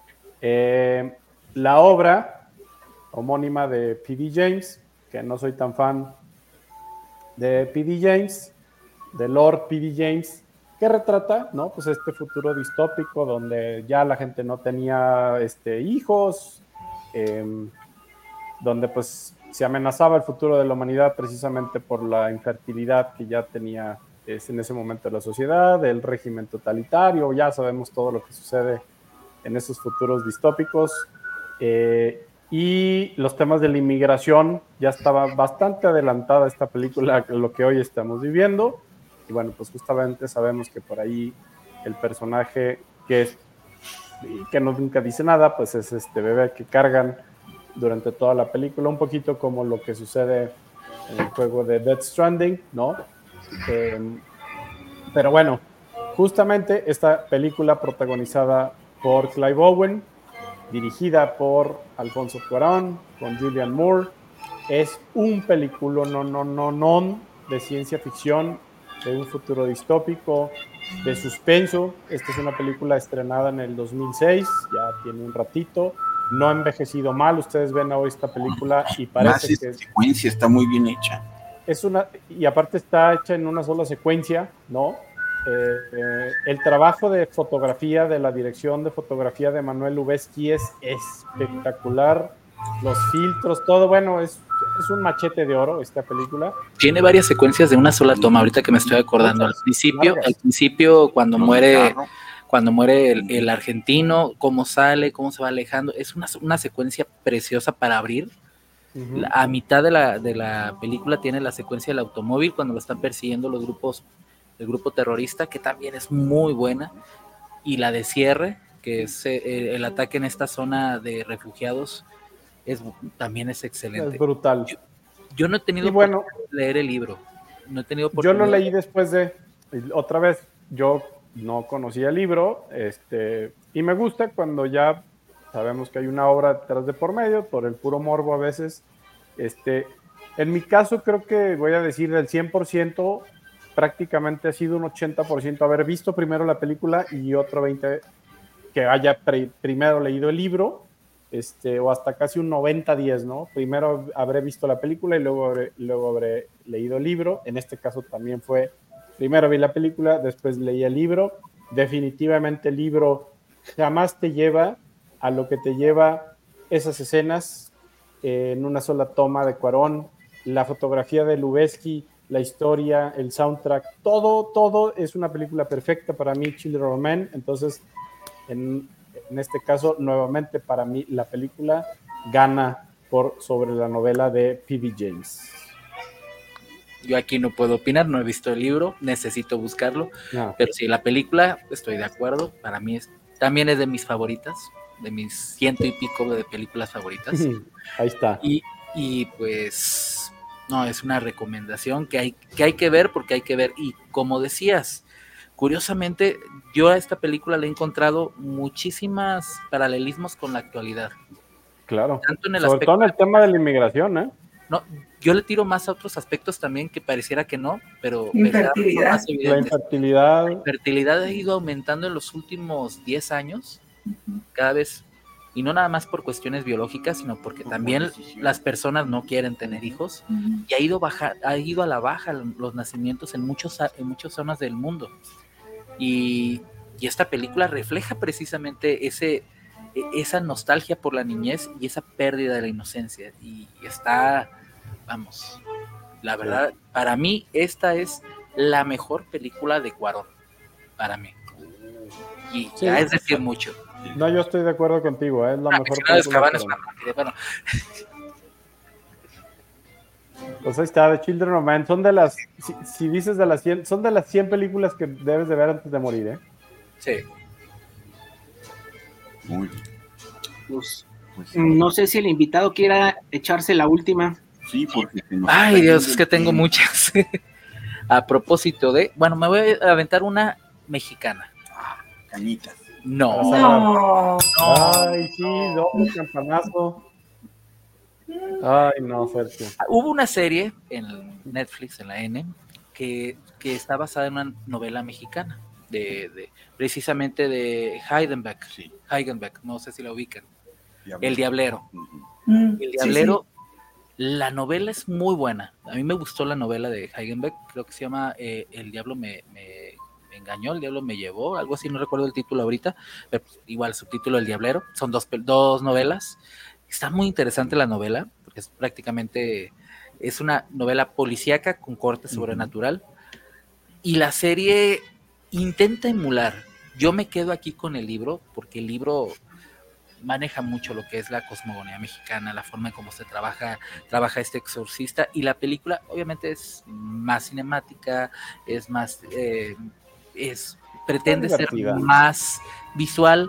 Eh, la obra homónima de P D James, que no soy tan fan de P D James, de Lord P D James, que retrata, ¿no? Pues este futuro distópico donde ya la gente no tenía este, hijos, eh, donde pues se amenazaba el futuro de la humanidad precisamente por la infertilidad que ya tenía es, en ese momento la sociedad, el régimen totalitario, ya sabemos todo lo que sucede en esos futuros distópicos. Eh, y los temas de la inmigración, ya estaba bastante adelantada esta película a lo que hoy estamos viviendo, y bueno, pues justamente sabemos que por ahí el personaje que es, que no nunca dice nada, pues es este bebé que cargan durante toda la película, un poquito como lo que sucede en el juego de Death Stranding, ¿no? Eh, pero bueno, justamente esta película protagonizada por Clive Owen, dirigida por Alfonso Cuarón, con Julianne Moore, es un película no, no, no, no de ciencia ficción, de un futuro distópico, de suspenso. Esta es una película estrenada en el dos mil seis, ya tiene un ratito, no ha envejecido mal. Ustedes ven hoy esta película y parece Más que esta secuencia está muy bien hecha. Es una, y aparte está hecha en una sola secuencia, ¿no? Eh, eh, el trabajo de fotografía, de la dirección de fotografía de Manuel Lubezki es espectacular. Los filtros, todo, bueno, es, es un machete de oro esta película. Tiene varias secuencias de una sola toma, ahorita que me estoy acordando. Al principio, al principio cuando no, muere, cuando muere el, el argentino, cómo sale, cómo se va alejando, es una, una secuencia preciosa para abrir. Uh-huh. La, a mitad de la, de la película tiene la secuencia del automóvil cuando lo están persiguiendo los grupos, el grupo terrorista, que también es muy buena. y la de cierre, que es eh, el ataque en esta zona de refugiados, es, también es excelente. Es brutal. Yo, yo no he tenido Y bueno, oportunidad de leer el libro. No he tenido yo lo oportunidad. leí después de, otra vez, yo no conocía el libro, este, y me gusta cuando ya sabemos que hay una obra detrás de por medio, por el puro morbo a veces. Este, en mi caso creo que voy a decir del cien por ciento, prácticamente ha sido un ochenta por ciento haber visto primero la película y otro veinte por ciento que haya pre- primero leído el libro, este, o hasta casi un noventa diez, ¿no? Primero habré visto la película y luego habré, luego habré leído el libro. En este caso también fue, primero vi la película, después leí el libro. Definitivamente el libro jamás te lleva a lo que te lleva esas escenas eh, en una sola toma de Cuarón, la fotografía de Lubezki, la historia, el soundtrack, todo, todo es una película perfecta para mí, Children of Men. Entonces, en, en este caso, nuevamente para mí la película gana por sobre la novela de P B James. Yo aquí no puedo opinar, no he visto el libro, necesito buscarlo, No. pero sí, la película, estoy de acuerdo, para mí es, también es de mis favoritas, de mis ciento y pico de películas favoritas. Ahí está. Y, y pues, no, es una recomendación que hay, que hay que ver porque hay que ver, y como decías, curiosamente, yo a esta película le he encontrado muchísimas paralelismos con la actualidad. Claro. Tanto en el Sobre aspecto, todo en el tema de la inmigración, ¿eh? no, yo le tiro más a otros aspectos también que pareciera que no, pero Infertilidad. más La evidentes. infertilidad. La infertilidad ha ido aumentando en los últimos diez años, cada vez, y no nada más por cuestiones biológicas, sino porque también las personas no quieren tener hijos, y ha ido, baja, ha ido a la baja los nacimientos en, muchos, en muchas zonas del mundo. Y, y esta película refleja precisamente ese, esa nostalgia por la niñez y esa pérdida de la inocencia. Y está, vamos, la verdad, para mí esta es la mejor película de Cuarón, para mí. Y Sí, ya es decir mucho. No, yo estoy de acuerdo contigo, ¿eh? Es la Ah, mejor Secciones película. Cabanas, Pero... bueno, Pues ahí está, The Children of Men. Son de las, si, si dices de las cien, son de las cien películas que debes de ver antes de morir, ¿eh? sí. Muy bien. Pues, Pues, no sé si el invitado quiera echarse la última. sí, porque se nos Ay, está Dios, yendo es que el tengo tiempo. muchas. A propósito de, bueno, me voy a aventar una mexicana. Cañitas. No, No. Ay, sí, doble campanazo. Ay, no, Sergio. hubo una serie en Netflix, en la N, que, que está basada en una novela mexicana, de, de precisamente de Heidenbeck. Sí. Heidenbeck, no sé si la ubican. Diablero. El Diablero. Ujú. Mm, El sí, Diablero, la novela es muy buena. A mí me gustó la novela de Heidenbeck, creo que se llama eh, El Diablo me, me, me engañó, El Diablo me llevó, algo así, no recuerdo el título ahorita, pero igual el subtítulo El Diablero. Son dos, dos novelas. Está muy interesante la novela, porque es prácticamente, es una novela policíaca con corte sobrenatural, y la serie intenta emular. Yo me quedo aquí con el libro, porque el libro maneja mucho lo que es la cosmogonía mexicana, la forma en cómo se trabaja, trabaja este exorcista, y la película obviamente es más cinemática, es más, eh, es, pretende ser divertida. más visual,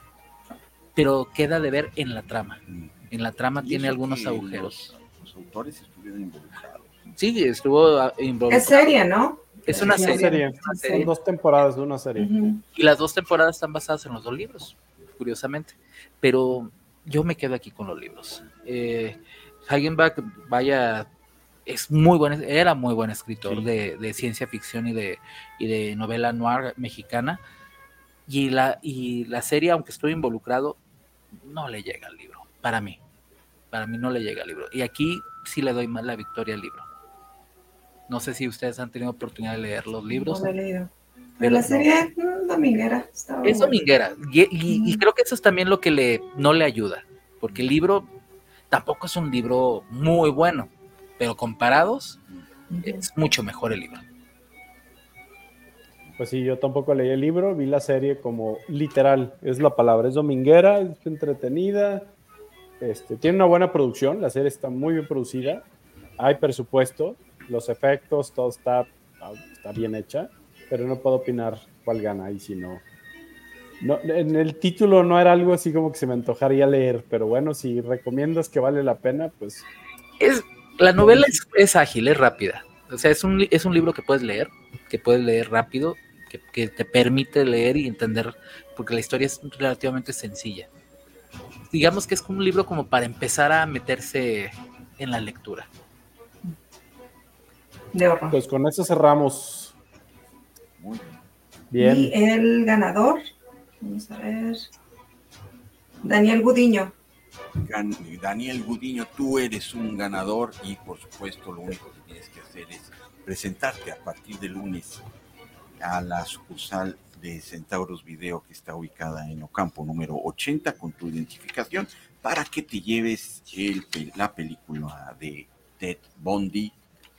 pero queda de ver en la trama. En la trama Y tiene eso algunos que agujeros. Los, los autores estuvieron involucrados. Sí, estuvo ah, involucrado. Es serie, ¿no? Es una Es serie. serie. es una Son serie. dos temporadas de una serie. Ujú. Y las dos temporadas están basadas en los dos libros, curiosamente. Pero yo me quedo aquí con los libros. Eh, Hagenbach, vaya, es muy buen, era muy buen escritor Sí. de, de ciencia ficción y de, y de novela noir mexicana. Y la, y la serie, aunque estoy involucrado, no le llega al libro. Para mí. Para mí no le llega al libro. Y aquí sí le doy más la victoria al libro. No sé si ustedes han tenido oportunidad de leer los libros. No lo he leído. Pero Pero la no. serie mm, dominguera. Estaba Es buena. dominguera. Y, y- y Ujú. creo que eso es también lo que le, no le ayuda. Porque el libro tampoco es un libro muy bueno. Pero comparados, Ujú. es mucho mejor el libro. Pues sí, yo tampoco leí el libro, vi la serie como literal, es la palabra, es dominguera, es entretenida, este, tiene una buena producción, la serie está muy bien producida, hay presupuesto, los efectos, todo está, está bien hecha, pero no puedo opinar cuál gana ahí si no. No, en el título no era algo así como que se me antojaría leer, pero bueno, si recomiendas que vale la pena, pues... Es, la novela es, es ágil, es rápida. O sea, es un, es un libro que puedes leer, que puedes leer rápido, que, que te permite leer y entender, porque la historia es relativamente sencilla. Digamos que es un libro como para empezar a meterse en la lectura. De horror. Pues con eso cerramos. Muy Bien. Y el ganador, vamos a ver, Daniel Gudiño. Gan- Daniel Gudiño, tú eres un ganador y por supuesto lo único que tienes que hacer es presentarte a partir de lunes a la sucursal de Centauros Video que está ubicada en Ocampo número ochenta con tu identificación para que te lleves el, la película de Ted Bundy.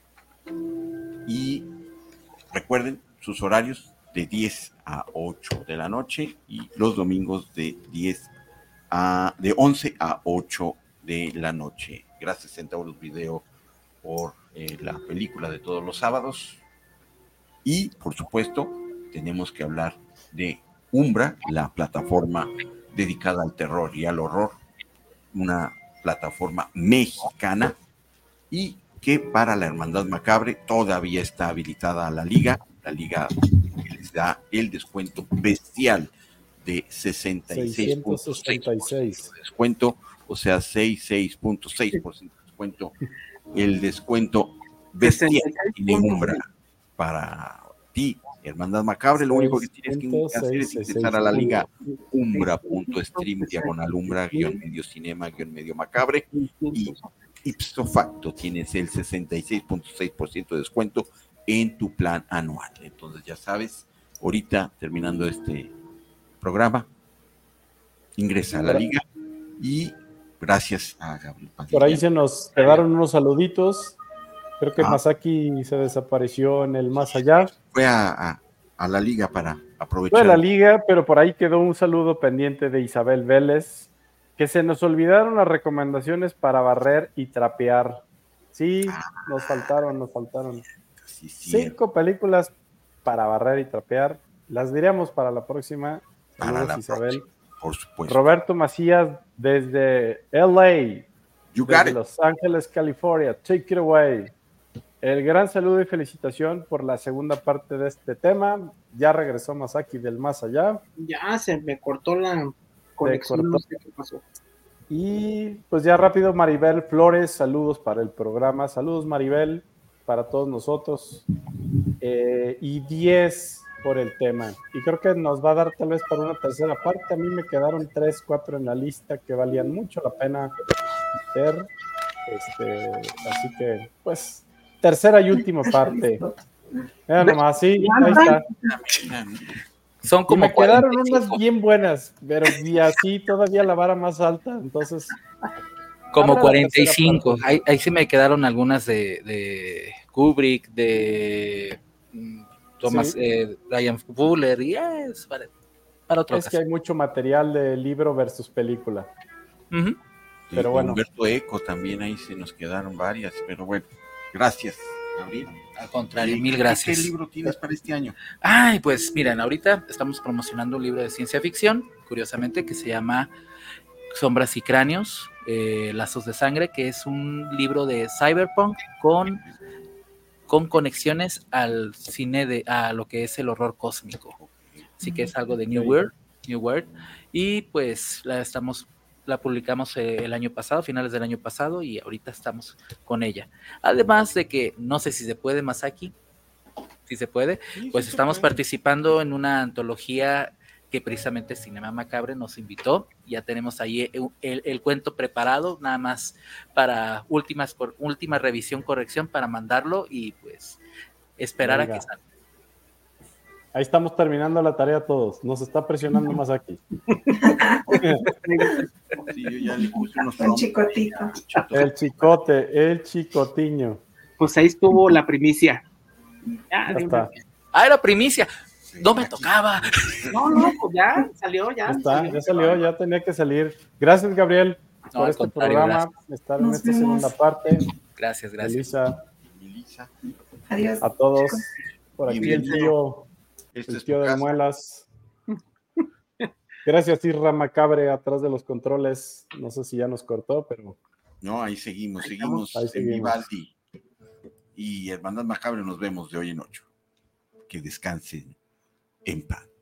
Y recuerden sus horarios de diez a ocho de la noche y los domingos de diez a de once a ocho de la noche. Gracias Centauros Video por eh, la película de todos los sábados. Y por supuesto tenemos que hablar de Umbra, la plataforma dedicada al terror y al horror, una plataforma mexicana y que para la Hermandad Macabre todavía está habilitada la liga, la liga que les da el descuento bestial de sesenta y seis punto seis por ciento de descuento, o sea, sesenta y seis punto seis por ciento de descuento, el descuento bestial de Umbra para ti, Hermandad Macabre. Lo único que tienes que hacer es ingresar a la liga umbra.stream, diagonal umbra, guión medio cinema, guión medio macabre, y ipso facto tienes el sesenta y seis punto seis por ciento de descuento en tu plan anual. Entonces ya sabes, ahorita terminando este programa, ingresa a la liga y gracias a Gabriel Padilla. Por ahí se nos quedaron unos saluditos. Creo que Ah. Masaki se desapareció en el más allá. Fue a, a, a la liga para aprovechar. Fue a la liga, pero por ahí quedó un saludo pendiente de Isabel Vélez, que se nos olvidaron las recomendaciones para barrer y trapear. Sí, nos faltaron, nos faltaron. Sí, sí, Cinco películas para barrer y trapear. Las diremos para la próxima. para Saludos, la Isabel. próxima, por supuesto. Roberto Macías desde L A, You got desde it. Los Ángeles, California. Take it away. El gran saludo y felicitación por la segunda parte de este tema. Ya regresó Masaki del más allá. Ya se me cortó la conexión, cortó. no sé qué pasó. Y pues ya rápido, Maribel Flores, saludos para el programa. Saludos, Maribel, para todos nosotros. Eh, y diez por el tema. Y creo que nos va a dar tal vez para una tercera parte. A mí me quedaron tres, cuatro en la lista que valían mucho la pena ver. Este, así que, pues, tercera y última parte. Mira nomás, sí, ahí está. Son Y como me quedaron cuarenta y cinco. unas bien buenas, pero y así todavía la vara más alta. Entonces, Como habrá la cuarenta y tercera cinco. parte. Ahí, ahí sí me quedaron algunas de, de Kubrick, de mm, Thomas, Sí. eh, Ryan Fuller, y es para, para otra Es que ocasión. hay mucho material de libro versus película. Ujú. Pero Y bueno. Humberto Eco también, ahí se nos quedaron varias, pero bueno, gracias, Gabriel. Al contrario, ¿Y mil qué- gracias. ¿Qué libro tienes para este año? Ay, pues miren, ahorita estamos promocionando un libro de ciencia ficción, curiosamente, que se llama Sombras y Cráneos, eh, Lazos de Sangre, que es un libro de cyberpunk con, con conexiones al cine, de a lo que es el horror cósmico. Así que es algo de New Ok. World, New World, y pues la estamos la publicamos eh, el año pasado, finales del año pasado, y ahorita estamos con ella. Además de que, no sé si se puede, Masaki, si se puede, pues estamos participando en una antología que precisamente Cinema Macabre nos invitó. Ya tenemos ahí el, el, el cuento preparado, nada más para últimas, última revisión, corrección, para mandarlo y pues esperar Venga. a que salga. Ahí estamos terminando la tarea todos. Nos está presionando más aquí. Sí, yo ya le puse unos Un prompts. chicotito. El chicote, el chicotiño. Pues ahí estuvo la primicia. Ya, Ya de está. una vez. Ah, era primicia. No me tocaba. No, no, pues ya salió, ya. Ya está, ya salió, ya tenía que salir. Gracias, Gabriel, No, por al este contrario, programa, estar en Nos esta vemos. segunda parte. Gracias, gracias. Elisa, Melissa, Adiós. a todos. Por aquí el Bienvenido. tío, esta el es tu tío de casa. muelas. Gracias, Isra Macabre, atrás de los controles. No sé si ya nos cortó, pero... No, ahí seguimos, ahí seguimos ahí en seguimos. Vivaldi. Y Hermandad Macabre, nos vemos de hoy en ocho. Que descansen en paz.